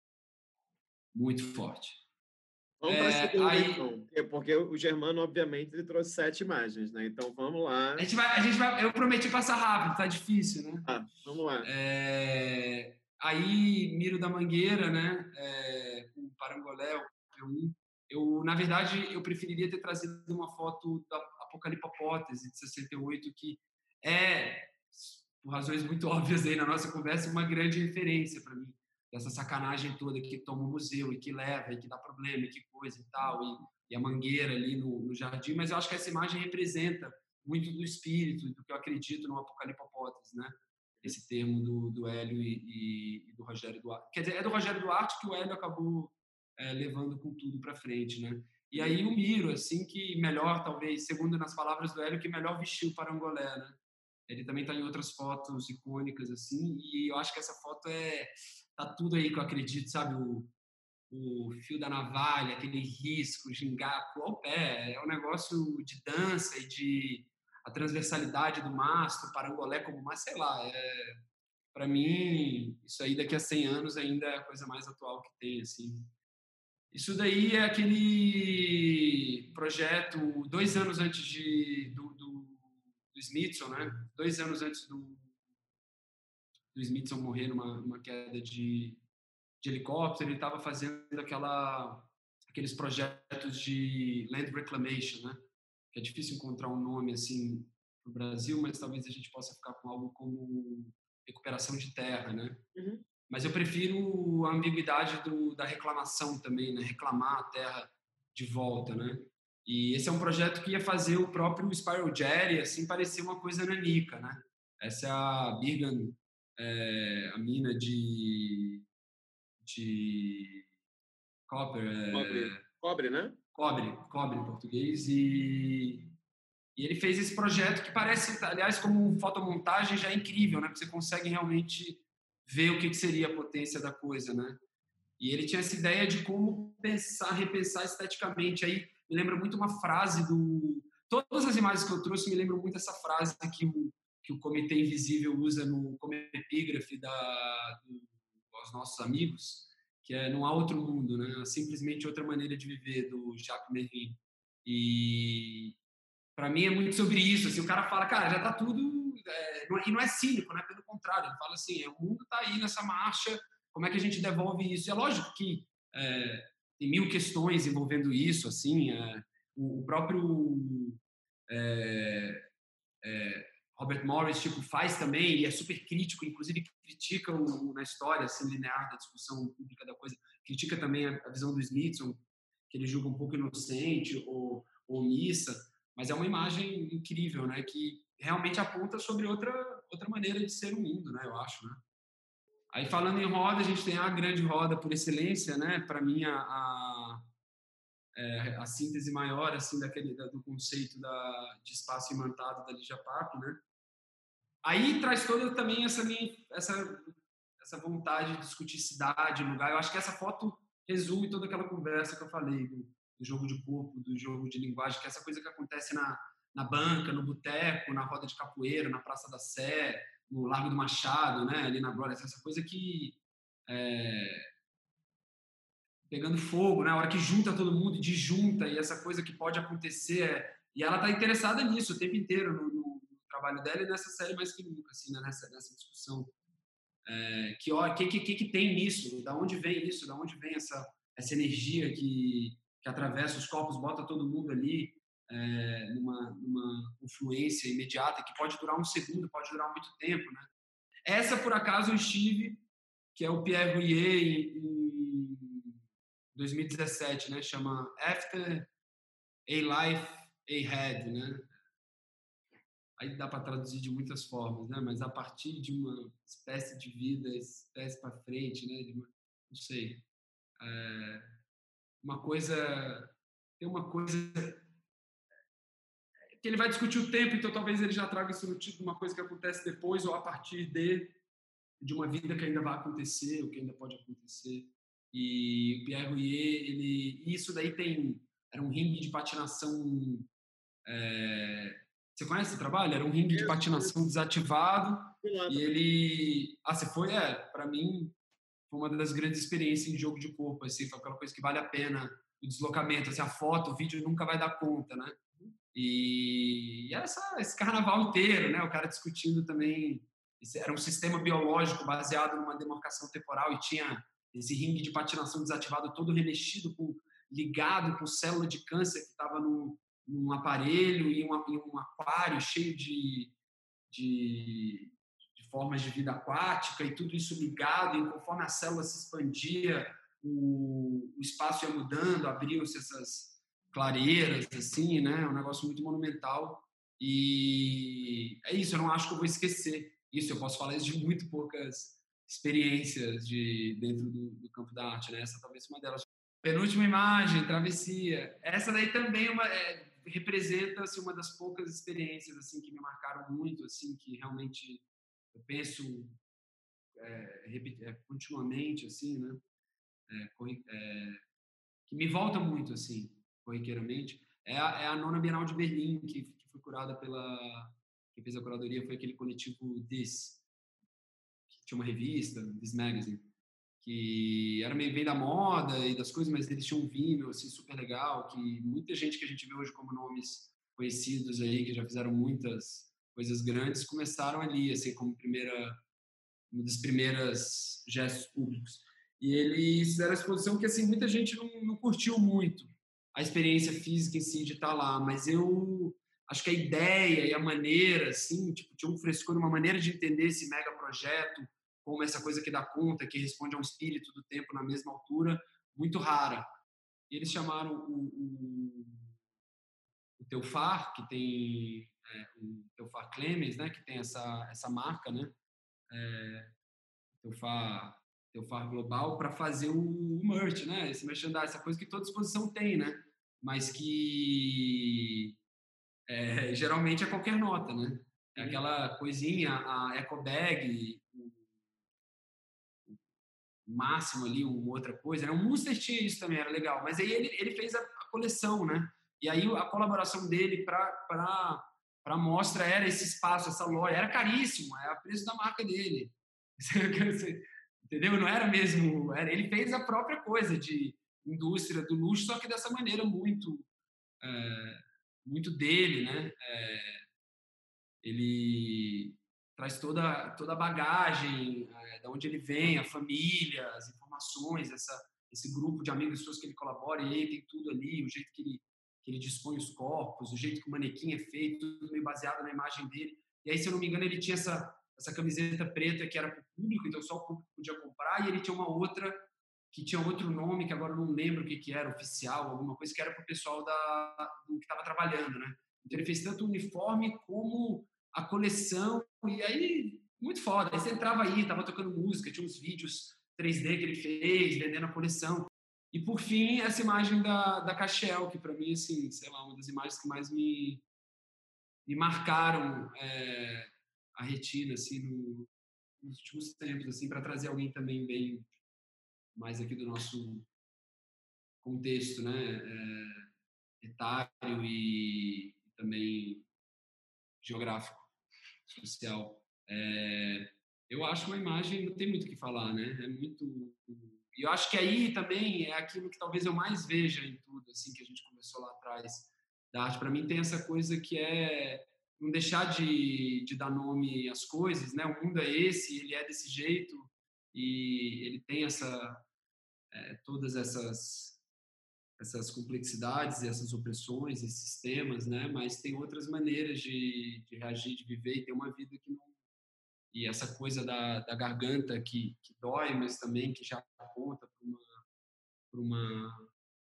muito forte. Vamos para a É, segunda, aí, então. Porque o Germano, obviamente, ele trouxe sete imagens, né? Então, vamos lá. a gente vai, a gente vai, eu prometi passar rápido, tá difícil, né? Ah, vamos lá. É, aí, Miro da Mangueira, né? É, o Parangolé, o P um. Eu, na verdade, eu preferiria ter trazido uma foto da Apocalipopótese, de sessenta e oito, que é, por razões muito óbvias aí na nossa conversa, uma grande referência para mim. Dessa sacanagem toda que toma o museu e que leva e que dá problema e que coisa e tal, e, e a mangueira ali no, no jardim. Mas eu acho que essa imagem representa muito do espírito, do que eu acredito no Apocalipopótese, né? Esse termo do, do Hélio e, e, e do Rogério Duarte. Quer dizer, é do Rogério Duarte que o Hélio acabou é, levando com tudo para frente, né? E aí o Miro, assim, que melhor, talvez, segundo nas palavras do Hélio, que melhor vestiu o Parangolé, né? Ele também está em outras fotos icônicas, assim, e eu acho que essa foto é... Tá tudo aí que eu acredito, sabe? O, o fio da navalha, aquele risco, gingaco ao pé. É um negócio de dança e de... A transversalidade do mastro, Parangolé como mais, sei lá, é... Para mim, isso aí daqui a cem anos ainda é a coisa mais atual que tem, assim. Isso daí é aquele projeto dois anos antes de, do, do, do Smithson, né? Dois anos antes do, do Smithson morrer numa, numa queda de, de helicóptero, ele estava fazendo aquela, aqueles projetos de land reclamation, né? Que é difícil encontrar um nome assim no Brasil, mas talvez a gente possa ficar com algo como recuperação de terra, né? Uhum. Mas eu prefiro a ambiguidade do, da reclamação também, né? Reclamar a terra de volta, né? E esse é um projeto que ia fazer o próprio Spiral Jetty, assim, parecer uma coisa nanica, né? Essa é a Birgan, é, a mina de, de copper, Cobre, é, cobre, né? cobre, cobre em português, e, e ele fez esse projeto que parece, aliás, como fotomontagem já é incrível, né? Porque você consegue realmente ver o que, que seria a potência da coisa, né? E ele tinha essa ideia de como pensar, repensar esteticamente. Aí me lembra muito uma frase do... Todas as imagens que eu trouxe me lembram muito essa frase que o, que o Comitê Invisível usa no como epígrafe da, do, aos nossos amigos, que é "Não há outro mundo", né? Simplesmente outra maneira de viver, do Jacques Merrin. E para mim é muito sobre isso. Assim, o cara fala, cara, já tá tudo... É, não, e não é cínico, né? Pelo contrário, ele fala assim, é, o mundo tá aí nessa marcha, como é que a gente devolve isso? E é lógico que é, tem mil questões envolvendo isso, assim, é, o, o próprio é, é, Robert Morris tipo, faz também, e é super crítico, inclusive critica o, na história assim, linear da discussão pública da coisa, critica também a, a visão do Smithson, que ele julga um pouco inocente ou, ou omissa, mas é uma imagem incrível, né, que realmente aponta sobre outra, outra maneira de ser o mundo, né, eu acho, né. Aí, falando em roda, a gente tem a grande roda por excelência, né, para mim, a, a, é, a síntese maior, assim, daquele, do conceito da, de espaço imantado da Lígia Pape, né. Aí traz toda também essa minha, essa, essa vontade de discutir cidade, lugar. Eu acho que essa foto resume toda aquela conversa que eu falei do, do jogo de corpo, do jogo de linguagem, que é essa coisa que acontece na, na banca, no boteco, na roda de capoeira, na Praça da Sé, no Largo do Machado, né, ali na Glória, essa coisa que é, pegando fogo, né, a hora que junta todo mundo e disjunta, e essa coisa que pode acontecer, e ela está interessada nisso o tempo inteiro no, no, no trabalho dela e nessa série mais que nunca, assim, né, nessa, nessa discussão. É, que o que, que, que tem nisso? Da onde vem isso? Da onde vem essa, essa energia que, que atravessa os corpos, bota todo mundo ali é, numa, numa influência imediata que pode durar um segundo, pode durar muito tempo, né? Essa, por acaso, eu estive, que é o Pierre Rouillet, em dois mil e dezessete, né? Chama After a Life Ahead, né? Aí dá para traduzir de muitas formas, né? Mas a partir de uma espécie de vida, espécie para frente, né? De uma, não sei, é, uma coisa, tem uma coisa que ele vai discutir o tempo, então talvez ele já traga isso no título de uma coisa que acontece depois ou a partir de de uma vida que ainda vai acontecer, ou que ainda pode acontecer. E o Pierre Rouillet, ele, isso daí tem, era um ringue de patinação. É, você conhece esse trabalho? Era um ringue de Isso, patinação isso. desativado. Fui lá E também. ele. Ah, você foi? É, para mim, foi uma das grandes experiências em jogo de corpo. Assim, foi aquela coisa que vale a pena o deslocamento. Assim, a foto, o vídeo nunca vai dar conta, né? E, e essa, esse carnaval inteiro, né? O cara discutindo também. Era um sistema biológico baseado numa demarcação temporal e tinha esse ringue de patinação desativado todo remexido, com, ligado com célula de câncer que estava no, num aparelho e um, um aquário cheio de, de, de formas de vida aquática e tudo isso ligado, e conforme a célula se expandia, o, o espaço ia mudando, abriam-se essas clareiras, assim, né? Um negócio muito monumental. E é isso, eu não acho que eu vou esquecer isso. Eu posso falar isso de muito poucas experiências de, dentro do, do campo da arte, né? Essa talvez uma delas. Penúltima imagem, travessia. Essa daí também é uma, é, representa assim, uma das poucas experiências assim que me marcaram muito, assim que realmente eu penso é, é, continuamente, assim, né? É, é, que me volta muito, assim, corriqueiramente. É a, é a nona Bienal de Berlim, que, que foi curada pela... Quem fez a curadoria foi aquele coletivo This, que tinha uma revista, This Magazine, que era meio bem da moda e das coisas, mas eles tinham um vinho assim, super legal, que muita gente que a gente vê hoje como nomes conhecidos aí, que já fizeram muitas coisas grandes, começaram ali, assim, como primeira, uma das primeiras gestos públicos. E eles fizeram a exposição que, assim, muita gente não, não curtiu muito a experiência física em si de estar lá, mas eu acho que a ideia e a maneira, assim, tipo, tinha um frescor, uma maneira de entender esse mega projeto, como essa coisa que dá conta, que responde a um espírito do tempo na mesma altura, muito rara. E eles chamaram o, o, o Teufar, que tem é, o Teufar Clemens, né, que tem essa, essa marca, né, é, Teufar, Teufar Global, para fazer o, o merch, né, esse merchandising, essa coisa que toda exposição tem, né, mas que é, geralmente é qualquer nota, né, é aquela coisinha, a eco bag, máximo ali, uma outra coisa, né? O Munster tinha isso também, era legal, mas aí ele, ele fez a, a coleção, né? E aí a colaboração dele para a mostra era esse espaço, essa loja, era caríssimo, era o preço da marca dele. Entendeu? Não era mesmo, era, ele fez a própria coisa de indústria do luxo, só que dessa maneira muito, é, muito dele, né? É, ele traz toda, toda a bagagem, é, de onde ele vem, a família, as informações, essa, esse grupo de amigos, pessoas que ele colabora, e aí tem tudo ali, o jeito que ele, que ele dispõe os corpos, o jeito que o manequim é feito, tudo meio baseado na imagem dele. E aí, se eu não me engano, ele tinha essa, essa camiseta preta que era para o público, então só o público podia comprar, e ele tinha uma outra que tinha outro nome, que agora eu não lembro o que, que era, oficial, alguma coisa que era para o pessoal da, do que estava trabalhando, né? Então ele fez tanto o uniforme como a coleção, e aí, muito foda. Aí você entrava aí, tava tocando música, tinha uns vídeos três D que ele fez, vendendo a coleção. E por fim, essa imagem da, da Cachel, que para mim, assim, sei lá, uma das imagens que mais me, me marcaram é, a retina, assim, no, nos últimos tempos, assim, para trazer alguém também bem mais aqui do nosso contexto, né? É, etário e também geográfico, social. É, eu acho uma imagem, não tem muito o que falar, né? É muito... E eu acho que aí também é aquilo que talvez eu mais veja em tudo, assim, que a gente começou lá atrás da arte. Para mim tem essa coisa que é não deixar de, de dar nome às coisas, né? O mundo é esse, ele é desse jeito e ele tem essa... É, todas essas essas complexidades, essas opressões, esses sistemas, né? Mas tem outras maneiras de, de reagir, de viver e ter uma vida que não... E essa coisa da, da garganta que, que dói, mas também que já aponta para uma, para uma,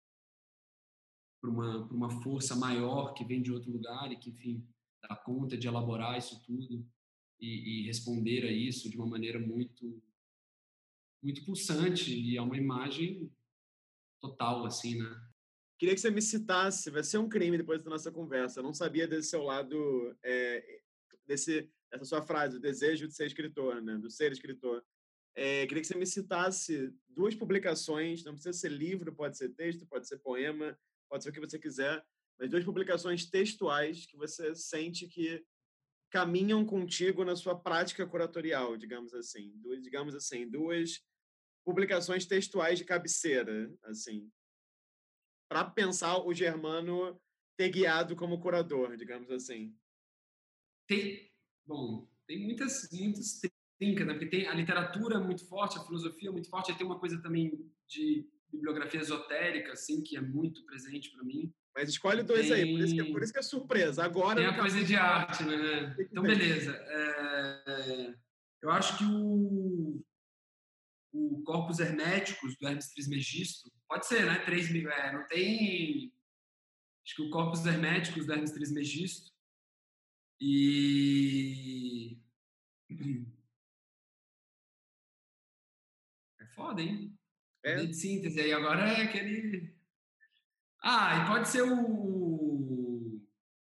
para uma, para uma força maior que vem de outro lugar e que, enfim, dá conta de elaborar isso tudo e, e responder a isso de uma maneira muito, muito pulsante e é uma imagem total, assim, né? Queria que você me citasse, vai ser um crime depois da nossa conversa. Eu não sabia desse seu lado, é, desse, dessa sua frase, o desejo de ser escritor, né? Do ser escritor. É, queria que você me citasse duas publicações, não precisa ser livro, pode ser texto, pode ser poema, pode ser o que você quiser, mas duas publicações textuais que você sente que caminham contigo na sua prática curatorial, digamos assim. Duas, digamos assim, duas publicações textuais de cabeceira, assim, para pensar o Germano ter guiado como curador, digamos assim. Tem, bom, tem muitas, muitas trincas, né? Porque tem a literatura muito forte, a filosofia muito forte, e tem uma coisa também de bibliografia esotérica, assim, que é muito presente para mim. Mas escolhe E dois aí, por isso que, por tem, isso que é surpresa. Agora, tem no a coisa capítulo, de arte, né? o que Então, vem? beleza. É, eu acho que o, o Corpus Herméticos, do Hermes Trismegisto, pode ser, né? Três, é, não tem... Acho que o Corpus Herméticos, do Hermes Trismegisto, e... É foda, hein? poder É? de síntese aí. Agora é aquele... Ah, e pode ser o,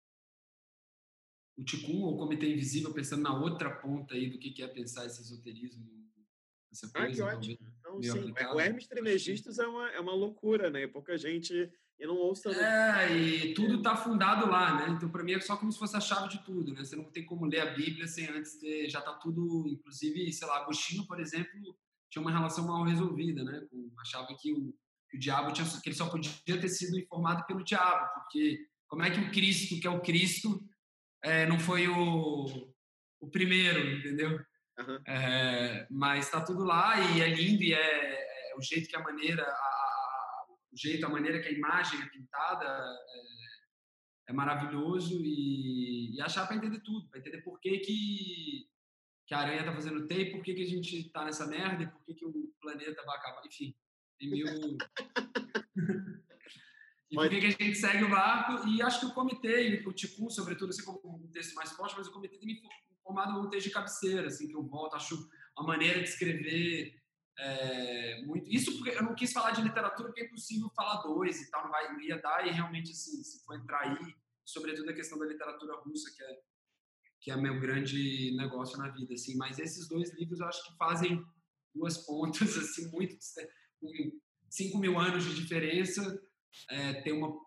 o Ticum, ou o Comitê Invisível, pensando na outra ponta aí do que que é pensar esse esoterismo, essa Ah, que coisa, talvez ótimo. Não, meio sim. O aplicado. Hermes Acho que Trismegistus é uma, é uma loucura, né? Pouca gente... Eu não ouço tanta gente é, falando e sobre tudo ele. está fundado lá, né? Então, para mim, é só como se fosse a chave de tudo, né? Você não tem como ler a Bíblia sem antes ter... Já está tudo... Inclusive, sei lá, Agostinho, por exemplo, tinha uma relação mal resolvida, né? Com, achava que o, que o diabo tinha... que ele só podia ter sido informado pelo diabo, porque como é que o Cristo, que é o Cristo, é, não foi o, o primeiro, entendeu? Aham. É, mas está tudo lá e é lindo e é, é o jeito que a maneira... A, a, o jeito, a maneira que a imagem é pintada é maravilhoso e, e achar para entender tudo, para entender por que, que, que a aranha está fazendo teia, por que, que a gente está nessa merda e por que, que o planeta vai acabar. Enfim, tem mil. E por que, que a Ótimo. gente segue o barco. E acho que o comitê, o Ticum, sobretudo, assim como um texto mais forte, mas o comitê tem me formado um texto de cabeceira, assim, que eu volto, acho uma maneira de escrever. É, muito. Isso porque eu não quis falar de literatura porque é impossível falar dois e tal, não, vai, não ia dar, e realmente, assim, se for entrar aí, sobretudo a questão da literatura russa, que é, que é meu grande negócio na vida, assim, mas esses dois livros eu acho que fazem duas pontas, assim, muito, com cinco mil anos de diferença, é, tem uma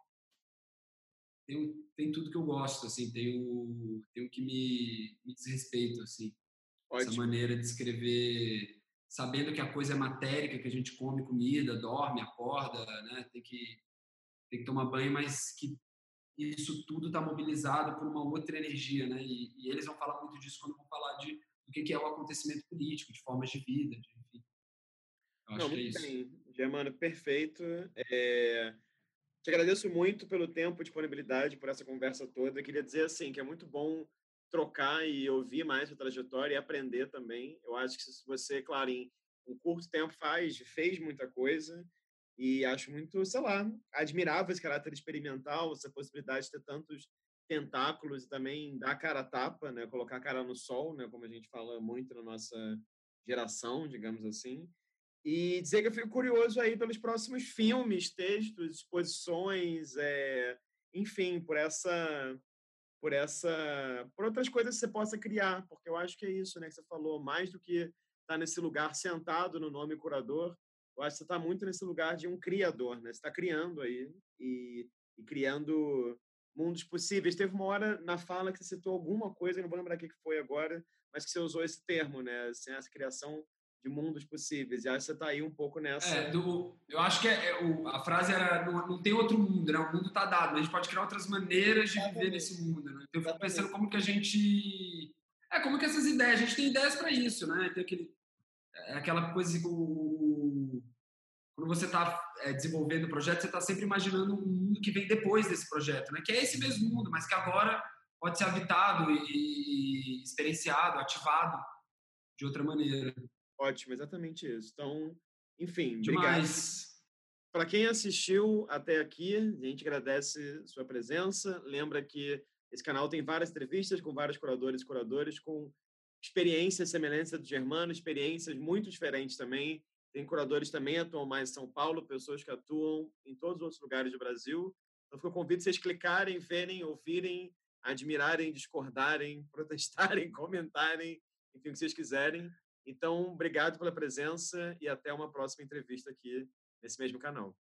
tem, tem tudo que eu gosto, assim, tem o, tem o que me, me diz respeito, assim, essa Ótimo. maneira de escrever, sabendo que a coisa é matérica, que a gente come comida, dorme, acorda, né, tem que, tem que tomar banho, mas que isso tudo está mobilizado por uma outra energia, né, e, e eles vão falar muito disso quando vão falar de do que, que é o acontecimento político, de formas de vida, de, enfim, eu Não, acho que é muito isso. bem. Germano, perfeito. É... Te agradeço muito pelo tempo, disponibilidade, por essa conversa toda. Eu queria dizer assim que é muito bom trocar e ouvir mais a trajetória e aprender também. Eu acho que se você, claro, em um curto tempo faz, fez muita coisa e acho muito, sei lá, admirável esse caráter experimental, essa possibilidade de ter tantos tentáculos e também dar a cara a tapa, né? Colocar a cara no sol, né? Como a gente fala muito na nossa geração, digamos assim. E dizer que eu fico curioso aí pelos próximos filmes, textos, exposições, é, enfim, por essa, por essa, por outras coisas que você possa criar, porque eu acho que é isso, né, que você falou, mais do que estar nesse lugar sentado no nome curador, eu acho que você está muito nesse lugar de um criador, né? Você está criando aí e, e criando mundos possíveis. Teve uma hora na fala que você citou alguma coisa, eu não vou lembrar o que que foi agora, mas que você usou esse termo, né? Assim, essa criação de mundos possíveis. E acho que você está aí um pouco nessa. É, do, eu acho que é, é, o, a frase era não, não tem outro mundo, né? O mundo está dado, mas a gente pode criar outras maneiras de viver Exatamente. nesse mundo, né? Então eu fico pensando Exatamente. como que a gente é como que essas ideias, a gente tem ideias para isso, né? Tem aquele é aquela coisa que o, quando você está é, desenvolvendo o projeto, você está sempre imaginando um mundo que vem depois desse projeto, né? Que é esse mesmo mundo, mas que agora pode ser habitado e, e experienciado, ativado de outra maneira. Ótimo, exatamente isso. Então, enfim, obrigado. Demais. Para quem assistiu até aqui, a gente agradece sua presença. Lembra que esse canal tem várias entrevistas com vários curadores e curadoras com experiências semelhantes à do Germano, experiências muito diferentes também. Tem curadores também que atuam mais em São Paulo, pessoas que atuam em todos os outros lugares do Brasil. Então, fica o convite vocês clicarem, verem, ouvirem, admirarem, discordarem, protestarem, comentarem, enfim, o que vocês quiserem. Então, obrigado pela presença e até uma próxima entrevista aqui nesse mesmo canal.